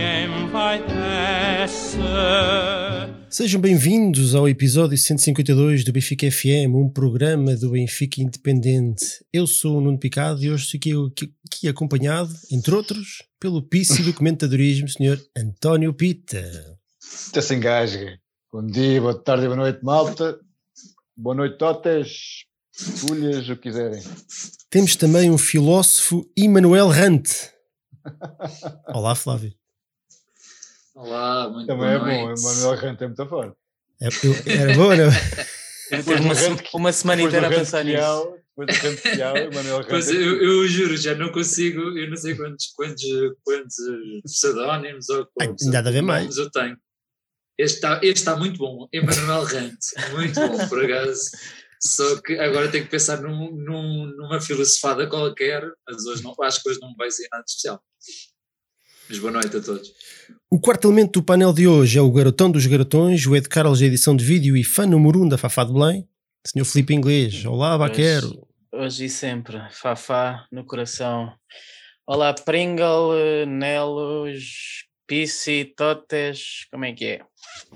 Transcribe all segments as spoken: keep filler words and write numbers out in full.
M vai descer. Sejam bem-vindos ao episódio cento e cinquenta e dois do Benfica F M, um programa do Benfica Independente. Eu sou o Nuno Picado e hoje estou aqui, aqui, aqui acompanhado, entre outros, pelo pício do comentadorismo, senhor António Pita. Até se engasga. Bom dia, boa tarde, boa noite, malta. Boa noite, totas, tulhas, o que quiserem. Temos também um filósofo, Emanuel Rant. Olá, Flávio. Olá, muito Também boa é bom, noite. o Manuel Rant é muito forte. É, eu, era bom, não? Eu tive uma, uma semana inteira a pensar nisso. Depois do Rant Fial, o Manuel Rant. Pois, eu, eu juro, já não consigo, eu não sei quantos, quantos, quantos pseudónimos ou quantos Nada a ver mais. nomes eu tenho. Este está, este está muito bom, Emanuel Rant, muito bom, por acaso. Só que agora tenho que pensar num, num, numa filosofada qualquer, mas hoje não, acho que hoje não vai ser nada de especial. Mas boa noite a todos. O quarto elemento do painel de hoje é o garotão dos garotões, o Ed Carlos da edição de vídeo e fã número um da Fafá de Belém, senhor Filipe Inglês. Olá, Baquero. Hoje, hoje e sempre, Fafá no coração. Olá, Pringle, Nelos, Pissi, Totes, como é que é?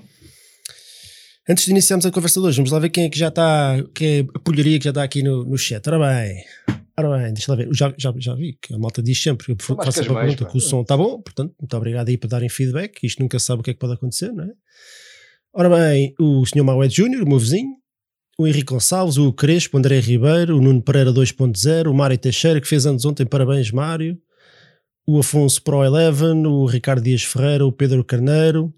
Antes de iniciarmos a conversa de hoje, vamos lá ver quem é que já está, quem é a polharia que já está aqui no, no chat. Ora bem, ora bem, deixa lá ver. Já, já, já vi que a malta diz sempre, eu faço sempre a pergunta, que o som está bom, portanto, muito obrigado aí por darem feedback, isto nunca se sabe o que é que pode acontecer, não é? Ora bem, o senhor Maued Júnior, o meu vizinho, o Henrique Gonçalves, o Crespo, o André Ribeiro, o Nuno Pereira dois ponto zero, o Mário Teixeira, que fez anos ontem, parabéns Mário, o Afonso Pro onze, o Ricardo Dias Ferreira, o Pedro Carneiro,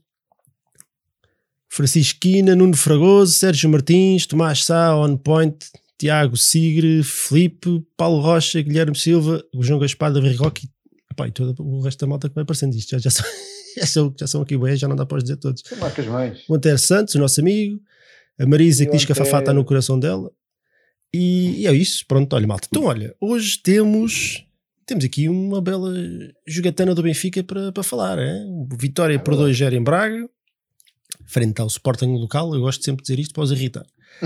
Francisco Quina, Nuno Fragoso, Sérgio Martins, Tomás Sá, On Point, Tiago Sigre, Filipe, Paulo Rocha, Guilherme Silva, o João Gaspar, David Roque e, e todo o resto da malta que vai aparecendo isto. Já, já, são, já, são, já são aqui bem, já não dá para os dizer todos. Marcas mais. O Antero Santos, o nosso amigo, a Marisa que diz que a Fafá está no coração dela. E, e é isso, pronto, olha malta. Então olha, hoje temos... Temos aqui uma bela jogatana do Benfica para, para falar. É? Vitória é por dois zero em Braga, frente ao Sporting local. Eu gosto sempre de dizer isto para os irritar.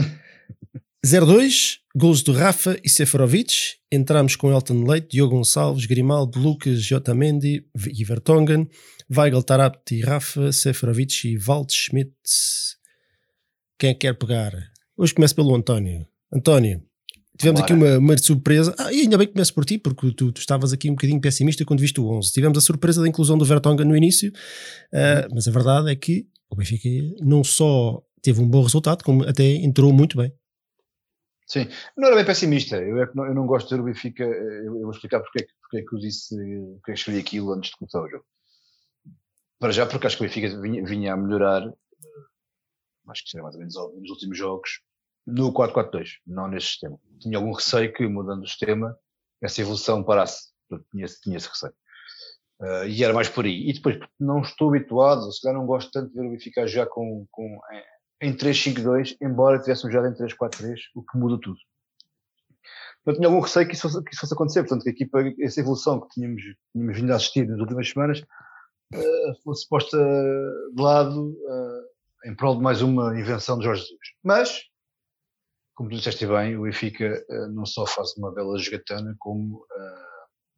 zero dois, golos do Rafa e Seferovic. Entramos com Elton Leite, Diogo Gonçalves, Grimaldo, Lucas, Jotamendi e Vertonghen, Weigl, Tarapti, Rafa, Seferovic e Waldschmidt. Quem é que quer pegar? Hoje começo pelo António. António, tivemos Bora. aqui uma, uma surpresa. Ah, e ainda bem que começo por ti, porque tu, tu estavas aqui um bocadinho pessimista quando viste o onze. Tivemos a surpresa da inclusão do Vertonghen no início, uh, mas a verdade é que o Benfica não só teve um bom resultado, como até entrou muito bem. Sim, não era bem pessimista. Eu, é que não, eu não gosto de ter o Benfica. Eu, eu vou explicar porque é, que, porque é que eu disse, porque é que escrevi aquilo antes de começar o jogo. Para já, porque acho que o Benfica vinha, vinha a melhorar, acho que isso era mais ou menos óbvio, nos últimos jogos, no quatro quatro dois, não neste sistema. Tinha algum receio que, mudando o sistema, essa evolução parasse. Tinha, tinha esse receio. Uh, e era mais por aí. E depois, não estou habituado, ou se calhar não gosto tanto de ver o Benfica já com, com, em três cinco dois, embora tivéssemos já em três quatro três, o que muda tudo. Portanto, tinha algum receio que isso fosse, que isso fosse acontecer. Portanto, que a equipa, essa evolução que tínhamos, tínhamos vindo a assistir nas últimas semanas, uh, fosse posta de lado uh, em prol de mais uma invenção de Jorge Jesus. Mas, como tu disseste bem, o Benfica uh, não só faz uma bela jogatana, como uh,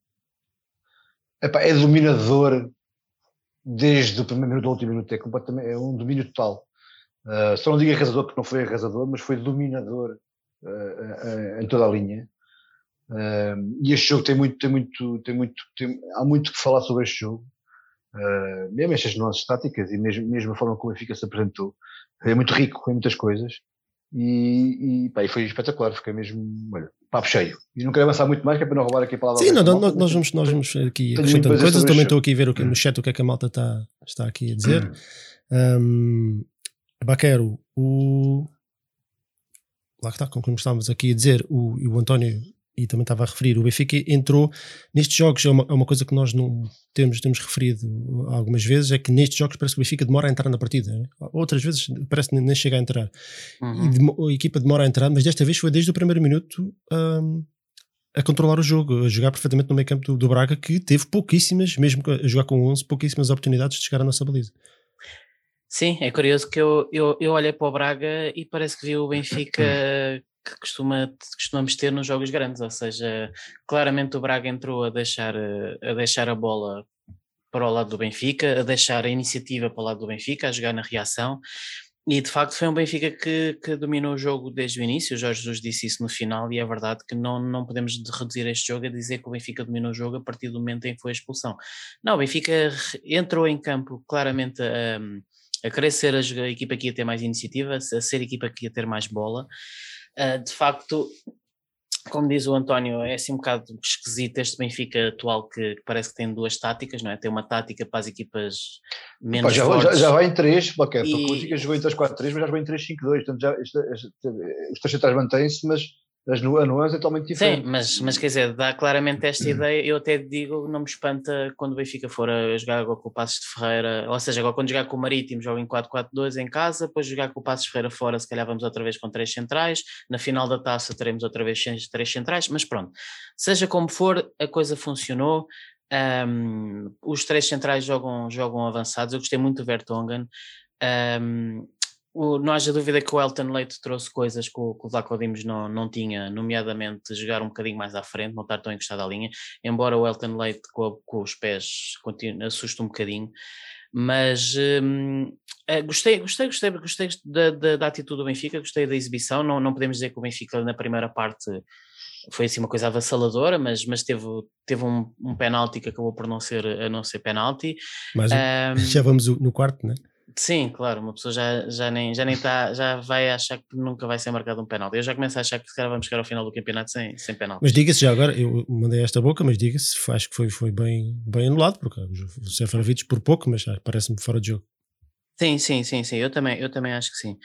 epá, é dominador desde o primeiro minuto ao último minuto, é, completamente, é um domínio total. Uh, só não digo arrasador porque não foi arrasador, mas foi dominador uh, uh, uh, em toda a linha. Uh, e este jogo tem muito, tem muito, tem muito, tem, há muito que falar sobre este jogo. Uh, mesmo estas nuances táticas e mesmo, mesmo a forma como o Benfica se apresentou. É muito rico em muitas coisas. E, e, pá, e foi espetacular, fiquei mesmo, olha, papo cheio. E não quero avançar muito mais, que é para não roubar aqui a palavra. Sim, não, não, nós, nós, vamos, nós vamos aqui acrescentando coisas. Também estou aqui a ver no chat o que é que a malta está, está aqui a dizer. um, Baquero, o lá está, como estávamos aqui a dizer, o, o António e também estava a referir, o Benfica entrou nestes jogos, é uma, é uma coisa que nós não temos, temos referido algumas vezes, é que nestes jogos parece que o Benfica demora a entrar na partida, né? Outras vezes parece que nem chega a entrar. Uhum. E de, a equipa demora a entrar, mas desta vez foi desde o primeiro minuto um, a controlar o jogo, a jogar perfeitamente no meio campo do, do Braga, que teve pouquíssimas, mesmo a jogar com onze, pouquíssimas oportunidades de chegar à nossa baliza. Sim, é curioso que eu, eu, eu olhei para o Braga e parece que vi o Benfica que costuma, costumamos ter nos jogos grandes, ou seja, claramente o Braga entrou a deixar a, deixar a bola para o lado do Benfica, a deixar a iniciativa para o lado do Benfica, a jogar na reação. E de facto foi um Benfica que, que dominou o jogo desde o início. O Jorge Jesus disse isso no final e é verdade que não, não podemos reduzir este jogo a dizer que o Benfica dominou o jogo a partir do momento em que foi a expulsão. Não, o Benfica entrou em campo claramente a, a querer ser a, a equipa que ia ter mais iniciativa, a ser a equipa que ia ter mais bola. Uh, de facto, como diz o António, é assim um bocado esquisito este Benfica atual que, que parece que tem duas táticas, não é? Tem uma tática para as equipas menos Pá, já, fortes. já, já vai em três, porque E- o Benfica jogou em três quatro três, mas já vai em três cinco dois, portanto já, esta, esta, os três centrais mantêm-se, mas as nu- a nuance é totalmente Sim, diferente. mas, mas quer dizer, dá claramente esta ideia. Eu até digo, não me espanta quando o Benfica for a jogar agora com o Passos de Ferreira, ou seja, agora quando jogar com o Marítimo, joga em quatro quatro dois em casa, depois jogar com o Passos de Ferreira fora, se calhar vamos outra vez com três centrais, na final da taça teremos outra vez três centrais, mas pronto, seja como for, a coisa funcionou. Um, os três centrais jogam, jogam avançados. Eu gostei muito do Vertonghen. Um, O, não haja dúvida que o Elton Leite trouxe coisas que o, que o Vlaco Dimos não, não tinha, nomeadamente jogar um bocadinho mais à frente, não estar tão encostado à linha, embora o Elton Leite com, a, com os pés continue, assuste um bocadinho, mas hum, é, gostei, gostei, gostei, gostei da, da, da atitude do Benfica, gostei da exibição. Não, não podemos dizer que o Benfica na primeira parte foi assim uma coisa avassaladora, mas, mas teve, teve um, um penalti que acabou por não ser, a não ser penalti. Mas Um, já vamos no quarto, não é? Sim, claro, uma pessoa já, já nem já nem está, já vai achar que nunca vai ser marcado um penalti. Eu já começo a achar que se calhar vamos chegar ao final do campeonato sem, sem penalti. Mas diga-se já agora, eu mandei esta boca, mas diga-se, foi- acho que foi, foi bem, bem anulado, porque o Seferovic por pouco, mas ah, parece-me fora de jogo. Sim, sim, sim, sim, eu também, eu também acho que sim.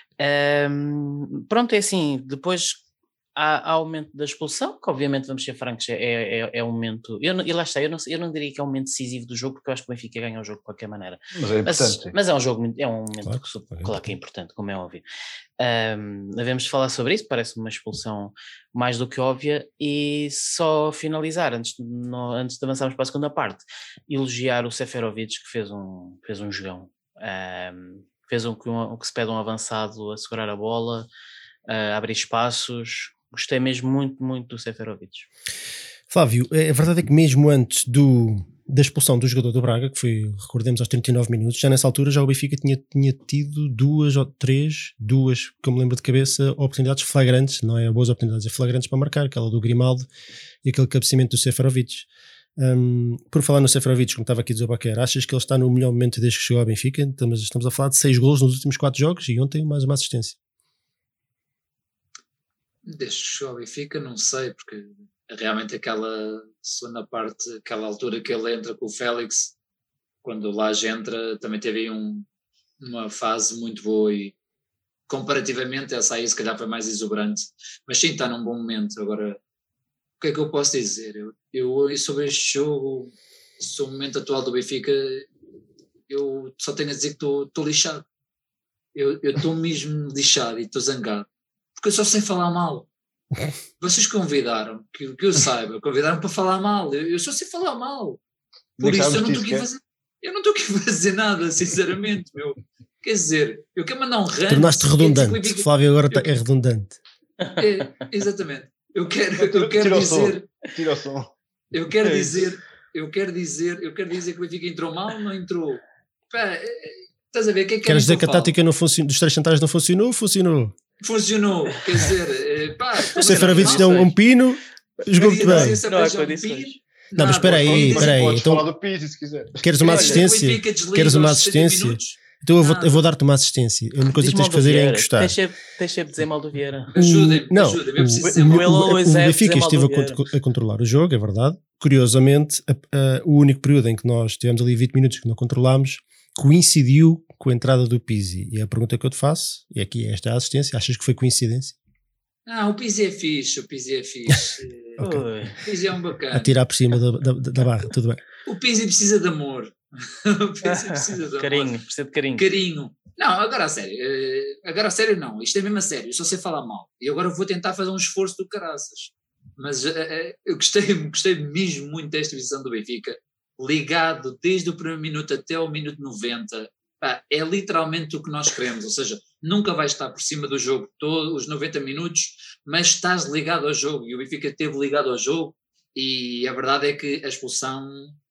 Ahm, pronto, é assim, depois há, há o momento da expulsão, que obviamente vamos ser francos, é, é, é um momento, eu não, e lá está, eu não, eu não diria que é um momento decisivo do jogo, porque eu acho que o Benfica ganha o jogo de qualquer maneira. Mas é Mas, importante. mas é um jogo, muito- é um momento Claro, que, su- claro, é claro que é importante, como é óbvio. Ahm, devemos de falar sobre isso, parece uma expulsão mais do que óbvia. E só finalizar, antes de, no- antes de avançarmos para a segunda parte, elogiar o Seferovic, que fez um, fez um jogão. Ahm, fez um, que um, um que se pede um avançado a segurar a bola, a abrir espaços. Gostei mesmo muito, muito do Seferovic. Flávio, a verdade é que mesmo antes do, da expulsão do jogador do Braga, que foi, recordemos, aos trinta e nove minutos, já nessa altura já o Benfica tinha, tinha tido duas ou três, duas, que eu me lembro de cabeça, oportunidades flagrantes, não é boas oportunidades, é flagrantes para marcar, aquela do Grimaldo e aquele cabeceamento do Seferovic. Um, por falar no Seferovic, como estava aqui a dizer o Baquer, achas que ele está no melhor momento desde que chegou ao Benfica? Estamos, estamos a falar de seis golos nos últimos quatro jogos e ontem mais uma assistência. Desde que chegou ao Benfica, não sei, porque realmente aquela segunda parte, aquela altura que ele entra com o Félix, quando o Laje entra, também teve aí um, uma fase muito boa e comparativamente essa aí se calhar foi mais exuberante, mas sim, está num bom momento. Agora, o que é que eu posso dizer? Eu, eu sobre este jogo, sobre o momento atual do Benfica, eu só tenho a dizer que estou lixado. Eu estou mesmo lixado e estou zangado. Porque eu só sei falar mal. Vocês convidaram, que, que eu saiba, convidaram para falar mal. Eu, eu só sei falar mal. Por Nem isso sabes eu não estou disso, aqui a fazer. Eu não estou aqui a fazer nada, sinceramente, meu. Quer dizer, eu quero mandar um rant. Tornaste redundante. Benfica... Flávio agora eu... é redundante. É, exatamente. Eu quero, Tira, eu quero tira dizer. O tira o som. Eu quero é dizer. Eu quero dizer. Eu quero dizer que o Benfica entrou mal, não entrou. Pá, estás a ver? O que é que Queres dizer que que a tática não funcionou, dos três centrais não funcionou? Funcionou. Funcionou, quer dizer, pá, O Seferovic deu um pino, jogou muito bem. Não há condições. Não, mas espera aí, espera aí. Podes Então, falar do Pizzi se quiser. queres uma assistência? Queres uma assistência? Então eu vou, eu vou dar-te uma assistência. A única coisa que tens de fazer é encostar. Deixa de dizer mal do Vieira. Ajudem-me, não, ajudem-me, eu preciso o, dizer o, mal. o, o, o Benfica esteve a, a controlar o jogo, é verdade. Curiosamente, a, a, o único período em que nós tivemos ali vinte minutos que não controlámos coincidiu com a entrada do Pizzi. E a pergunta que eu te faço, e aqui esta é a assistência, achas que foi coincidência? Ah, o Pizzi é fixe, o Pizzi é fixe. Okay. O Pizzi é um bacana. A tirar por cima da, da, da barra, tudo bem. O Pizzi precisa de amor. O Pizzi precisa de carinho, amor. precisa de carinho. Carinho. Não, agora a sério. Agora a sério não. Isto é mesmo a sério. Eu só sei falar mal. E agora vou tentar fazer um esforço do caraças. Mas eu gostei, gostei mesmo muito desta visão do Benfica. Ligado desde o primeiro minuto até o minuto noventa. Pá, é literalmente o que nós queremos. Ou seja, nunca vais estar por cima do jogo todos os noventa minutos, mas estás ligado ao jogo. E o Benfica esteve ligado ao jogo. E a verdade é que a expulsão...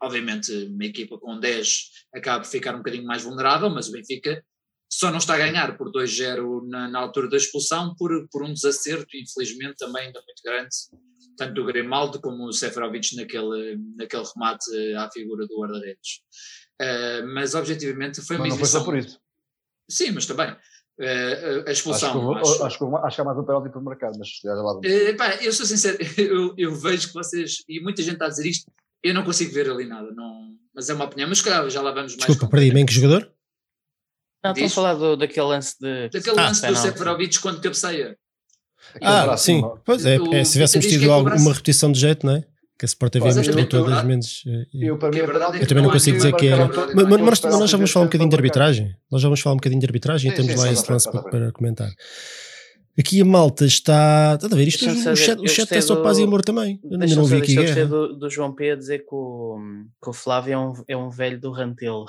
obviamente uma equipa com dez acaba por ficar um bocadinho mais vulnerável, mas o Benfica só não está a ganhar por dois zero na, na altura da expulsão por, por um desacerto, infelizmente também ainda muito grande, tanto do Grimaldo como o Seferovic naquele, naquele remate à figura do guarda-redes. Uh, mas objetivamente foi uma mas não exibição... foi só por isso. Sim, mas também uh, a expulsão... Acho que, acho, acho, acho, que, acho que há mais um penalti para marcar, mas já lá vamos. Uh, pá, eu sou sincero, eu, eu vejo que vocês, e muita gente está a dizer isto, eu não consigo ver ali nada, não, mas é uma opinião, mas claro, já lá vamos mais... Desculpa, perdi bem que jogador? Não, estão a falar do, daquele lance de... Daquele ah, lance do Seferovic quando cabeceia. Ah, ah sim, pois é, é, se tivéssemos tido é uma repetição de jeito, não é? Que a Sport T V mostrou todas, menos... Eu, para mim, eu, é eu também não consigo dizer que era... Mas, mas nós já vamos falar um bocadinho de arbitragem, nós já vamos falar um bocadinho de arbitragem e temos lá esse lance para, para comentar. Aqui a malta está... Está a ver isto? O chat, o chat é só paz e amor também. Eu ainda não vi aqui guerra. Eu gostei do, do João P a dizer que o, que o Flávio é um, é um velho do Rantelo.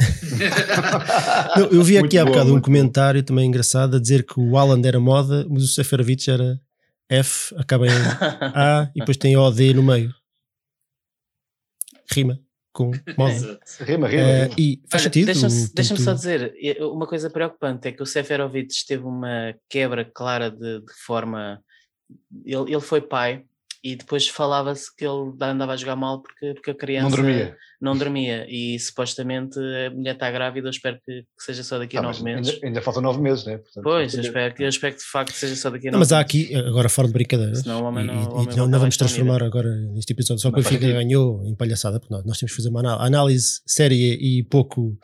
Não, eu vi aqui há bocado um comentário também engraçado a dizer que o Haaland era moda, mas o Seferovic era F, acaba em A e depois tem O D no meio. Rima com moda. Rima, rima. Uh, e faz Olha, sentido. Deixa-me deixa só dizer, uma coisa preocupante é que o Seferovic teve uma quebra clara de, de forma... Ele, ele foi pai e depois falava-se que ele andava a jogar mal porque, porque a criança não dormia. não dormia e supostamente a mulher está grávida. Eu espero que, que seja só daqui a ah, nove meses. Ainda, ainda faltam nove meses, né? Portanto, pois, eu espero, que, eu espero que de facto seja só daqui a não, nove meses. Mas há aqui, agora fora de brincadeiras, Senão, o homem não, e, o homem e não, não vamos transformar agora neste episódio só que o Benfica ganhou em palhaçada, porque nós, nós temos que fazer uma análise séria e pouco.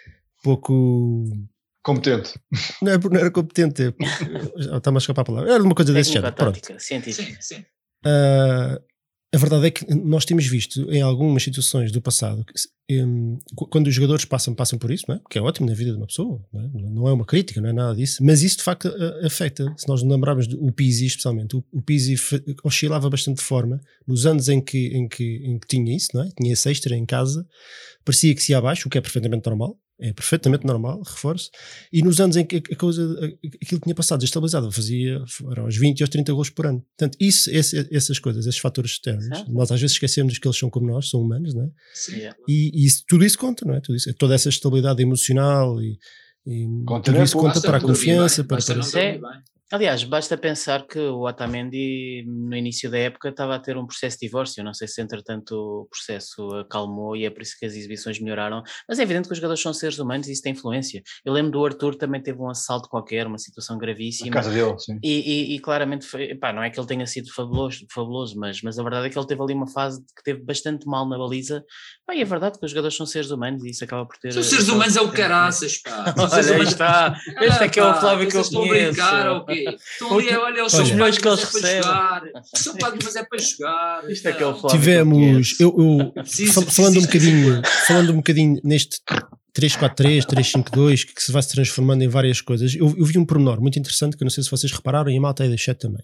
pouco competente. Não, é, não era competente, está-me a escapar a palavra. Era uma coisa desse género. Pronto. Científica. Sim, sim. Uh, a verdade é que nós temos visto em algumas situações do passado que, um, quando os jogadores passam, passam por isso, não é? Porque é ótimo na vida de uma pessoa, não é? Não é uma crítica, não é nada disso, mas isso de facto uh, afeta. Se nós nos lembrarmos do Pizzi especialmente, o, o Pizzi oscilava bastante de forma nos anos em que, em que, em que tinha isso, não é? Tinha esse extra em casa, parecia que se ia abaixo, o que é perfeitamente normal. É perfeitamente normal, reforço. E nos anos em que a coisa, aquilo tinha passado estabilizado, fazia eram aos vinte e aos trinta gols por ano. Portanto, isso, esse, essas coisas, esses fatores externos, certo. Nós às vezes esquecemos que eles são como nós, são humanos, não é? Sim. E, e isso, tudo isso conta, não é? Tudo isso, toda essa estabilidade emocional e, e tudo isso conta para a confiança. Para, para é, aliás, basta pensar que o Otamendi no início da época estava a ter um processo de divórcio. Não sei se entretanto o processo acalmou e é por isso que as exibições melhoraram, mas é evidente que os jogadores são seres humanos e isso tem influência. Eu lembro do Arthur, também teve um assalto qualquer, uma situação gravíssima. Na casa dele, sim. E, e, e claramente foi, pá, não é que ele tenha sido fabuloso, fabuloso mas, mas a verdade é que ele teve ali uma fase que teve bastante mal na baliza. Pá, e é verdade que os jogadores são seres humanos e isso acaba por ter... São seres humanos é o caraças, pá. Olha, aí está. Este é que é o Flávio que eu conheço. Estão a brincar ou quê? Estão ali, olha, os seus milhões que eles recebem. São pagos, mas é para jogar. Isto é que é o Flávio. Tivemos, eu, eu sim, fal, sim, falando sim, um bocadinho, falando um bocadinho neste três quatro três, três cinco dois, que se vai se transformando em várias coisas, eu, eu vi um pormenor muito interessante que eu não sei se vocês repararam e a malta aí da chat também,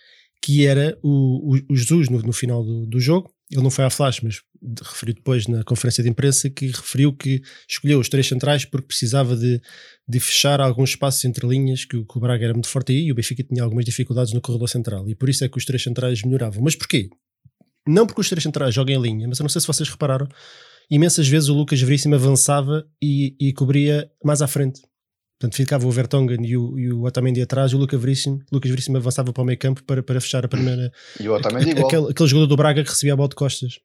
que era o, o, o Jesus no, no final do, do jogo. Ele não foi à flash, mas referiu depois na conferência de imprensa que referiu que escolheu os três centrais porque precisava de, de fechar alguns espaços entre linhas, que o, que o Braga era muito forte aí e o Benfica tinha algumas dificuldades no corredor central e por isso é que os três centrais melhoravam. Mas porquê? Não porque os três centrais jogam em linha, mas eu não sei se vocês repararam, imensas vezes o Lucas Veríssimo avançava e, e cobria mais à frente. Portanto, ficava o Vertonghen e o, e o Otamendi atrás, e o Lucas Veríssimo, Lucas Veríssimo avançava para o meio campo para, para fechar a primeira... E o Otamendi igual. Aquele, aquele jogador do Braga que recebia a bola de costas.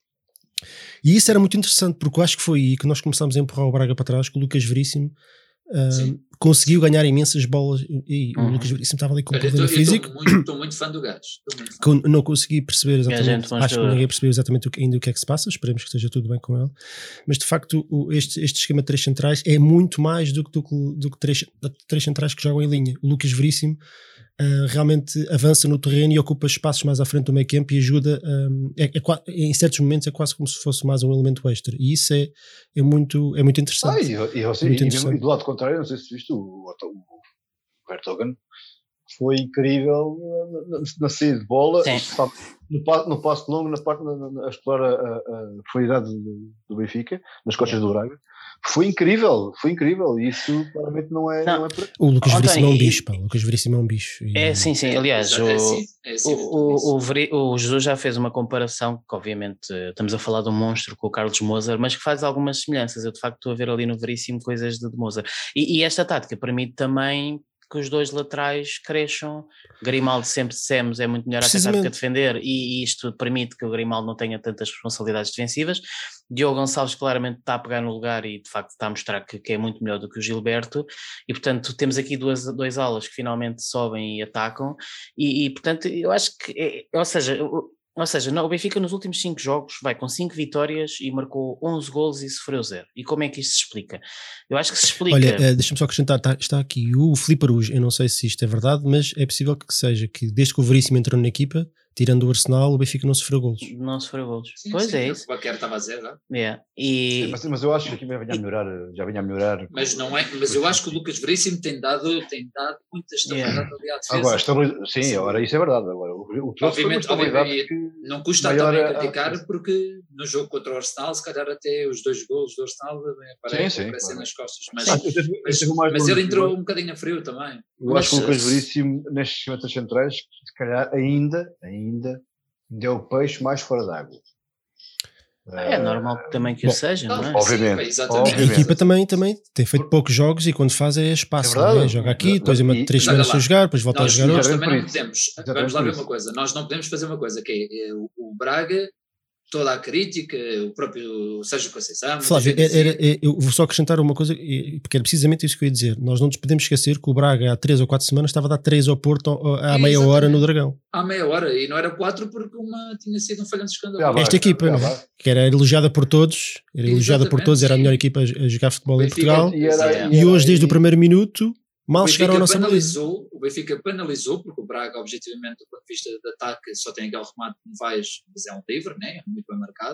E isso era muito interessante, porque eu acho que foi aí que nós começámos a empurrar o Braga para trás, que o Lucas Veríssimo uh, conseguiu ganhar imensas bolas, e uhum. o Lucas Veríssimo estava ali com um problema físico. Estou muito fã do gajo. Muito não consegui perceber exatamente, acho que ninguém percebeu exatamente o que, ainda o que é que se passa, esperemos que esteja tudo bem com ele. Mas de facto, o, este, este esquema de três centrais é muito mais do que, do, do que três, três centrais que jogam em linha. O Lucas Veríssimo Uh, realmente avança no terreno e ocupa espaços mais à frente do meio campo e ajuda, um, é, é, em certos momentos é quase como se fosse mais um elemento extra, e isso é, é, muito, é muito interessante. Ah, e, e, você, muito e, interessante. E do lado contrário, não sei se viste, o, o, o Vertonghen foi incrível na, na, na saída de bola, sabe, no, no passo longo, na parte, na, na, a explorar a, a, a profundidade do, do Benfica, nas costas é. do Braga. foi incrível, foi incrível, e isso claramente não é, não. Não é por... O Lucas Oh, Veríssimo é um António, bicho, pá, o Lucas Veríssimo é um bicho. E... É, sim, sim, aliás, É, o, é assim, é assim, o, o, o, Veri- o Jesus já fez uma comparação, que obviamente eh, estamos a falar de um monstro com o Carlos Moser, mas que faz algumas semelhanças. Eu de facto estou a ver ali no Veríssimo coisas de, de Moser. E, e esta tática permite também que os dois laterais cresçam. Grimaldo, sempre dissemos, é muito melhor a atacar do que a Precisamente. defender, e, e isto permite que o Grimaldo não tenha tantas responsabilidades defensivas. Diogo Gonçalves claramente está a pegar no lugar e de facto está a mostrar que, que é muito melhor do que o Gilberto, e portanto temos aqui duas, dois alas que finalmente sobem e atacam, e, e portanto eu acho que, é, ou seja, o- ou seja, não, o Benfica nos últimos cinco jogos vai com cinco vitórias e marcou onze golos e sofreu zero. E como é que isto se explica? Eu acho que se explica... Olha, eh, deixa-me só acrescentar, tá- está aqui o Filipe Araújo, eu não sei se isto é verdade, mas é possível que seja, que desde que o Veríssimo entrou na equipa, tirando o Arsenal, o Benfica não sofreu golos. Não sofreu golos. Sim, Pois sim, é o isso. Baquer estava a zero, não? Yeah. E... Mas, mas eu acho que aqui já vinha a melhorar, já vinha a melhorar. Mas, não é, mas eu acho que o Lucas Veríssimo tem dado, tem dado muita estabilidade Yeah. ali à defesa. Agora, estabilidade, sim, Sim. agora isso é verdade. Agora, o, o que Obviamente, foi uma estabilidade obviamente, que não custa maior também a- criticar, a- porque no jogo contra o Arsenal, se calhar até os dois golos do Arsenal aparecem, Sim, sim, aparecem claro. nas costas. Mas, Ah, eu teve- eu mas, teve mais mas longe. ele entrou um bocadinho a frio também. Eu acho que o Mas, Lucas se- Veríssimo, nestes cimentos centrais, se calhar ainda, ainda deu o peixe mais fora d'água. É normal também que o Bom, seja, não é? Obviamente, Sim, pá, exatamente. A obviamente. equipa também, também tem feito poucos jogos e quando faz é espaço, É verdade. não é? Joga aqui, depois é uma, E- três e semanas olha lá, sem jogar, depois volta Nós, a jogar nós outro. Exatamente também não por isso. podemos, Exatamente vamos lá por ver isso. uma coisa, nós não podemos fazer uma coisa, que é, é, o, o Braga, toda a crítica, o próprio Sérgio Conceição... muita Flávio, gente era- dizia- era- eu vou só acrescentar uma coisa, e- porque era precisamente isso que eu ia dizer. Nós não nos podemos esquecer que o Braga há três ou quatro semanas estava a dar três ao Porto ao- à É, meia hora no exatamente. Dragão. Há meia hora, e não era quatro porque uma tinha sido um falhanço Já escandaloso. vai, Esta equipa, já não vai. é? Que era elogiada por todos, era elogiada por Exatamente, todos, era a sim. melhor equipa a a jogar futebol em Benfica- Portugal. E, era, Yeah. E era- hoje, desde o e- primeiro minuto, mal o chegaram à Benfica nossa baliza. penalizou, o Benfica penalizou, porque o Braga, objetivamente, do ponto de vista de ataque, só tem aquele remate que não faz, mas é um livre, né? É muito bem marcado.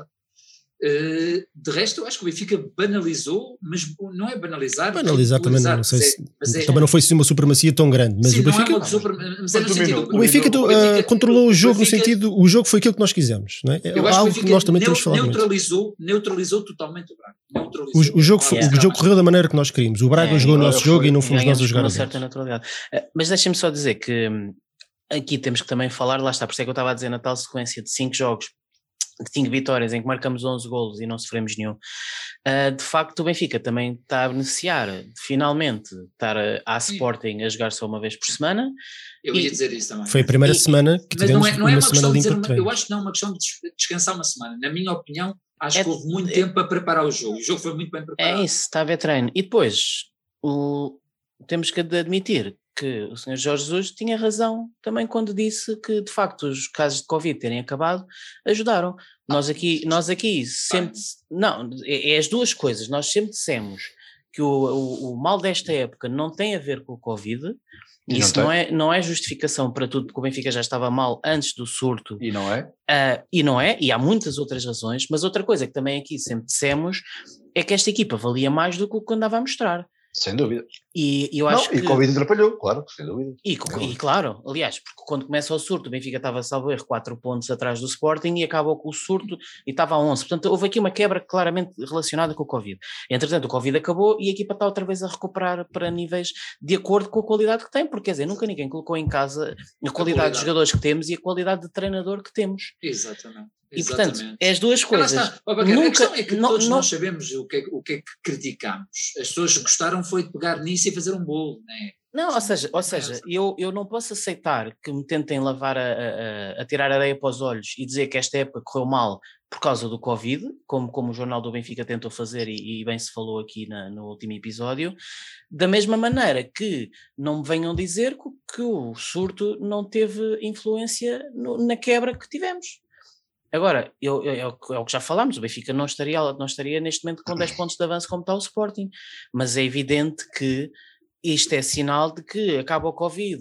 Uh, de resto, eu acho que o Benfica banalizou, mas não é banalizar. Banalizar também não, ridicularizar, não sei mas se, é- mas é- também não foi assim uma supremacia tão grande, mas Sim, o não é Benfica, uma super, mas é no Mas sentido, dominou. o Benfica, dominou. tu, ah, Benfica- controlou o jogo Benfica- no sentido, o jogo foi aquilo que nós quisemos, não é? É Eu acho algo que o que nós também Benfica temos falado muito. neutralizou, neutralizou totalmente o Braga. Neutralizou. O, o jogo, foi- Yeah. o jogo correu da maneira que nós queríamos. O Braga É, jogou o agora nosso foi- jogo e não fomos nós a Ganhamos com jogar uma a certa deles. naturalidade. Eh, Mas deixem-me só dizer que hum, aqui temos que também falar, lá está, por isso é que eu estava a dizer, na tal sequência de cinco jogos, de cinco vitórias em que marcamos onze golos e não sofremos nenhum, ah, de facto o Benfica também está a beneficiar de finalmente estar a- à Sporting a jogar só uma vez por semana. Eu E- ia dizer isso também. Foi a primeira E- semana que Mas não tivemos é, não é uma uma semana questão de limpa dizer, que uma, eu tivemos. acho que não é uma questão de des- descansar uma semana. Na minha opinião, acho É- que houve muito é- tempo para preparar o jogo. O jogo foi muito bem É preparado. isso, está a ver treino. E depois, o, temos que admitir que o senhor Jorge Jesus tinha razão também quando disse que, de facto, os casos de Covid terem acabado ajudaram. Nós aqui, nós aqui sempre... Não, é, é as duas coisas. Nós sempre dissemos que o, o, o mal desta época não tem a ver com o Covid. E não Isso tem. não é, não é justificação para tudo, porque o Benfica já estava mal antes do surto. E não é? Uh, e não é, e há muitas outras razões, mas outra coisa que também aqui sempre dissemos é que esta equipa valia mais do que o que andava a mostrar. Sem dúvida. E eu Não, acho e que. o Covid atrapalhou, claro, sem dúvida. E, co- e claro, aliás, porque quando começa o surto, o Benfica estava, salvo erro, quatro pontos atrás do Sporting e acabou com o surto e estava a onze. Portanto, houve aqui uma quebra claramente relacionada com o Covid. Entretanto, o Covid acabou e a equipa está outra vez a recuperar para níveis de acordo com a qualidade que tem, porque quer dizer, nunca ninguém colocou em casa a qualidade, qualidade. de jogadores que temos e a qualidade de treinador que temos. Exatamente. E portanto, Exatamente. é as duas Ah, lá coisas. está. Ó, Baquer, Nunca- a questão é que não- todos não- nós sabemos o que, é, o que é que criticamos. As pessoas gostaram foi de pegar nisso e fazer um bolo, não é? Não, ou seja, ou seja eu, eu não posso aceitar que me tentem lavar a, a, a tirar areia para os olhos e dizer que esta época correu mal por causa do Covid, como, como o Jornal do Benfica tentou fazer e, e bem se falou aqui na, no último episódio, da mesma maneira que não me venham dizer que, que o surto não teve influência no, na quebra que tivemos. Agora, eu, eu, é o que- é o que já falámos, o Benfica não estaria, não estaria neste momento com dez pontos de avanço como está o Sporting, mas é evidente que isto é sinal de que acaba o Covid,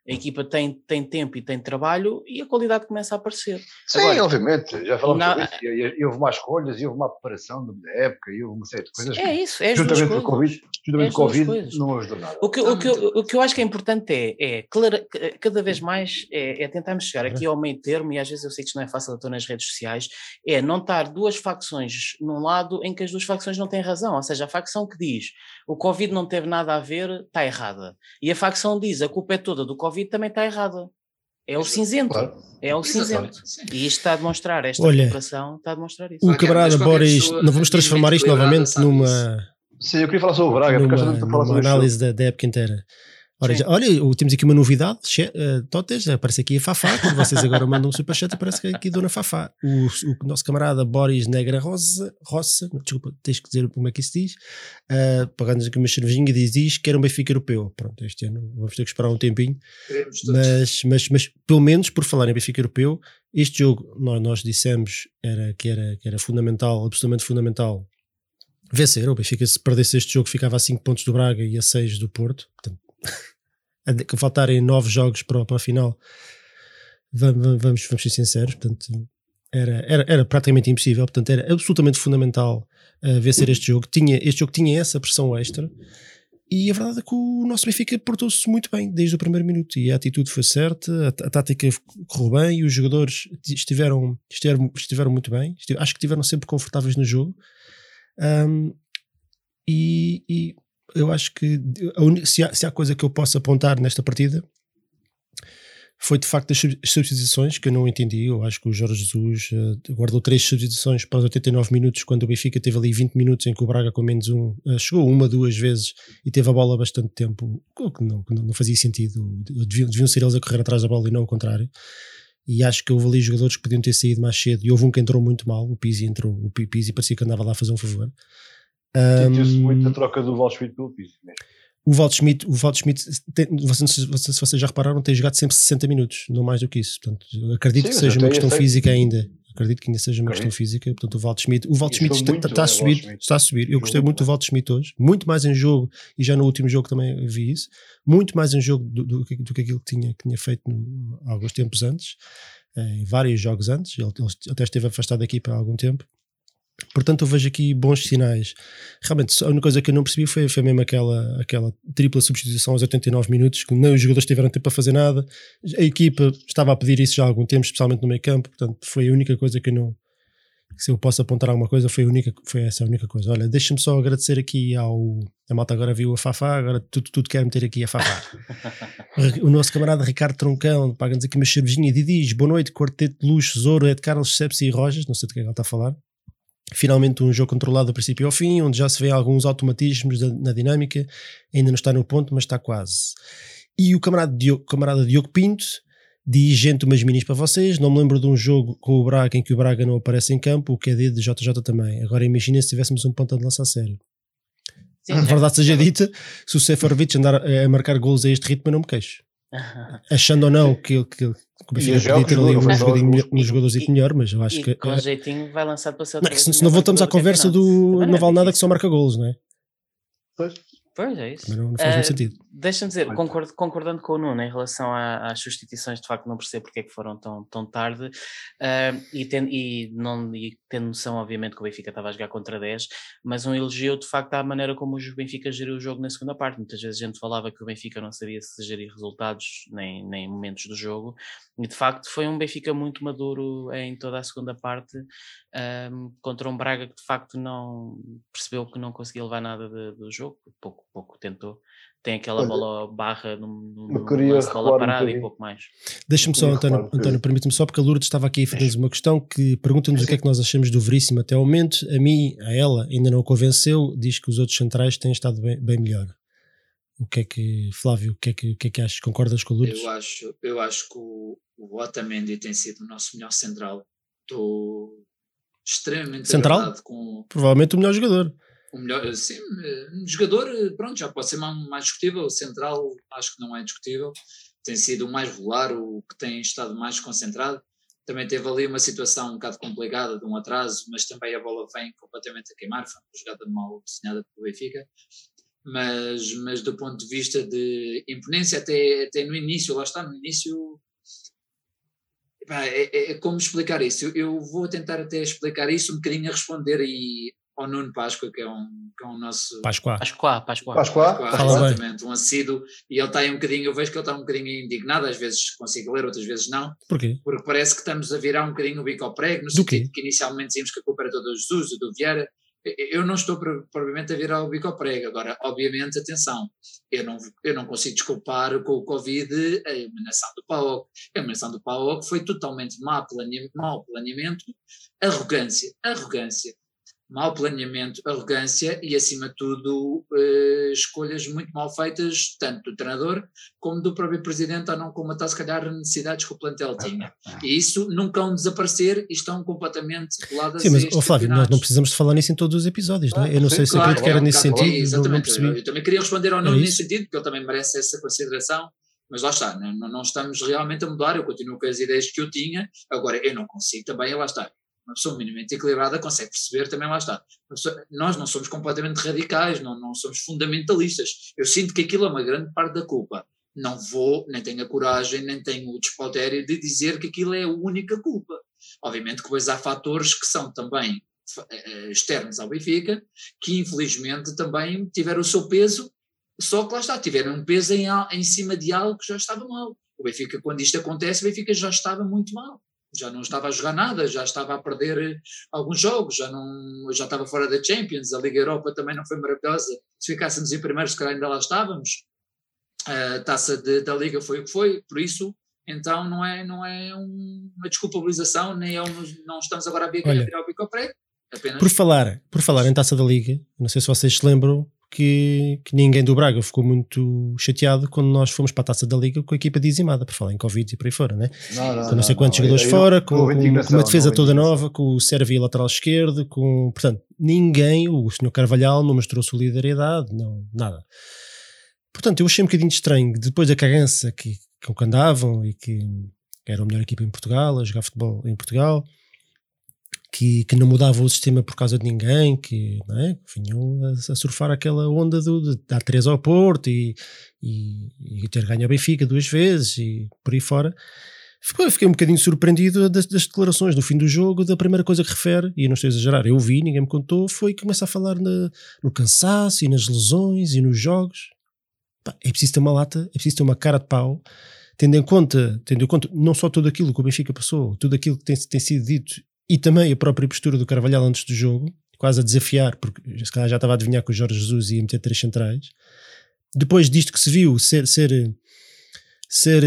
a equipa tem, tem tempo e tem trabalho e a qualidade começa a aparecer. Sim, Agora, obviamente, já falamos na, sobre isso, e, e houve mais escolhas, e houve uma preparação da época, e houve uma série de coisas é que, isso, é as juntamente duas com o Covid, juntamente é com o Covid coisas. não ajudou nada. O que, o, que, eu, o que eu acho que é importante é, é clara, cada vez mais, é, é tentarmos chegar aqui ao meio termo, e às vezes eu sei que isto não é fácil, eu estou nas redes sociais, é não estar duas facções num lado em que as duas facções não têm razão, ou seja, a facção que diz o Covid não teve nada a ver, está errada, e a facção diz a culpa é toda do Covid, também está errada. É o cinzento, claro. é o Exatamente. cinzento. Sim. E isto está a demonstrar, esta Olha, cooperação está a demonstrar isso. O camarada Boris, não vamos transformar isto novamente numa... Isso. Sim, eu queria falar sobre o Braga, numa, porque numa, numa análise da, da época inteira. Ora, já, olha, temos aqui uma novidade, uh, Totes, aparece aqui a Fafá, quando vocês agora mandam um superchat, aparece que aqui a Dona Fafá. O, o nosso camarada Boris Negra Rosa, Roça, desculpa, tens que dizer como é que isso diz, uh, pagando-nos aqui uma cervejinha, diz, diz que era um Benfica europeu. Pronto, este ano vamos ter que esperar um tempinho, mas, mas, mas pelo menos por falar em Benfica europeu, este jogo nós, nós dissemos era, que, era, que era fundamental, absolutamente fundamental, vencer. O Benfica, se perdesse este jogo, ficava a cinco pontos do Braga e a seis do Porto, portanto, que faltarem nove jogos para, para a final, vamos, vamos, vamos ser sinceros, portanto, era, era, era praticamente impossível, portanto, era absolutamente fundamental uh, vencer este jogo. Tinha, este jogo tinha essa pressão extra, e a verdade é que o nosso Benfica portou-se muito bem desde o primeiro minuto, e a atitude foi certa, a, a tática correu bem, e os jogadores estiveram, estiveram, estiveram muito bem, estiveram, acho que estiveram sempre confortáveis no jogo, um, e, e eu acho que se há, se há coisa que eu posso apontar nesta partida foi de facto as substituições que eu não entendi. Eu acho que o Jorge Jesus uh, guardou três substituições para os oitenta e nove minutos, quando o Benfica teve ali vinte minutos em que o Braga com menos um uh, chegou uma, duas vezes e teve a bola bastante tempo, o que não, que não fazia sentido. Deviam, deviam ser eles a correr atrás da bola e não o contrário. E acho que houve ali jogadores que podiam ter saído mais cedo, e houve um que entrou muito mal, o Pizzi entrou, o Pizzi parecia que andava lá a fazer um favor. Sentiu-se um, muito a troca do Waldschmidt pelo Pizzi mesmo. O Waldschmidt, o Waldschmidt tem, vocês, se vocês já repararam, tem jogado sempre sessenta minutos, não mais do que isso. Portanto, acredito Sim, que seja uma questão física ainda. Acredito que ainda seja uma acredito. questão física. Portanto, o Waldschmidt, o Waldschmidt está, muito, está, a subir, está a subir. Eu gostei muito do Waldschmidt hoje, muito mais em jogo, e já no último jogo também vi isso, muito mais em jogo do, do, do, do que aquilo que tinha, que tinha feito no, há alguns tempos antes, em vários jogos antes. Ele, ele até esteve afastado da equipa há algum tempo. Portanto, eu vejo aqui bons sinais. Realmente, a única coisa que eu não percebi foi, foi mesmo aquela, aquela tripla substituição aos oitenta e nove minutos, que nem os jogadores tiveram tempo para fazer nada. A equipa estava a pedir isso já há algum tempo, especialmente no meio campo. Portanto, foi a única coisa que eu não... Se eu posso apontar alguma coisa, foi, a única, foi essa a única coisa. Olha, deixa-me só agradecer aqui ao... A malta agora viu a Fafá, agora tudo, tudo quer meter aqui a Fafá. O nosso camarada Ricardo Troncão paga-nos aqui uma cervejinha e diz: boa noite, quarteto de luxo, Zoro, Ed Carlos, Sepsi e Rojas. Não sei do que é que ele está a falar. Finalmente um jogo controlado do princípio ao fim, onde já se vê alguns automatismos da, na dinâmica, ainda não está no ponto, mas está quase. E o camarada Diogo, camarada Diogo Pinto diz: gente, umas minis para vocês, não me lembro de um jogo com o Braga em que o Braga não aparece em campo, o que é de J J também. Agora imagina se tivéssemos um ponta de lança a sério. Sim, a verdade seja dita, se o Seferovic andar a, a marcar golos a este ritmo, eu não me queixo. Achando ou não que, que, que o Benfica podia ter ali um jogadinho, um jogadorzinho melhor, mas eu acho e que com jeitinho vai lançar para o seu. Não, se, se não voltamos à conversa do não, não vale nada que só marca golos, não é? Pois. Pois é isso. Não, não faz uh, muito sentido. Deixa-me dizer, concordo, concordando com o Nuno em relação à, às substituições, de facto não percebo porque é que foram tão, tão tarde, uh, e, ten, e, não, e tendo noção obviamente que o Benfica estava a jogar contra dez, mas um elogio de facto à maneira como o Benfica geriu o jogo na segunda parte. Muitas vezes a gente falava que o Benfica não sabia se gerir resultados nem, nem momentos do jogo, e de facto foi um Benfica muito maduro em toda a segunda parte, um, contra um Braga que de facto não percebeu que não conseguia levar nada de, do jogo, pouco, pouco tentou. Tem aquela Olha, bola barra numa bola parada um e pouco mais. Deixa-me só, António, António permite-me só, porque a Lourdes estava aqui a fazer uma questão que pergunta-nos o que é que nós achamos do Veríssimo até ao momento. A mim, a ela, ainda não a convenceu, diz que os outros centrais têm estado bem, bem melhor. O que é que, Flávio, o que é que, o que é que achas? Concordas com a Lourdes? Eu acho, eu acho que o, o Otamendi tem sido o nosso melhor central. Estou extremamente central? Com... Provavelmente o melhor jogador. O melhor, sim, jogador, pronto, já pode ser mais, mais discutível. O central acho que não é discutível, tem sido o mais volar, o que tem estado mais concentrado. Também teve ali uma situação um bocado complicada de um atraso, mas também a bola vem completamente a queimar. Foi uma jogada mal desenhada pelo Benfica. mas, mas do ponto de vista de imponência, até, até no início, lá está, no início, pá, é, é como explicar isso, eu, eu vou tentar até explicar isso um bocadinho a responder aí ao Nuno Páscoa, que é um, que é um nosso... Pascoá. Pascoá, Pascoá. Pascoá, Pascoá, exatamente, um assíduo, e ele está aí um bocadinho, eu vejo que ele está um bocadinho indignado, às vezes consigo ler, outras vezes não. Porquê? Porque parece que estamos a virar um bocadinho o bico ao prego, no Do sentido quê? que inicialmente dizíamos que a culpa era toda do Jesus, do Vieira. Eu não estou provavelmente a virar o bico ao prego. Agora, obviamente, atenção, eu não, eu não consigo desculpar com o Covid a emanação do P A O C. A emanação do P A O C foi totalmente mau planeamento, mau planeamento, arrogância, arrogância. Mau planeamento, arrogância e, acima de tudo, eh, escolhas muito mal feitas, tanto do treinador como do próprio presidente, a não comatar, se calhar, necessidades que o plantel tinha. E isso nunca vão desaparecer e estão completamente coladas. Sim, mas, a estes oh, Flávio, nós não campeonatos. precisamos de falar nisso em todos os episódios, não é? Eu não Sim, sei se Claro, a crítica era claro, nesse claro, sentido, é, não, não exatamente. percebi. Eu também queria responder ao Era Nuno isso? nesse sentido, porque ele também merece essa consideração, mas lá está, não, não estamos realmente a mudar, eu continuo com as ideias que eu tinha, agora eu não consigo também, lá está. Uma pessoa minimamente equilibrada consegue perceber também, lá está. Pessoa, nós não somos completamente radicais, não, não somos fundamentalistas. Eu sinto que aquilo é uma grande parte da culpa. Não vou, nem tenho a coragem, nem tenho o despautério de dizer que aquilo é a única culpa. Obviamente que depois há fatores que são também externos ao Benfica, que infelizmente também tiveram o seu peso, só que lá está, tiveram um peso em, em cima de algo que já estava mal. O Benfica, quando isto acontece, o Benfica já estava muito mal. Já não estava a jogar nada, já estava a perder alguns jogos, já, não, já estava fora da Champions, a Liga Europa também não foi maravilhosa, se ficássemos em primeiro se calhar ainda lá estávamos, a taça de, da Liga foi o que foi, por isso, então não é, não é uma desculpabilização, nem é um, não estamos agora a ver quem é virar o bico ao prego, apenas... Por falar, por falar em taça da Liga, não sei se vocês se lembram, Que, que ninguém do Braga ficou muito chateado quando nós fomos para a taça da Liga com a equipa dizimada, por falar em Covid e por aí fora, né? Não, não, com não sei não, quantos não. jogadores Eu, eu fora, não, com, com, com, com uma defesa toda nova, com o Sérvia lateral esquerdo, com, portanto, ninguém, o senhor Carvalhal não mostrou solidariedade, não, nada. Portanto, eu achei um bocadinho estranho, depois da cagança que, que andavam e que era a melhor equipa em Portugal, a jogar futebol em Portugal, Que, que não mudava o sistema por causa de ninguém, que, não é? Vinham a, a surfar aquela onda do, de dar três ao Porto e, e, e ter ganho ao Benfica duas vezes e por aí fora. Fiquei um bocadinho surpreendido das, das declarações no fim do jogo, da primeira coisa que refere, e não estou a exagerar, eu vi, ninguém me contou, foi que começa a falar na, no cansaço e nas lesões e nos jogos. Pá, é preciso ter uma lata, é preciso ter uma cara de pau, tendo em conta, tendo em conta não só tudo aquilo que o Benfica passou, tudo aquilo que tem, tem sido dito, e também a própria postura do Carvalhal antes do jogo, quase a desafiar, porque se calhar já estava a adivinhar que o Jorge Jesus ia meter três centrais. Depois disto que se viu ser, ser, ser,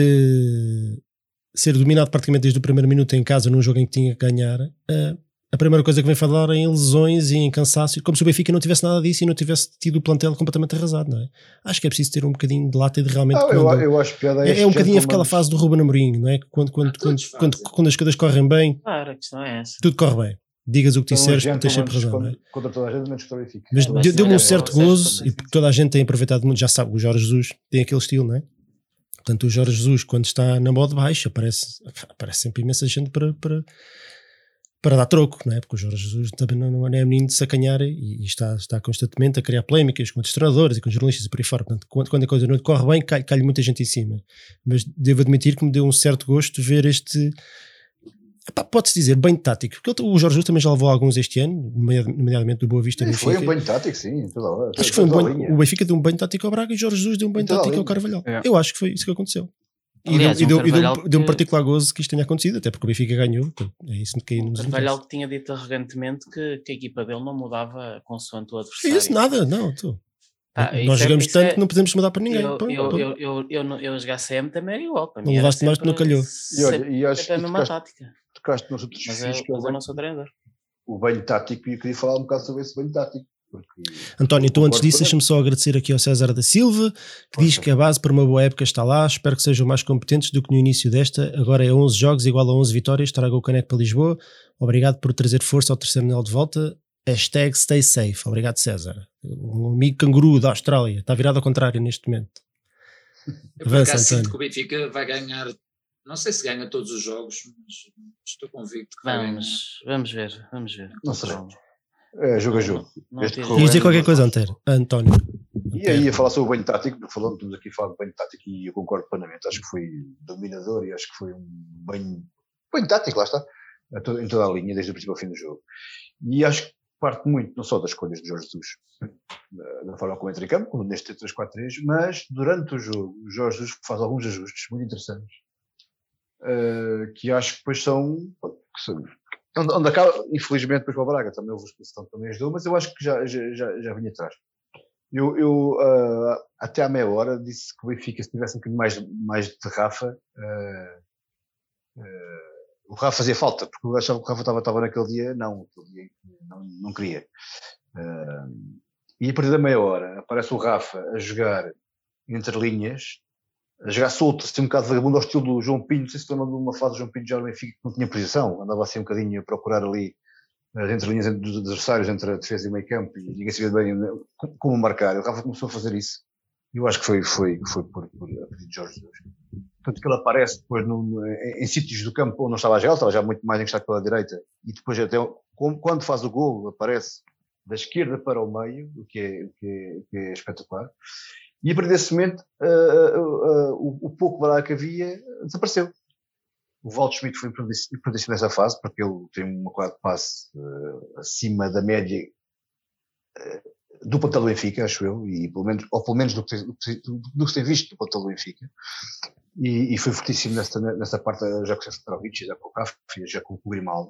ser dominado praticamente desde o primeiro minuto em casa num jogo em que tinha que ganhar, a primeira coisa que vem falar é em lesões e em cansaço, como se o Benfica não tivesse nada disso e não tivesse tido o plantel completamente arrasado, não é? Acho que é preciso ter um bocadinho de lata e de realmente... Ah, quando, eu, eu acho piada é, é um bocadinho aquela fase do Ruben Amorim, não é? Quando, quando, Ah, quando, todos quando, fazem. quando as coisas correm bem, Claro, a questão é essa. tudo corre bem. Digas o que disseres, São tens sempre razão, não é? contra, contra toda a gente, menos contra o Benfica. Mas Mas deu- sim, deu-me um é certo bom, gozo, certo, e porque toda a gente tem aproveitado muito, já sabe, o Jorge Jesus tem aquele estilo, não é? Portanto, o Jorge Jesus, quando está na moda baixa, aparece, aparece sempre imensa gente para, para, para dar troco, não é? Porque o Jorge Jesus também não, não é menino de sacanhar e, e está, está constantemente a criar polémicas com outros treinadores e com jornalistas e por aí fora. Portanto, quando, quando a coisa não corre bem, cai, cai muita gente em cima. Mas devo admitir que me deu um certo gosto ver este... Epá, pode-se dizer bem tático, porque ele- o Jorge Jesus também já levou alguns este ano, nomeadamente do Boa Vista Sim, Benfica. foi um banho tático, sim, toda hora. Acho que foi um toda a banho, linha. o Benfica deu um banho tático ao Braga e o Jorge Jesus deu um banho Toda a tático ao linha. Carvalhal. É. Eu acho que foi isso que aconteceu. E Aliás, deu, e um deu, e deu, Carvalhal deu um que- particular gozo que isto tenha acontecido, até porque o Benfica ganhou. Portanto, é isso que O nos Carvalhal interessa. que tinha dito arrogantemente que, que a equipa dele não mudava consoante o É adversário. isso, nada, não. Tu. Ah, Nós isso é- jogamos isso tanto é- que não podemos mudar para ninguém. Eu, Pronto, eu, pronto. eu, eu, eu, no- eu a jogar C M também era igual. Para Não mim era levaste mais, sempre- não calhou. E olha, sempre- e acho sempre a que mesma tocaste- tática. Tocaste nos outros Mas, fios eu, que é o mas eu banho, não sou treinador. o banho tático, e eu queria falar um bocado sobre esse banho tático. Porque António, tu antes concordo disso, com ele. deixa-me só agradecer aqui ao César da Silva, que diz Força. que a base para uma boa época está lá. Espero que sejam mais competentes do que no início desta. Agora é onze jogos, igual a onze vitórias. Traga o caneco para Lisboa. Obrigado por trazer força ao terceiro anel de volta. Hashtag stay safe. Obrigado, César. Um amigo canguru da Austrália. Está virado ao contrário neste momento. Eu por Avança, acaso sinto António. que o Benfica vai ganhar, não sei se ganha todos os jogos, mas estou convicto que vai ganhar. Vamos, vamos ver, vamos ver. Não sabemos. É jogo a jogo. Não, não Este tires- correr- Ias dizer Bem, qualquer mas coisa, vamos. António. António. E aí, a falar sobre o banho tático, porque falando, estamos aqui a falar de banho tático e eu concordo plenamente. Acho que foi dominador e acho que foi um banho, banho tático, lá está, em toda a linha, desde o princípio ao fim do jogo. E acho que parte muito, não só das escolhas de Jorge Jesus, da forma como entra em campo, como neste três quatro três, mas durante o jogo, o Jorge Jesus faz alguns ajustes muito interessantes, uh, que acho que depois são, que são onde, onde acaba, infelizmente, depois para o Braga, também houve a exposição também ajudou, mas eu acho que já, já, já, já vinha atrás. Eu, eu uh, até à meia hora disse que o Benfica, se tivesse um bocadinho mais, mais de Rafa, uh, uh, o Rafa fazia falta, porque eu achava que o Rafa estava, estava naquele dia, não, naquele dia não, não queria. Uh, e a partir da meia hora aparece o Rafa a jogar entre linhas, a jogar solto, assim um bocado vagabundo ao estilo do João Pinho. Não sei se lembram de uma fase do João Pinho já no Benfica que não tinha posição, andava assim um bocadinho a procurar ali as entrelinhas dos adversários, entre a defesa e o meio campo, e ninguém sabia bem como marcar. O Rafa começou a fazer isso. Eu acho que foi, foi, foi por, por a pedido de Jorge Jesus. Tanto que ele aparece depois no, em, em sítios do campo onde não estava a jogar, estava já muito mais encostado pela direita, e depois até quando faz o golo aparece da esquerda para o meio, o que é, o que é, o que é espetacular. E a partir desse momento uh, uh, uh, o, o pouco barato que havia desapareceu. O Waldschmidt foi importantíssimo nessa fase, porque ele tem uma quadra de passe uh, acima da média uh, do plantel do Benfica, acho eu, e pelo menos, ou pelo menos do que, do, que, do que se tem visto do plantel do Benfica. E, e foi fortíssimo nessa, nessa parte, já com o Seferovic, já com o Kafka, já com o Grimaldo.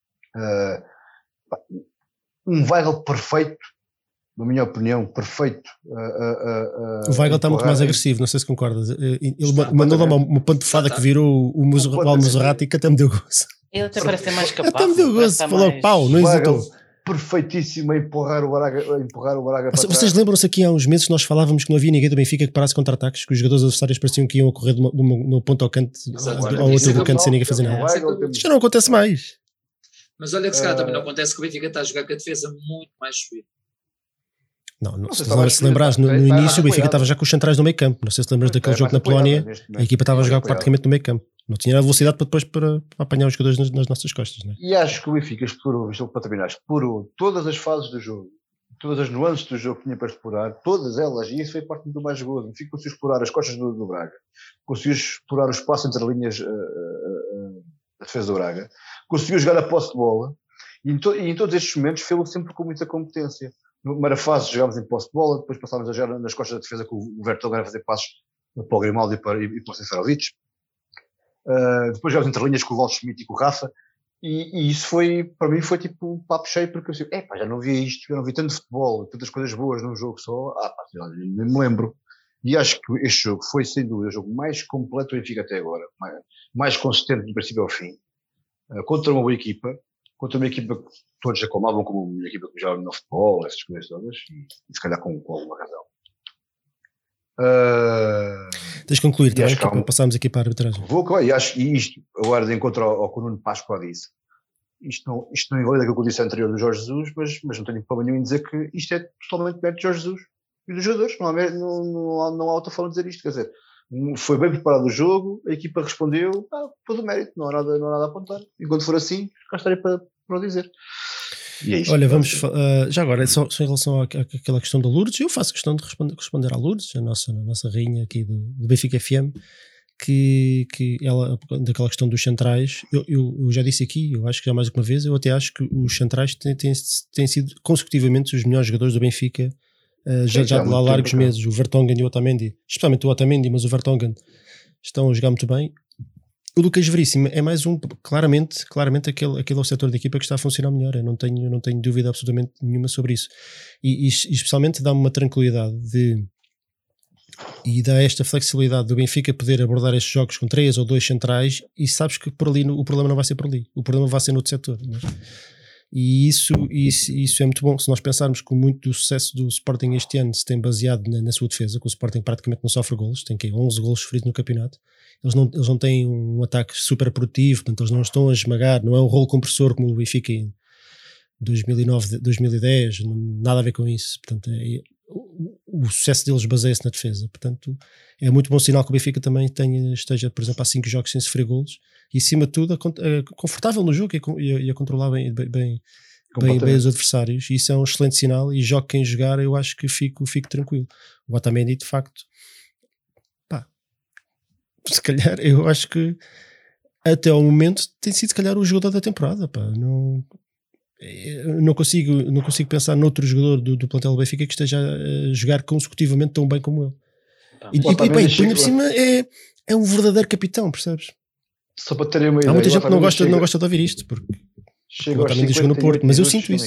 Uh, um Weigl perfeito, na minha opinião, perfeito. Uh, uh, uh, o Weigl está muito mais agressivo, não sei se concordas. Ele mandou lá uma, uma pantofada que virou o, o Al-Muserati, que até me deu gozo. Ele até parece ter mais capaz. Até me deu gozo, falou mais... pau, não hesitou. Perfeitíssimo a empurrar o Braga, a empurrar o Braga para Vocês trás. lembram-se aqui há uns meses que nós falávamos que não havia ninguém do Benfica que parasse contra-ataques, que os jogadores adversários pareciam que iam a correr de uma, de uma, no ponto ao canto, Exato, ao outro do canto sem ninguém fazer nada. Isto já não acontece mais. Mas olha que se calhar uh... também não acontece que o Benfica está a jogar com a defesa muito mais subida. Não, não, não se, se, se lembrares, no, no início o Benfica estava já com os centrais no meio campo. Não sei se lembras daquele jogo na Polónia, a equipa estava a jogar praticamente no meio campo. Não tinha a velocidade para depois para, para apanhar os jogadores nas, nas nossas costas. Né? E acho que o Benfica explorou, para terminar, explorou todas as fases do jogo, todas as nuances do jogo que tinha para explorar, todas elas, e isso foi parte do mais gozo. O Benfica conseguiu explorar as costas do, do Braga, conseguiu explorar o espaço entre linhas uh, uh, uh, da defesa do Braga, conseguiu jogar a posse de bola, e em, to, e em todos estes momentos fez-o sempre com muita competência. Na primeira fase jogámos em posse de bola, depois passávamos a jogar nas costas da defesa com o Vertonghen a fazer passos para o Grimaldo e para, e para o Seferovic. Uh, depois jogámos entre linhas com o Waldschmidt e com o Rafa, e, e isso foi, para mim, foi tipo um papo cheio, porque eu disse, epá, já não vi isto, já não vi tanto futebol, tantas coisas boas num jogo só, ah pá, nem me lembro. E acho que este jogo foi, sem dúvida, o jogo mais completo do Benfica até agora, mais, mais consistente do princípio ao fim, uh, contra uma boa equipa, contra uma equipa que todos aclamavam como uma equipa que jogava no futebol, essas coisas todas, e, e se calhar com, com alguma razão. Uh, Tens de concluir também, que um, passamos aqui para a arbitragem. Vou, e acho e isto, agora de encontro ao, ao que o Nuno Páscoa disse, isto não, isto não invalida aquilo que eu disse anterior do Jorge Jesus, mas, mas não tenho problema nenhum em dizer que isto é totalmente mérito de Jorge Jesus e dos jogadores, não há, não, não, há, não há outra forma de dizer isto, quer dizer, foi bem preparado o jogo, a equipa respondeu, ah, todo o mérito, não há nada, não há nada a apontar, enquanto for assim, cá estarei para, para o dizer. É isso, olha, vamos uh, já agora, só, só em relação à, àquela questão da Lourdes, eu faço questão de responder, responder à Lourdes, a nossa, a nossa rainha aqui do, do Benfica F M, que, que ela, daquela questão dos centrais, eu, eu, eu já disse aqui, eu acho que já mais uma vez, eu até acho que os centrais têm, têm, têm sido consecutivamente os melhores jogadores do Benfica, uh, já, já de lá largos tempo, meses, o Vertonghen e o Otamendi, especialmente o Otamendi, mas o Vertonghen estão a jogar muito bem. O Lucas Veríssimo é mais um, claramente, claramente aquele, aquele é o setor da equipa que está a funcionar melhor, eu não tenho, eu não tenho dúvida absolutamente nenhuma sobre isso, e, e, e especialmente dá-me uma tranquilidade de, e dá esta flexibilidade do Benfica poder abordar estes jogos com três ou dois centrais, e sabes que por ali no, o problema não vai ser por ali, o problema vai ser no outro setor, não é? E isso, isso, isso é muito bom. Se nós pensarmos que muito do sucesso do Sporting este ano se tem baseado na, na sua defesa, que o Sporting praticamente não sofre golos, tem que onze golos sofridos no campeonato, eles não, eles não têm um ataque super produtivo, portanto eles não estão a esmagar, não é um rolo compressor como o Benfica em dois mil e nove, dois mil e dez, nada a ver com isso. Portanto, é, o, o sucesso deles baseia-se na defesa, portanto é muito bom sinal que o Benfica também tenha, esteja, por exemplo, há cinco jogos sem sofrer golos, e acima de tudo é confortável no jogo e a, e a controlar bem, bem, bem, bem os adversários, e isso é um excelente sinal, e jogo quem jogar eu acho que fico, fico tranquilo. O Otamendi de facto, pá, se calhar eu acho que até ao momento tem sido se calhar o jogador da temporada, pá. Não, não, consigo, não consigo pensar noutro jogador do, do plantel do Benfica que esteja a jogar consecutivamente tão bem como ele. Ah, e, e, e bem, por cima é, é um verdadeiro capitão, percebes? Só para terem uma ideia. Há muita gente que não gosta, não gosta de ouvir isto, porque o Otamendi jogou no Porto, mas eu sinto isso.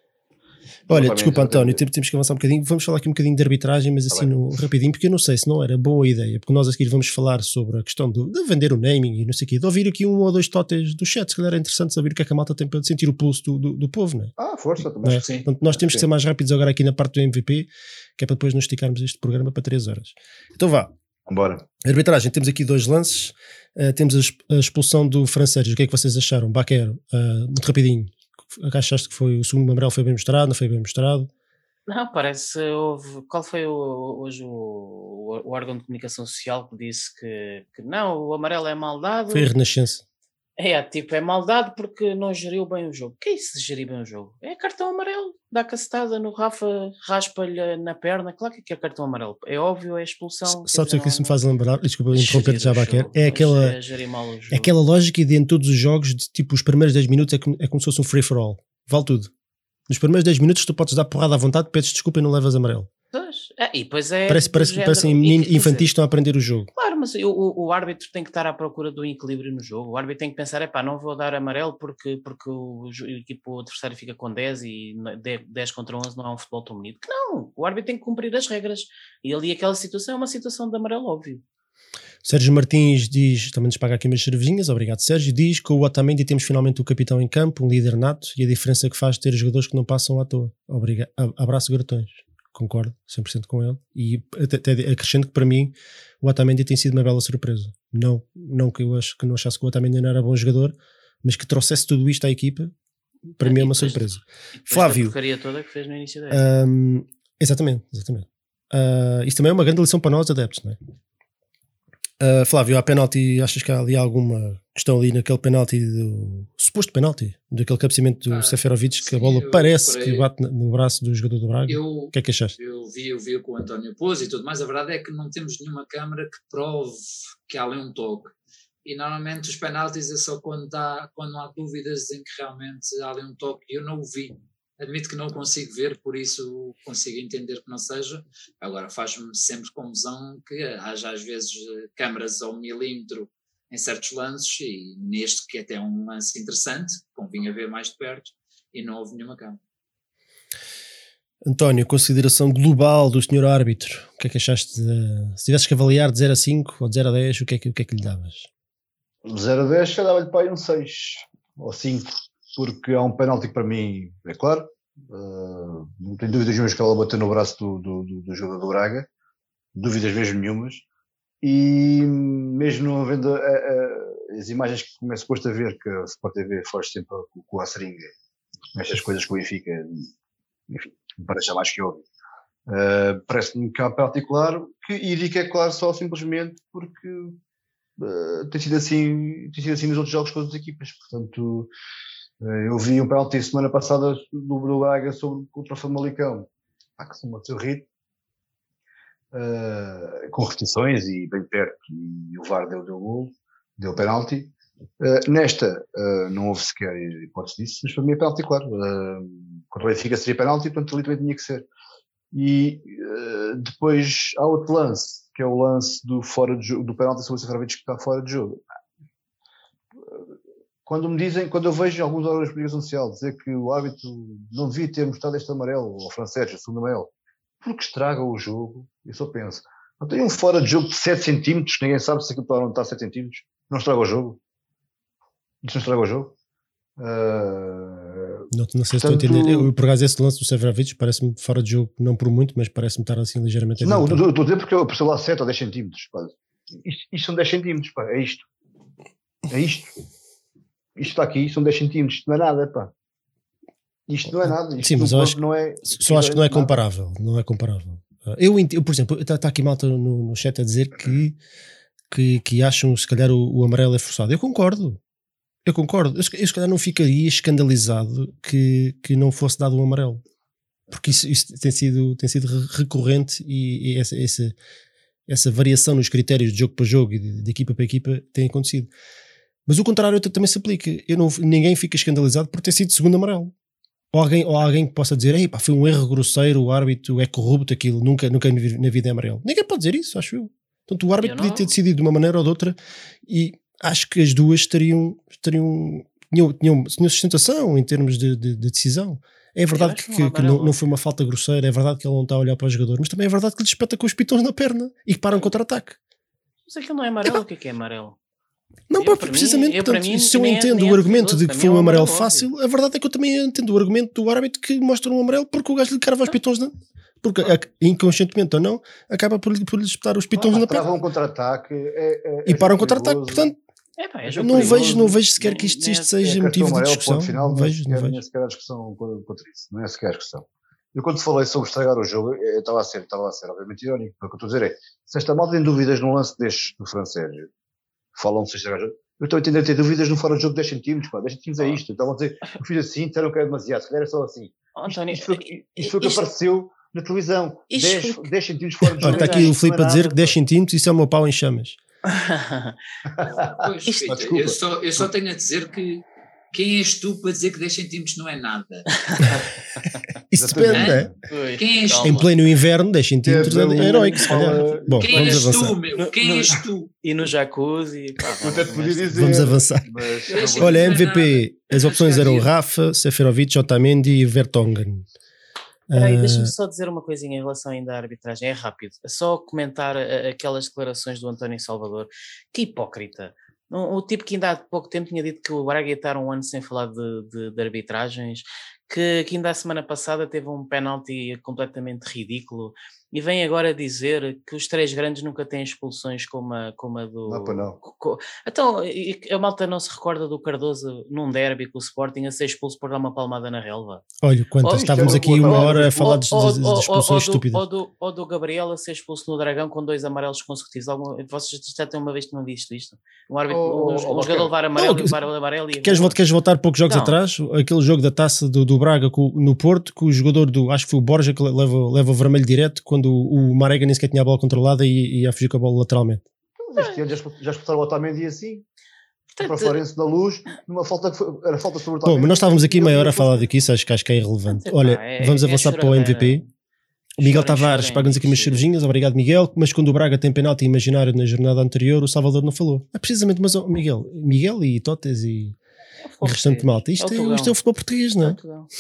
Olha, desculpa António, temos que avançar um bocadinho, vamos falar aqui um bocadinho de arbitragem, mas assim no, rapidinho, porque eu não sei se não era boa ideia, porque nós a seguir vamos falar sobre a questão do, de vender o naming e não sei o quê, de ouvir aqui um ou dois totes do chat, se calhar é interessante saber o que é que a malta tem para sentir o pulso do, do, do povo, não é? Ah, força também. É? Sim. Portanto, nós temos sim. que ser mais rápidos agora aqui na parte do M V P, que é para depois nos esticarmos este programa para três horas. Então vá. Bora. Arbitragem, temos aqui dois lances, uh, temos a, a expulsão do Francês, o que é que vocês acharam? Baquero, uh, muito rapidinho, achaste que foi o segundo amarelo foi bem mostrado, não foi bem mostrado? Não, parece, houve, qual foi o, hoje o, o órgão de comunicação social que disse que, que não, o amarelo é mal dado. Foi a Renascença. É, tipo, é mal dado porque não geriu bem o jogo. O que é isso de gerir bem o jogo? É cartão amarelo, dá cacetada no Rafa, raspa-lhe na perna, claro que é cartão amarelo. É óbvio, é expulsão. Sabes o que isso me faz lembrar? Desculpa interromper-te já, Baquer. É aquela, é aquela lógica de em todos os jogos, de, tipo, os primeiros dez minutos é como, é como se fosse um free-for-all. Vale tudo. Nos primeiros dez minutos tu podes dar porrada à vontade, pedes desculpa e não levas amarelo. É, e depois é parece parece, parece infantis estão a aprender o jogo. Claro, mas o, o, o árbitro tem que estar à procura do equilíbrio no jogo. O árbitro tem que pensar, é pá, não vou dar amarelo porque, porque o, tipo, o adversário fica com dez e dez contra onze não é um futebol tão bonito. Que não, o árbitro tem que cumprir as regras. E ali aquela situação é uma situação de amarelo óbvio. Sérgio Martins diz, também nos paga aqui umas cervejinhas, obrigado Sérgio, diz que o Otamendi temos finalmente o capitão em campo, um líder nato, e a diferença que faz ter jogadores que não passam à toa. Obrigado. Abraço Gratões, concordo cem por cento com ele, e até, até acrescento que para mim o Otamendi tem sido uma bela surpresa. Não, não que eu acho que não achasse que o Otamendi não era bom jogador, mas que trouxesse tudo isto à equipa, para ah, mim é uma depois, surpresa. Flávio. A porcaria toda que fez no início da um, Exatamente, exatamente. Uh, isso também é uma grande lição para nós adeptos, não é? Uh, Flávio, há penalti, achas que há ali alguma questão ali naquele penalti do suposto penalti, daquele cabeceamento do ah, Seferovic, que sim, a bola parece que bate no braço do jogador do Braga? Eu, o que é que achaste? Eu vi, eu vi o que o António pôs e tudo mais, a verdade é que não temos nenhuma câmara que prove que há ali um toque, e normalmente os penaltis é só quando, há, quando há dúvidas em que realmente há ali um toque, e eu não o vi. Admito que não consigo ver, por isso consigo entender que não seja. Agora faz-me sempre confusão que haja às vezes câmaras ao milímetro em certos lances, e neste que até é um lance interessante, convinha ver mais de perto, e não houve nenhuma câmara. António, consideração global do senhor árbitro, o que é que achaste? De, se tivesses que avaliar de zero a cinco ou de zero a dez, o que é que, o que, é que lhe davas? De zero a dez eu dava-lhe para aí um seis ou cinco. Porque há um penalti que para mim é claro, uh, não tenho dúvidas nenhumas que ela bateu no braço do, do, do, do jogador do Braga, dúvidas mesmo nenhumas, e mesmo não havendo a, a, as imagens que começo suposto a ver, que a Sport T V foge sempre com, com a seringa, estas coisas que o Benfica, enfim, me parece mais que óbvio. Uh, parece-me que há penalti claro, que, e digo que é claro só simplesmente porque uh, tem sido assim, tem sido assim nos outros jogos com as outras equipas, portanto. Eu vi um penalti semana passada do, do Braga sobre, contra o Famalicão, ah, que se me bateu rir, uh, com repetições e bem perto, e o V A R deu, deu gol, deu penalti. Uh, nesta, uh, não houve sequer hipótese disso, mas para mim é penalti, claro. Uh, contra o Benfica seria penalti, portanto ali também tinha que ser. E uh, depois há outro lance, que é o lance do, fora de jogo, do penalti sobre o Seferovic que está fora de jogo. Quando me dizem, quando eu vejo alguns órgãos de comunicação social dizer que o árbitro não devia ter mostrado este amarelo ao Francês, o segundo amarelo, porque estraga o jogo, eu só penso, não tem um fora de jogo de sete centímetros, ninguém sabe se aquilo está ou não está a sete centímetros, não estraga o jogo? Isso não estraga o jogo? Uh, não, não sei portanto, se estou a entender, eu, por acaso esse lance do Seferovic parece-me fora de jogo, não por muito, mas parece-me estar assim ligeiramente não, adiantado. Não, estou a dizer porque eu percebo lá sete ou dez centímetros, pá. Isto, isto são dez centímetros, pá, é isto. É isto. Isto está aqui, são dez centímetros, isto não é nada, pá. Isto não é nada. Isto sim, mas eu acho, não é, só acho que não é comparável. Não é comparável. Eu, eu por exemplo, está, está aqui malta no, no chat a dizer que, que, que acham se calhar o, o amarelo é forçado. Eu concordo. Eu concordo. Eu, eu se calhar não ficaria escandalizado que, que não fosse dado um amarelo. Porque isso, isso tem, sido, tem sido recorrente e, e essa, essa, essa variação nos critérios de jogo para jogo e de, de equipa para equipa tem acontecido. Mas o contrário também se aplica. Eu não, ninguém fica escandalizado por ter sido segundo amarelo. Ou alguém, ou alguém que possa dizer, ei, pá, foi um erro grosseiro, o árbitro é corrupto, aquilo, nunca, nunca na vida é amarelo. Ninguém pode dizer isso, acho eu. Portanto, o árbitro podia ter decidido de uma maneira ou de outra e acho que as duas estariam, estariam tinham, tinham, tinham sustentação em termos de, de, de decisão. É verdade que, que, que não, não foi uma falta grosseira, é verdade que ele não está a olhar para o jogador, mas também é verdade que lhe espeta com os pitões na perna e que param contra-ataque. Mas aquilo não é amarelo, é, o que é que é amarelo? Não, pá, precisamente, mim, portanto, mim, se eu entendo o argumento de que foi um amarelo fácil, a verdade é que eu também entendo o argumento do árbitro que mostra um amarelo porque o gajo lhe carava os pitões na... Porque, inconscientemente ou não, acaba por, por lhe espetar os pitões ah, na perna. Um contra-ataque é, é, e para um contra-ataque, portanto, é, pá, é não, vejo, não vejo sequer que isto, isto seja é motivo de discussão. Final, não vejo, não, não vejo. Não é sequer a discussão contra isso, não é sequer a discussão. Eu quando falei sobre estragar o jogo, eu estava a ser, estava a ser obviamente irónico, porque o que eu estou a dizer é, se esta malta tem dúvidas no lance deste do francês, falam de se estragar o jogo, eu estou a entender ter dúvidas no fora de jogo de dez centímetros, pá, dez centímetros é isto, estavam a dizer, eu fiz assim, disseram que era demasiado, se calhar é só assim. Oh, António, isto, isto foi, isto foi o que isto, apareceu na televisão, dez, foi... dez centímetros fora de jogo. Está aqui o Filipe a dizer que dez centímetros, isso é o meu pau em chamas. Pois, isto... Peter, eu, só, eu só tenho a dizer que quem és tu para dizer que dez centímetros não é nada? Isso depende, é? Quem és tu? Em pleno inverno, dez centímetros é, é heróico, se calhar. Bom, quem vamos és avançar. tu, meu? Quem és tu? E no jacuzzi. Pá, dizer, vamos avançar. Mas... Olha, M V P, as opções eram Rafa, Seferovic, Otamendi e Vertonghen. Peraí, uh... deixa-me só dizer uma coisinha em relação ainda à arbitragem, é rápido. É só comentar a, aquelas declarações do António Salvador. Que hipócrita. O tipo que ainda há pouco tempo tinha dito que o Braga ia estar um ano sem falar de, de, de arbitragens, que, que ainda a semana passada teve um penalti completamente ridículo e vem agora dizer que os três grandes nunca têm expulsões como a, como a do... Não, não. Co, então, a malta não se recorda do Cardoso num derby com o Sporting a ser expulso por dar uma palmada na relva? Olha, quantas, oh, estávamos aqui uma hora a falar de, de, de expulsões estúpidas. Ou do, ou do Gabriel a ser expulso no Dragão com dois amarelos consecutivos. Algum, vocês já têm uma vez que não visto isto? Um, árbitro, oh, um, oh, um jogador levar amarelo não, e levar amarelo e... Queres, queres voltar poucos jogos não. atrás? Aquele jogo da taça do, do Braga com, no Porto, que o jogador do, acho que foi o Borja que leva, leva o vermelho direto quando o, o Marega nem sequer tinha a bola controlada e ia fugir com a bola lateralmente. Este ano já expulsaram o Otamendi assim, para Florencio da Luz, numa falta que foi, era falta sobre o Otamendi. Bom, mas nós estávamos aqui meia hora a falar disso, acho que, acho que é irrelevante. Olha, é, vamos avançar é para o M V P. O Miguel Tavares paga-nos aqui umas cervejinhas, obrigado Miguel, mas quando o Braga tem penalti imaginário na jornada anterior, o Salvador não falou. É precisamente, mas oh, Miguel, Miguel e Totes e, e restante malta, isto é, é, isto é o futebol português, não é?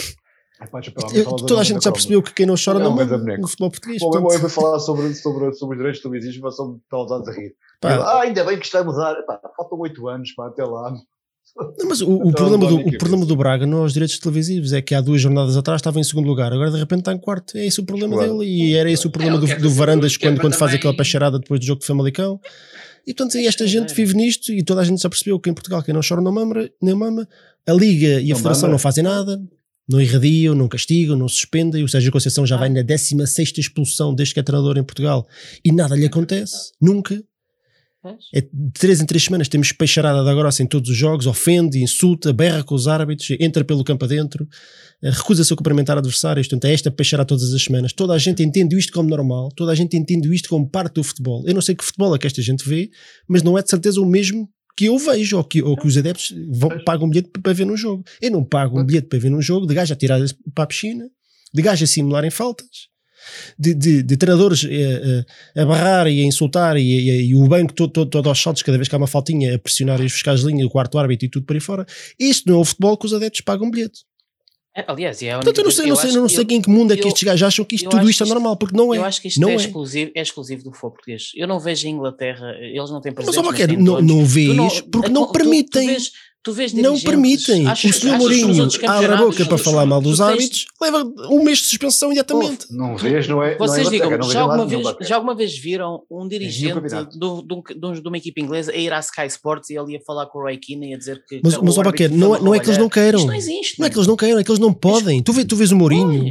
Eu, toda a gente já percebeu que quem não chora não, não manda no futebol português. Bom, portanto... eu vou falar sobre, sobre, sobre os direitos televisivos, mas só estão a rir. Ah, ainda bem que está a mudar. Pá, faltam oito anos pá, até lá. Não, mas o, o, problema do, o problema do Braga não é os direitos televisivos, é que há duas jornadas atrás estava em segundo lugar, agora de repente está em quarto. É esse o problema claro. dele e era esse o problema é, do, do Varandas quando, quando faz aquela pacharada depois do jogo de Famalicão. E portanto e esta gente vive nisto e toda a gente já percebeu que em Portugal quem não chora não mama, nem mama. A Liga e a não Federação mama. não fazem nada. Não irradiam, não castigam, não suspendem. O Sérgio Conceição já vai na décima sexta expulsão desde que é treinador em Portugal e nada lhe acontece, nunca. É de três em três semanas temos peixarada da grossa em todos os jogos, ofende, insulta, berra com os árbitros, entra pelo campo adentro, recusa-se a cumprimentar adversários. Portanto é esta peixarada todas as semanas. Toda a gente entende isto como normal, toda a gente entende isto como parte do futebol. Eu não sei que futebol é que esta gente vê, mas não é de certeza o mesmo que eu vejo, ou que, ou que os adeptos vão, pagam um bilhete para ver num jogo. Eu não pago um bilhete para ver num jogo de gajo a tirar para a piscina, de gajo a simularem faltas, de, de, de treinadores a, a, a barrar e a insultar e, e, e o banco todo, todo, todo aos saltos cada vez que há uma faltinha a pressionar os fiscais de linha, o quarto árbitro e tudo por aí fora. Isto não é o futebol que os adeptos pagam um bilhete. Aliás, é a Portanto, eu não sei, não sei, não sei em que mundo é que estes gajos acham que isto, tudo isto é normal, porque não é. Eu acho que isto não é, é. Exclusivo, é exclusivo do futebol português. Eu não vejo a Inglaterra, eles não têm presidentes. Mas só mas não, não vês, porque não, não permitem. Tu, tu vês, tu vês não permitem. O senhor Mourinho abre a boca para falar mal dos árbitros, leva um mês de suspensão imediatamente. Não vês, não é? Vocês digam, já alguma vez, já alguma vez viram um dirigente do, do, do, de uma equipe inglesa a ir à Sky Sports e ele ia falar com o Roy Keane e a dizer que. Mas, mas ó, Baquer, não, não é que eles não queiram. Isto não existe. Não é que eles não queiram, é que eles não podem. Tu, vê, tu vês o Mourinho.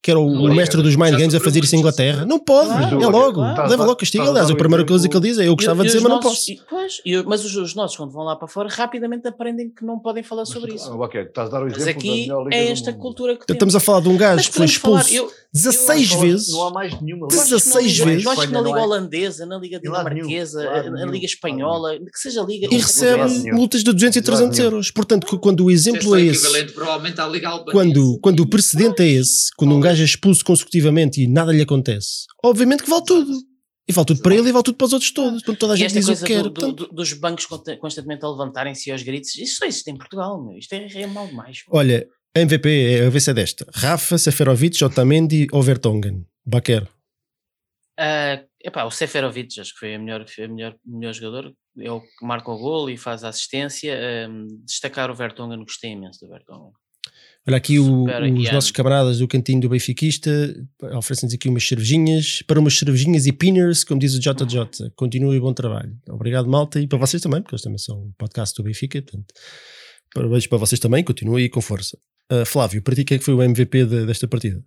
que era o, Não, o mestre dos mind já games a sofreu fazer isso em muito, Inglaterra. já Não pode, Claro, é logo, claro. leva logo castigo. Aliás, a primeira coisa que ele diz é eu gostava E- de e dizer, os mas não nossos- posso. e- Pois, e- mas os, os nossos, quando vão lá para fora, rapidamente aprendem que não podem falar sobre isso. Ah, ok, estás a dar o Mas exemplo da aqui melhor liga é do esta mundo. cultura que Então, temos. estamos a falar de um gajo Mas que foi podemos falar, expulso eu- dezasseis Não há- vezes. Não há mais nenhuma. Tu achas que na dezasseis liga- vezes. Tu achas que na Espanha Liga não é- Holandesa, na Liga Em lado nenhum, Dinamarquesa, lado na nenhum, Liga Espanhola, que seja Liga. E Não, recebe lado nenhum. multas de duzentos e De lado trezentos nenhum. euros. Portanto, que- quando o exemplo Isso é é esse, equivalente provavelmente à Liga Albanesa. quando, quando o precedente é esse, quando um gajo é expulso consecutivamente e nada lhe acontece, obviamente que vale tudo. E vale tudo para ele e vale tudo para os outros todos. Portanto, toda a E gente esta diz o coisa que quer. do- do- Portanto, do- dos bancos conta- constantemente a levantarem-se aos gritos, isso só existe em Portugal, meu. Isto é, é mal demais. meu. olha, a M V P é a ver se é desta: Rafa, Seferovic, Otamendi ou Vertonghen. Baquero. Ah, epá, o Seferovic, acho que foi o melhor, foi o melhor, melhor jogador. É o que marca o golo e faz a assistência. Ahm, destacar o Vertonghen, gostei imenso do Vertonghen. Olha aqui o- Super os Ian. nossos camaradas do cantinho do Benfiquista oferecem-nos aqui umas cervejinhas, para umas cervejinhas e pinners, como diz o J J. Continue bom trabalho. Obrigado, malta, e para vocês também, porque eles também são um podcast do Benfica. Portanto, parabéns para vocês também, continuem aí com força. Uh, Flávio, para ti quem é que foi o M V P de- desta partida?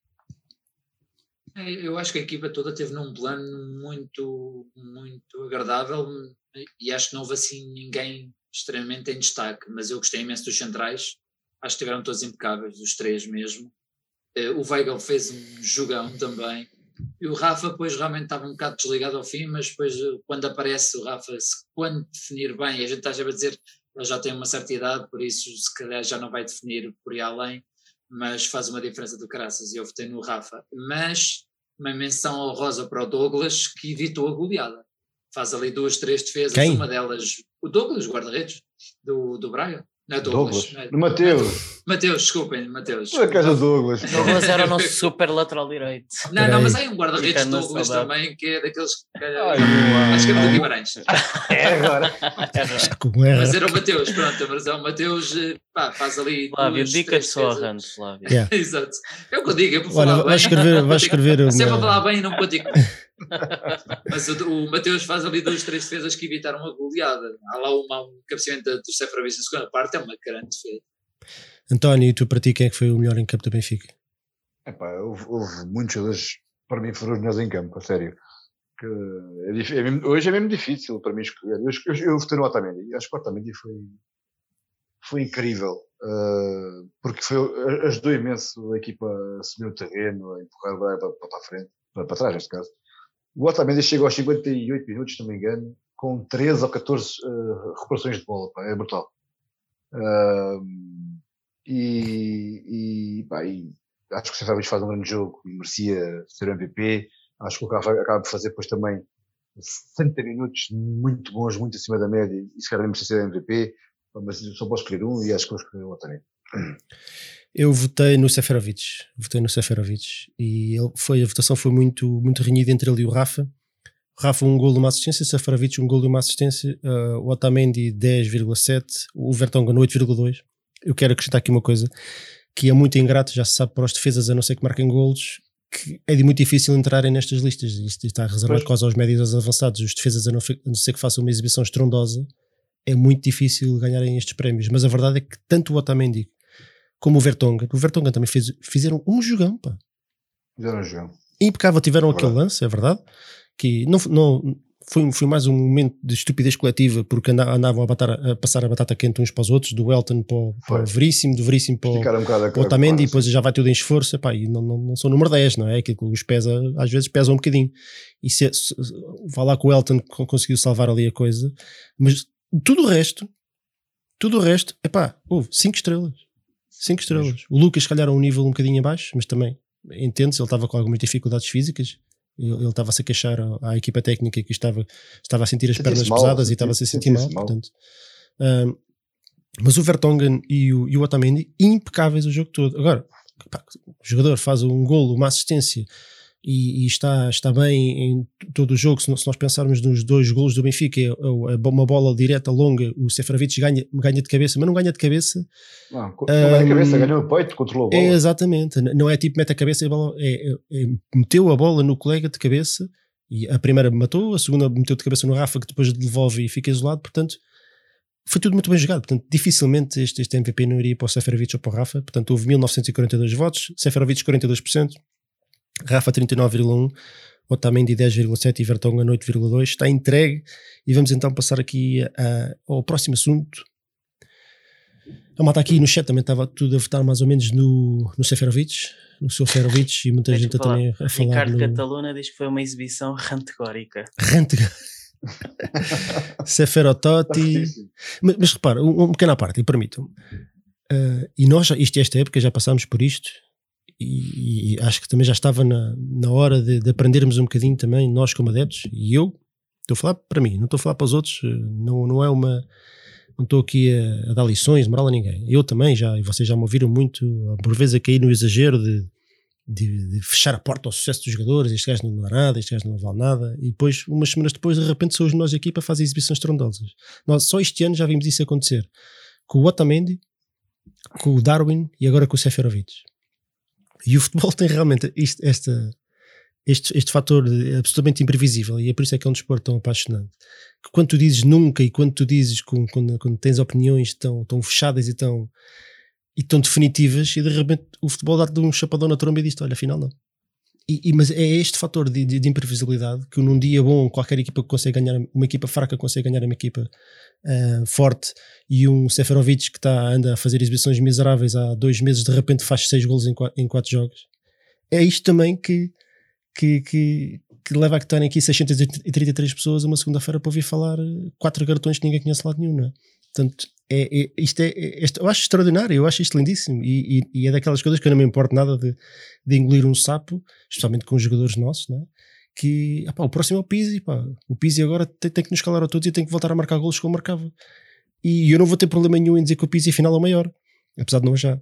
Eu acho que a equipa toda teve num plano muito, muito agradável e acho que não houve assim ninguém extremamente em destaque, mas eu gostei imenso dos centrais, acho que estiveram todos impecáveis, os três mesmo. Eh, O Weigl fez um jogão também, e o Rafa depois realmente estava um bocado desligado ao fim, mas depois eh, quando aparece o Rafa, se, quando definir bem, a gente está a dizer, ele já tem uma certa idade, por isso se calhar já não vai definir por aí além, mas faz uma diferença do caraças, e eu votei no Rafa. Mas uma menção honrosa para o Douglas, que evitou a goleada. Faz ali duas, três defesas, Quem? uma delas, o Douglas, guarda-redes, do, do Braga. Não é Douglas. Douglas. não é- No Mateus. Mateus, desculpem, Mateus. Tu é que és o Douglas. Douglas era o nosso super lateral direito. Não, não, Peraí. mas há um guarda-redes Fica na Douglas saudade. também, que é daqueles que Ai, acho que é do uau. Guimarães. É agora. Como é? Mas era o Mateus, pronto, mas é o Mateus, eh, pá, faz ali. Flávio, duas, dicas três só defesas. arranjo, Flávio. Yeah. Exato. É o que eu digo, é para Olha, falar vais bem. escrever, não vais contigo. escrever Se é para uma... falar bem, não contigo. Mas o, o Mateus faz ali duas, três defesas que evitaram a goleada. Há lá uma, um cabeceamento do Seferovic na segunda parte, é uma grande defesa. António, e tu para ti quem é que foi o melhor em campo do Benfica? Epá, houve, houve muitos jogadores, para mim, foram os melhores em campo, a sério. Que é dif- é mesmo- hoje é mesmo difícil para mim escolher. Eu, eu, eu votei no Otamendi. Acho que o Otamendi foi, foi incrível. uh, porque foi, ajudou imenso a equipa a assumir o terreno, a empurrar o Braga para, para, para a frente, para, para trás, neste caso. O Otamendi chega aos cinquenta e oito minutos, se não me engano, com treze ou catorze uh, recuperações de bola. Pá, é brutal. Uh, e, e, pá, e acho que o Seferovic faz um grande jogo e merecia ser o M V P. Acho que o Rafa acaba de fazer depois também sessenta minutos muito bons, muito acima da média, e se calhar merecia ser M V P, mas só posso escolher um e acho que vou escolher o Otamendi. Eu votei no Seferovic, votei no Seferovic e ele foi, a votação foi muito, muito renhida entre ele e o Rafa. O Rafa um golo e uma assistência, o Seferovic um golo e uma assistência, uh, o Otamendi dez vírgula sete, o Vertonghen oito vírgula dois. Eu quero acrescentar aqui uma coisa que é muito ingrato, já se sabe para os defesas, a não ser que marquem golos, que é de muito difícil entrarem nestas listas. Isto está reservado Pois. quase aos médios e aos avançados. Os defesas, a não, fe- a não ser que façam uma exibição estrondosa, é muito difícil ganharem estes prémios. Mas a verdade é que tanto o Otamendi como o Vertonghen, o Vertonghen também fez, fizeram um jogão, pá. Fizeram um jogo. Impecável, tiveram É aquele verdade. lance, é verdade, que não, não foi, foi mais um momento de estupidez coletiva, porque anda- andavam a, batar, a passar a batata quente uns para os outros, do Elton para o, para o Foi. Veríssimo, do Veríssimo para o, Ficaram um bocado a para o Otamendi, e claro, depois já vai tudo em esforço, epá, e não, não, não sou número dez, não é? Aquilo que os pesa, às vezes pesa um bocadinho. E se, se, vá lá que o Elton co- conseguiu salvar ali a coisa, mas tudo o resto, tudo o resto, epá, houve cinco estrelas. cinco estrelas. O Lucas, se calhar, a um nível um bocadinho abaixo, mas também entende-se, ele estava com algumas dificuldades físicas. Ele ele estava a se queixar à, à equipa técnica que estava, estava a sentir as Sentia-se pernas mal, pesadas e sentia- estava a se sentir mal. sentia-se mal. Portanto, Ahm, mas o Vertonghen e o, e o Otamendi impecáveis o jogo todo. Agora, pá, o jogador faz um golo, uma assistência e, e está, está bem em todo o jogo. Se, nós- se nós pensarmos nos dois golos do Benfica, é, é uma bola direta, longa, o Seferovic ganha, ganha de cabeça, mas não ganha de cabeça. Não, co- não ganha a Um, cabeça, ganhou o peito, controlou a bola. É exatamente, N- não é tipo mete a cabeça e a bola, é, é- é- meteu a bola no colega de cabeça e a primeira matou, a segunda meteu de cabeça no Rafa que depois devolve e fica isolado. Portanto, foi tudo muito bem jogado, portanto dificilmente este, este M V P não iria para o Seferovic ou para o Rafa, portanto houve mil novecentos e quarenta e dois votos, Seferovic quarenta e dois por cento, Rafa trinta e nove vírgula um por cento, Otamendi dez vírgula sete por cento e Vertonghen oito vírgula dois por cento, está entregue e vamos então passar aqui a, ao próximo assunto. A malta aqui no chat também estava tudo a votar mais ou menos no, no Seferovic, no seu Seferovic e muita Deixa gente falar. também a falar Ricardo no... Cataluna diz que foi uma exibição rantegórica. Rantega. Seferototti. Mas, mas repara, um, um pequeno à parte, e permitam-me. Uh, e nós, isto, esta época, já passámos por isto e, e acho que também já estava na, na hora de, de aprendermos um bocadinho também, nós como adeptos, e eu estou a falar para mim, não estou a falar para os outros, não, não é uma... Não estou aqui a, a dar lições de moral a ninguém. Eu também já, e vocês já me ouviram muito, por vezes a cair no exagero de, de, de fechar a porta ao sucesso dos jogadores, este gajo não dá nada, este gajo não vale nada, e depois, umas semanas depois, de repente são os nós da equipa a fazer exibições estrondosas. Nós só este ano já vimos isso acontecer. Com o Otamendi, com o Darwin e agora com o Seferovic. E o futebol tem realmente isto, esta... Este, este fator absolutamente imprevisível, e é por isso é que é um desporto tão apaixonante, que quando tu dizes nunca e quando tu dizes quando, quando, quando tens opiniões tão, tão fechadas e tão, e tão definitivas, e de repente o futebol dá-te um chapadão na tromba e diz-te, olha, afinal não. E, e, mas é este fator de, de, de imprevisibilidade que num dia bom qualquer equipa consegue ganhar, uma equipa fraca consegue ganhar uma equipa uh, forte, e um Seferovic que tá, anda a fazer exibições miseráveis há dois meses de repente faz seis golos em quatro, em quatro jogos. É isto também que Que, que, que leva a que estarem aqui seiscentas e trinta e três pessoas uma segunda-feira para ouvir falar quatro cartões que ninguém conhece de lado nenhum, não é? Portanto, é, é, isto é, é, isto, eu acho extraordinário, eu acho isto lindíssimo e, e, e é daquelas coisas que eu não me importo nada de, de engolir um sapo, especialmente com os jogadores nossos, não é? Que opá, o próximo é o Pizzi, pá. O Pizzi agora tem, tem que nos calar a todos e tem que voltar a marcar golos como marcava, e eu não vou ter problema nenhum em dizer que o Pizzi afinal é o maior, apesar de não achar.